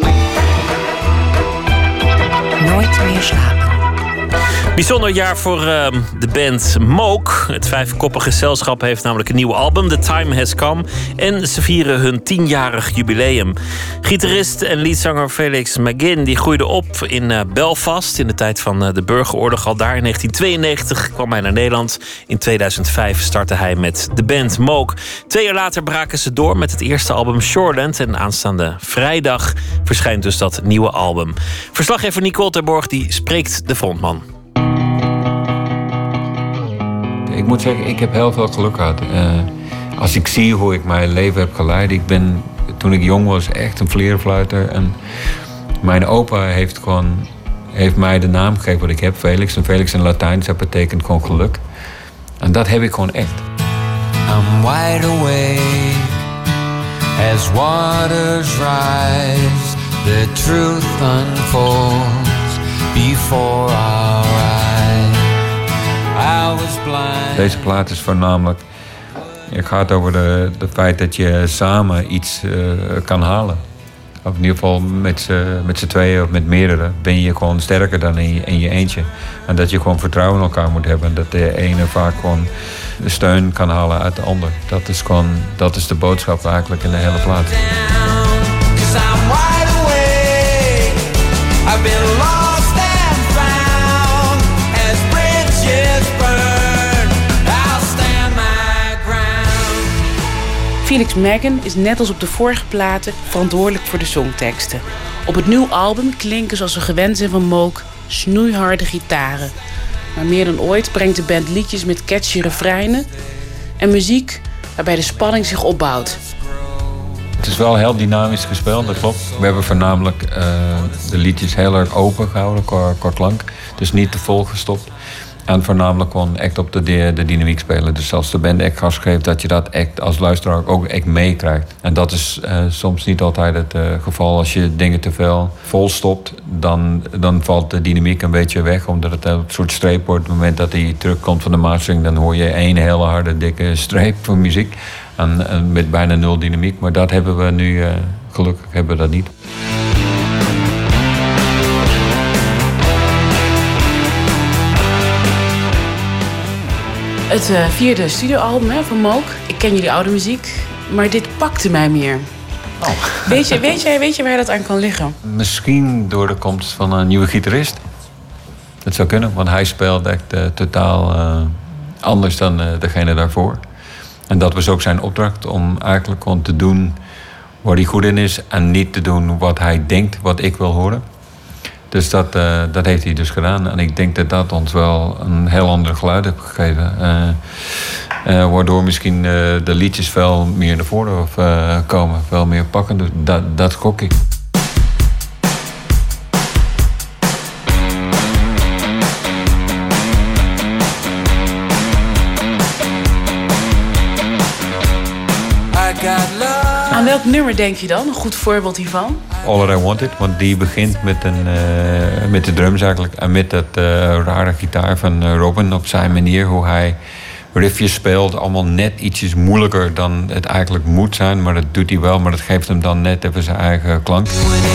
Speaker 3: Nooit meer slapen.
Speaker 4: Bijzonder jaar voor de band Moog. Het 5-koppige gezelschap heeft namelijk een nieuw album, The Time Has Come. En ze vieren hun 10-jarig jubileum. Gitarist en liedzanger Felix McGinn die groeide op in Belfast in de tijd van de burgeroorlog. Al daar in 1992 kwam hij naar Nederland. In 2005 startte hij met de band Moog. 2 jaar later braken ze door met het eerste album Shoreland. En aanstaande vrijdag verschijnt dus dat nieuwe album. Verslaggever Nicole Terborg die spreekt de frontman.
Speaker 17: Ik moet zeggen, ik heb heel veel geluk gehad. Als ik zie hoe ik mijn leven heb geleid. Ik ben, toen ik jong was, echt een vleerfluiter. En mijn opa heeft mij de naam gegeven wat ik heb, Felix. En Felix in Latijns, dat betekent gewoon geluk. En dat heb ik gewoon echt.
Speaker 18: I'm wide awake as waters rise. The truth unfolds before our eyes. I was blind.
Speaker 17: Deze plaat is voornamelijk... Het gaat over de feit dat je samen iets kan halen. Of in ieder geval met z'n tweeën of met meerdere ben je gewoon sterker dan in je eentje. En dat je gewoon vertrouwen in elkaar moet hebben. En dat de ene vaak gewoon de steun kan halen uit de ander. Dat is de boodschap eigenlijk in de hele plaat.
Speaker 11: Felix McGinn is net als op de vorige platen verantwoordelijk voor de songteksten. Op het nieuwe album klinken zoals we gewend zijn van Moog snoeiharde gitaren. Maar meer dan ooit brengt de band liedjes met catchy refreinen en muziek waarbij de spanning zich opbouwt.
Speaker 17: Het is wel heel dynamisch gespeeld, dat klopt. We hebben voornamelijk de liedjes heel erg open gehouden qua klank. Dus niet te vol gestopt. En voornamelijk gewoon echt op de dynamiek spelen. Dus als de band echt gas geeft, dat je dat echt als luisteraar ook echt meekrijgt. En dat is soms niet altijd het geval. Als je dingen te veel vol stopt, dan valt de dynamiek een beetje weg. Omdat het een soort streep wordt. Op het moment dat hij terugkomt van de mastering, dan hoor je één hele harde, dikke streep van muziek. En met bijna 0 dynamiek. Maar dat hebben we nu, gelukkig hebben we dat niet.
Speaker 11: Het 4e studioalbum van Moog. Ik ken jullie oude muziek, maar dit pakte mij meer. Oh. Weet je waar dat aan kan liggen?
Speaker 17: Misschien door de komst van een nieuwe gitarist. Dat zou kunnen, want hij speelt echt totaal anders dan degene daarvoor. En dat was ook zijn opdracht om eigenlijk gewoon te doen waar hij goed in is en niet te doen wat hij denkt, wat ik wil horen. Dus dat heeft hij dus gedaan. En ik denk dat dat ons wel een heel ander geluid heeft gegeven. Waardoor misschien de liedjes veel meer naar voren komen. Veel meer pakken. Dus dat gok ik.
Speaker 11: Aan welk nummer denk je dan? Een goed voorbeeld hiervan?
Speaker 17: All That I Wanted, want die begint met de drums eigenlijk. En met dat rare gitaar van Robin op zijn manier. Hoe hij riffjes speelt. Allemaal net ietsjes moeilijker dan het eigenlijk moet zijn. Maar dat doet hij wel, maar dat geeft hem dan net even zijn eigen klank.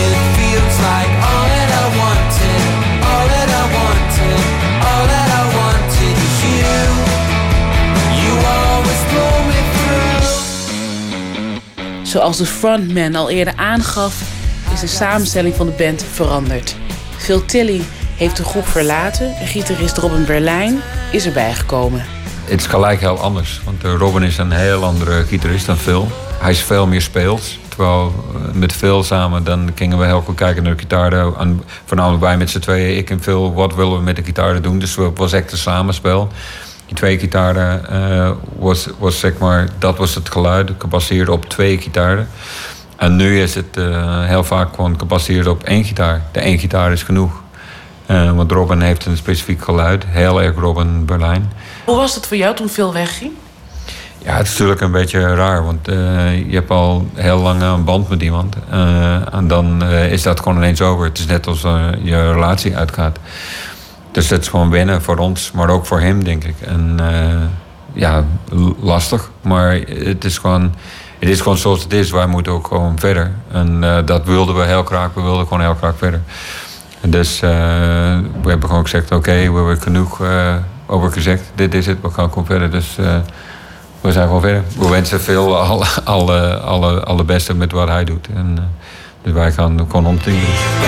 Speaker 11: Zoals de frontman al eerder aangaf, is de samenstelling van de band veranderd. Phil Tilley heeft de groep verlaten en gitarist Robin Berlijn is erbij gekomen.
Speaker 17: Het is gelijk heel anders, want Robin is een heel andere gitarist dan Phil. Hij is veel meer speels. Terwijl met Phil samen, dan gingen we heel goed kijken naar de gitaar. En voornamelijk wij met z'n tweeën, ik en Phil, wat willen we met de gitaar doen. Dus het was echt een samenspel. Die 2 gitaren was zeg maar, dat was het geluid, gebaseerd op 2 gitaren. En nu is het heel vaak gewoon gebaseerd op 1 gitaar. De 1 gitaar is genoeg. Want Robin heeft een specifiek geluid, heel erg Robin Berlijn.
Speaker 11: Hoe was het voor jou toen Phil wegging?
Speaker 17: Ja, het is natuurlijk een beetje raar, want je hebt al heel lang een band met iemand. En dan is dat gewoon ineens over. Het is net als je relatie uitgaat. Dus dat is gewoon wennen voor ons, maar ook voor hem, denk ik. En ja, lastig. Maar het is gewoon Het is gewoon zoals het is. Wij moeten ook gewoon verder. En dat wilden we heel graag. We wilden gewoon heel graag verder. Dus we hebben gewoon gezegd, oké, we hebben genoeg over gezegd. Dit is het, we gaan gewoon verder. Dus we zijn gewoon verder. We wensen veel alle beste met wat hij doet. En dus wij gaan gewoon omdingen.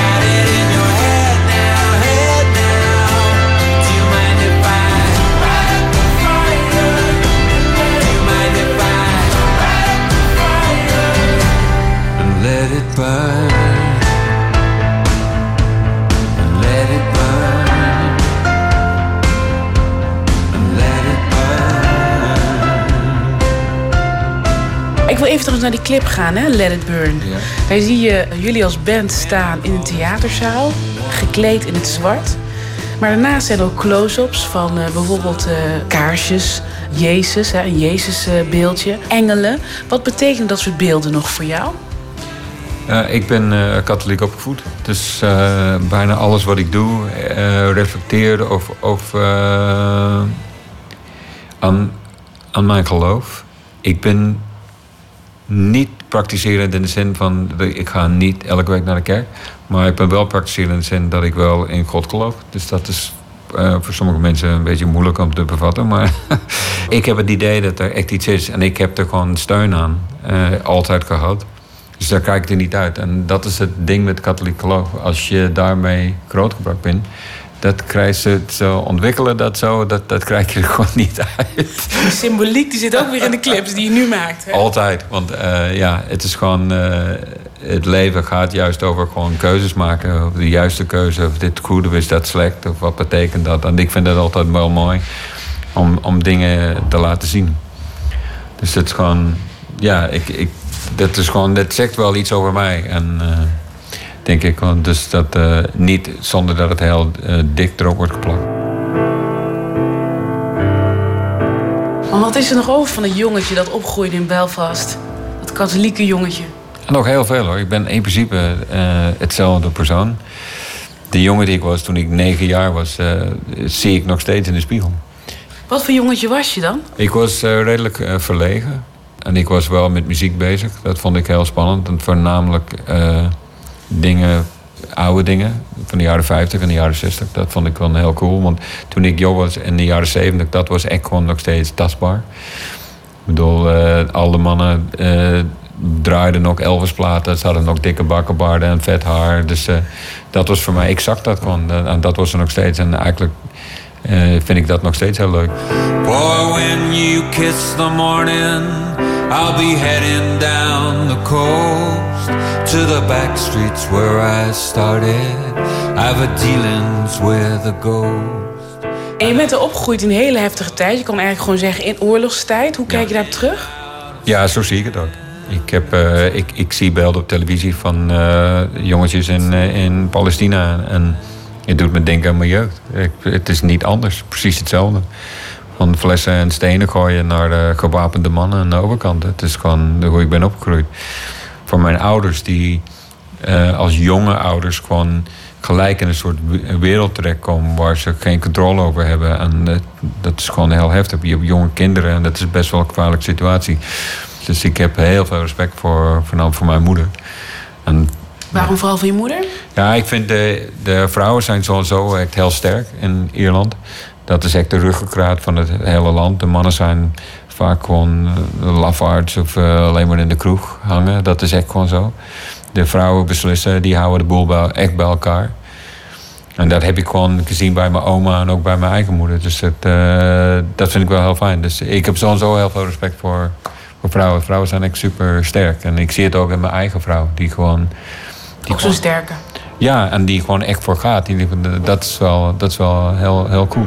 Speaker 18: Let it burn. Let it burn. Let it burn.
Speaker 19: Ik wil even terug naar die clip gaan, hè? Let It Burn.
Speaker 17: Ja.
Speaker 19: Daar zie je jullie als band staan in een theaterzaal, gekleed in het zwart. Maar daarnaast zijn er ook close-ups van bijvoorbeeld kaarsjes, Jezus, een Jezus-beeldje, engelen. Wat betekenen dat soort beelden nog voor jou?
Speaker 17: Ik ben katholiek opgevoed. Dus bijna alles wat ik doe reflecteert aan mijn geloof. Ik ben niet praktiserend in de zin van... ik ga niet elke week naar de kerk. Maar ik ben wel praktiserend in de zin dat ik wel in God geloof. Dus dat is voor sommige mensen een beetje moeilijk om te bevatten. Maar ik heb het idee dat er echt iets is. En ik heb er gewoon steun aan. Altijd gehad. Dus daar kijk ik er niet uit. En dat is het ding met katholiek geloof. Als je daarmee grootgebracht bent... dat krijg je zo ontwikkelen, dat krijg je er gewoon niet uit.
Speaker 19: Die symboliek die zit ook weer in de clips die je nu maakt. Hè?
Speaker 17: Altijd. Want het is gewoon... het leven gaat juist over gewoon keuzes maken. Of de juiste keuze. Of dit goed of is dat slecht. Of wat betekent dat. En ik vind dat altijd wel mooi. Om dingen te laten zien. Dus dat is gewoon... Ja, dat zegt wel iets over mij. En denk ik, dus dat niet zonder dat het heel dik erop wordt geplakt.
Speaker 19: Maar wat is er nog over van het jongetje dat opgroeide in Belfast? Dat katholieke jongetje.
Speaker 17: Nog heel veel hoor. Ik ben in principe hetzelfde persoon. De jongen die ik was toen ik 9 jaar was, zie ik nog steeds in de spiegel.
Speaker 19: Wat voor jongetje was je dan?
Speaker 17: Ik was redelijk verlegen. En ik was wel met muziek bezig. Dat vond ik heel spannend. En voornamelijk oude dingen van de jaren 50 en de jaren 60. Dat vond ik wel heel cool. Want toen ik jong was in de jaren 70, dat was echt gewoon nog steeds tastbaar. Ik bedoel, alle mannen draaiden nog Elvis-platen. Ze hadden nog dikke bakkenbaarden en vet haar. Dus dat was voor mij, ik zag dat gewoon. En dat was er nog steeds. En eigenlijk vind ik dat nog steeds heel leuk.
Speaker 18: Boy, when you kiss the morning, I'll be heading down the coast to the back streets where I started. I've a dealings with a ghost.
Speaker 19: En je bent er opgegroeid in een hele heftige tijd. Je kan eigenlijk gewoon zeggen in oorlogstijd. Hoe kijk je daarop terug?
Speaker 17: Ja, zo zie ik het ook. Ik zie beelden op televisie van jongetjes in Palestina. En het doet me denken aan mijn jeugd. Het is niet anders, precies hetzelfde. Van flessen en stenen gooien naar de gewapende mannen aan de overkant. Het is gewoon hoe ik ben opgegroeid. Voor mijn ouders die als jonge ouders gewoon gelijk in een soort wereld terechtkomen waar ze geen controle over hebben. En dat is gewoon heel heftig. Je hebt jonge kinderen en dat is best wel een gevaarlijke situatie. Dus ik heb heel veel respect vooral voor mijn moeder. En
Speaker 19: waarom vooral voor je moeder?
Speaker 17: ja, ik vind de vrouwen zijn sowieso echt heel sterk in Ierland. Dat is echt de ruggengraat van het hele land. De mannen zijn vaak gewoon lafaards of alleen maar in de kroeg hangen. Dat is echt gewoon zo. De vrouwen beslissen, die houden de boel echt bij elkaar. En dat heb ik gewoon gezien bij mijn oma en ook bij mijn eigen moeder. Dus dat vind ik wel heel fijn. Dus ik heb sowieso heel veel respect voor vrouwen. Vrouwen zijn echt super sterk. En ik zie het ook in mijn eigen vrouw. Die gewoon...
Speaker 19: Ook zo'n sterke.
Speaker 17: Ja, en die gewoon echt voor gaat. Dat is wel heel, heel cool.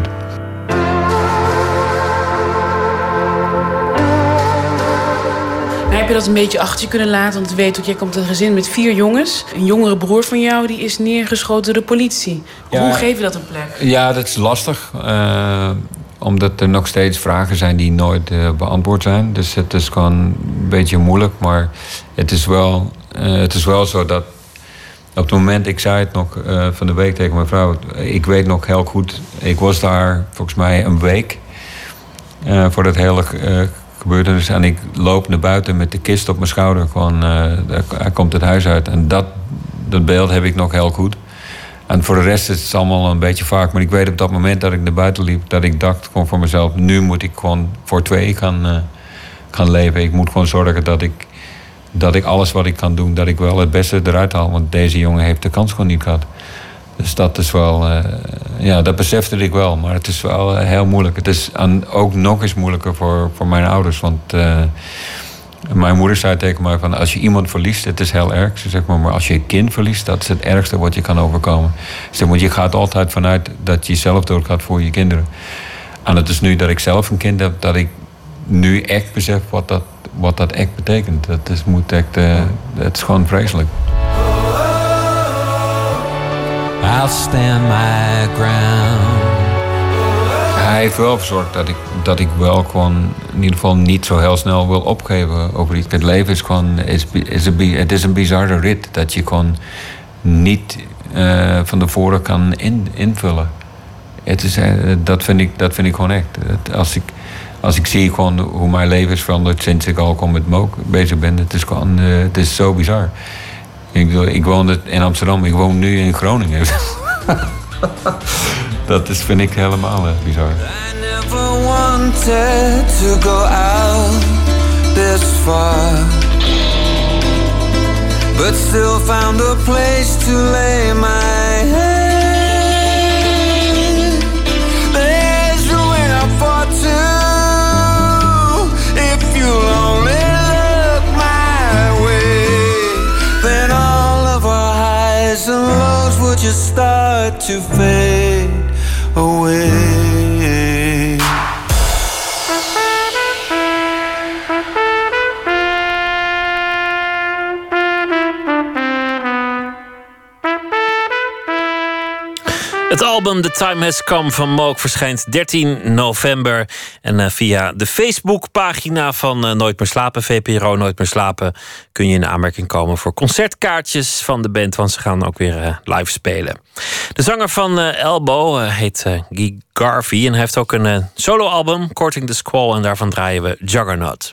Speaker 19: Maar heb je dat een beetje achter je kunnen laten? Want weet ook, jij komt uit een gezin met 4 jongens. Een jongere broer van jou die is neergeschoten door de politie. Ja, hoe geef je dat een plek?
Speaker 17: Ja, dat is lastig. Omdat er nog steeds vragen zijn die nooit beantwoord zijn. Dus het is gewoon een beetje moeilijk. Maar het is wel zo dat... Op het moment, ik zei het nog van de week tegen mijn vrouw... Ik weet nog heel goed, ik was daar volgens mij een week... voor dat hele gebeurtenis. En ik loop naar buiten met de kist op mijn schouder. Gewoon, hij komt het huis uit. En dat beeld heb ik nog heel goed. En voor de rest is het allemaal een beetje vaak. Maar ik weet op dat moment dat ik naar buiten liep, dat ik dacht gewoon voor mezelf, nu moet ik gewoon voor 2 gaan leven. Ik moet gewoon zorgen dat ik alles wat ik kan doen, dat ik wel het beste eruit haal. Want deze jongen heeft de kans gewoon niet gehad. Dus dat is wel, dat besefte ik wel. Maar het is wel heel moeilijk. Het is ook nog eens moeilijker voor mijn ouders. Want mijn moeder zei tegen mij van, als je iemand verliest, het is heel erg. Ze zegt maar als je een kind verliest, dat is het ergste wat je kan overkomen. Ze zegt, je gaat altijd vanuit dat je zelf doodgaat voor je kinderen. En het is nu dat ik zelf een kind heb, dat ik nu echt besef wat dat echt betekent. Het is gewoon vreselijk.
Speaker 18: I'll stand my ground.
Speaker 17: Hij heeft wel verzorgd dat ik wel gewoon in ieder geval niet zo heel snel wil opgeven over iets. Het leven is gewoon, het is een bizarre rit dat je gewoon niet van tevoren kan invullen. Het is, dat vind ik gewoon echt. Als ik zie gewoon hoe mijn leven is veranderd sinds ik al gewoon met Mook bezig ben, het is zo bizar. Ik woonde in Amsterdam, ik woon nu in Groningen. Dat vind ik helemaal bizar.
Speaker 18: I never wanted to go out this far, but still found a place to lay my head. There's ruin up for two. If you only look my way, then all of our highs and lows would just start to fade away.
Speaker 4: Het album The Time Has Come van Mook verschijnt 13 november. En via de Facebookpagina van Nooit meer slapen, VPRO Nooit meer slapen, kun je in aanmerking komen voor concertkaartjes van de band, want ze gaan ook weer live spelen. De zanger van Elbow heet Guy Garvey en hij heeft ook een soloalbum, Courting the Squall, en daarvan draaien we Juggernaut.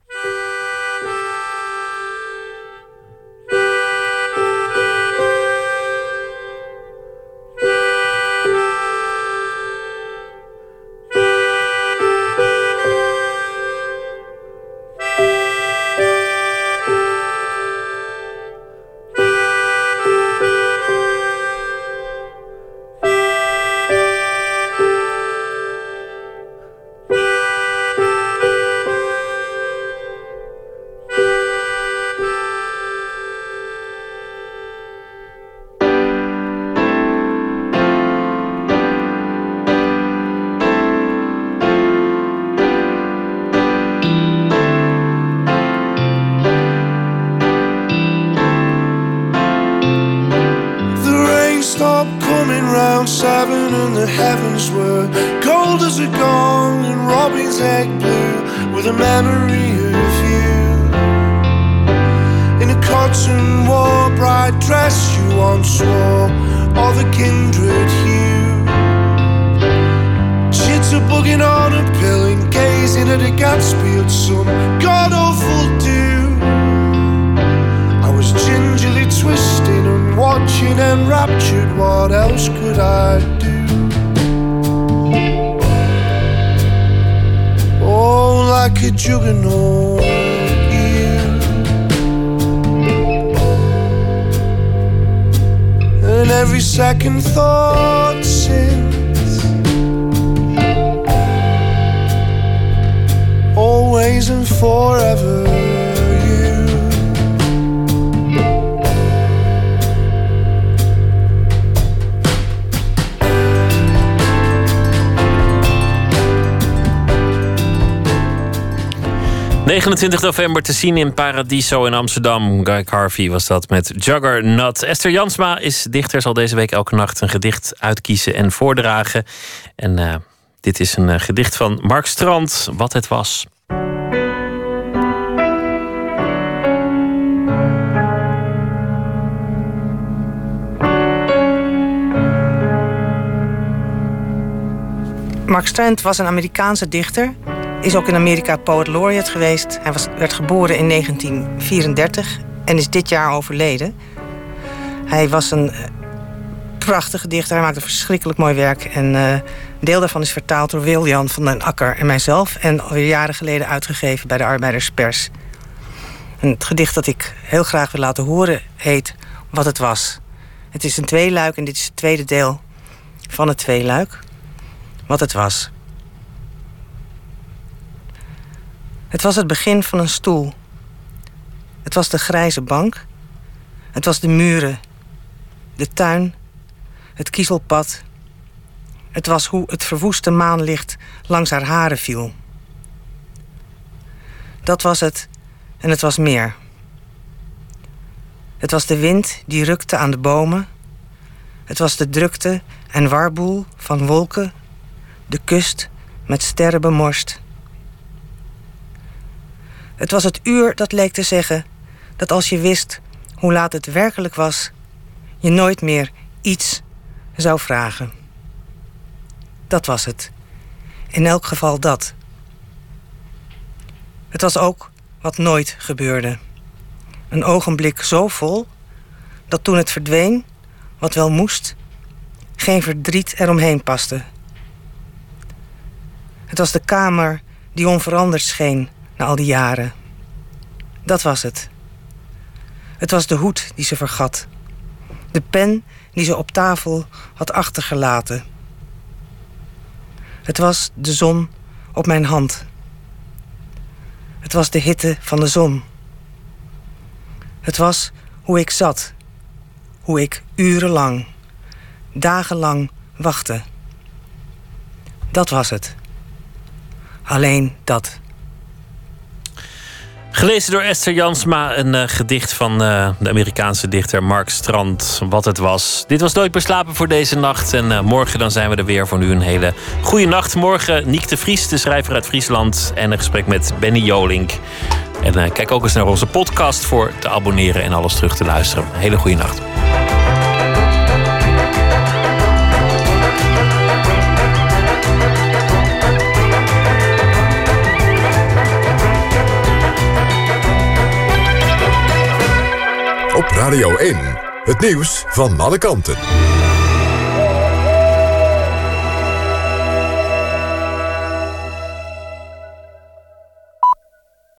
Speaker 20: Second thought since, always and forever you.
Speaker 4: 29 november te zien in Paradiso in Amsterdam. Guy Garvey was dat met Juggernaut. Esther Jansma is dichter, zal deze week elke nacht een gedicht uitkiezen en voordragen. En dit is een gedicht van Mark Strand, Wat het was.
Speaker 21: Mark Strand was een Amerikaanse dichter is ook in Amerika Poet Laureate geweest. Hij werd geboren in 1934 en is dit jaar overleden. Hij was een prachtige dichter. Hij maakte verschrikkelijk mooi werk. En een deel daarvan is vertaald door Wiljan van den Akker en mijzelf. En alweer jaren geleden uitgegeven bij de Arbeiderspers. En het gedicht dat ik heel graag wil laten horen heet Wat het was. Het is een tweeluik en dit is het tweede deel van het tweeluik. Wat het was. Het was het begin van een stoel. Het was de grijze bank. Het was de muren. De tuin. Het kiezelpad. Het was hoe het verwoeste maanlicht langs haar haren viel. Dat was het en het was meer. Het was de wind die rukte aan de bomen. Het was de drukte en warboel van wolken. De kust met sterren bemorst. Het was het uur dat leek te zeggen dat als je wist hoe laat het werkelijk was, je nooit meer iets zou vragen. Dat was het. In elk geval dat. Het was ook wat nooit gebeurde. Een ogenblik zo vol dat toen het verdween, wat wel moest, geen verdriet eromheen paste. Het was de kamer die onveranderd scheen na al die jaren. Dat was het. Het was de hoed die ze vergat. De pen die ze op tafel had achtergelaten. Het was de zon op mijn hand. Het was de hitte van de zon. Het was hoe ik zat. Hoe ik urenlang, dagenlang wachtte. Dat was het. Alleen dat.
Speaker 4: Gelezen door Esther Jansma, een gedicht van de Amerikaanse dichter Mark Strand. Wat het was. Dit was Nooit meer slapen voor deze nacht. En morgen dan zijn we er weer. Voor nu een hele goede nacht. Morgen Niek de Vries, de schrijver uit Friesland. En een gesprek met Benny Jolink. En kijk ook eens naar onze podcast voor te abonneren en alles terug te luisteren. Een hele goede nacht.
Speaker 2: Op Radio 1, het nieuws van alle kanten.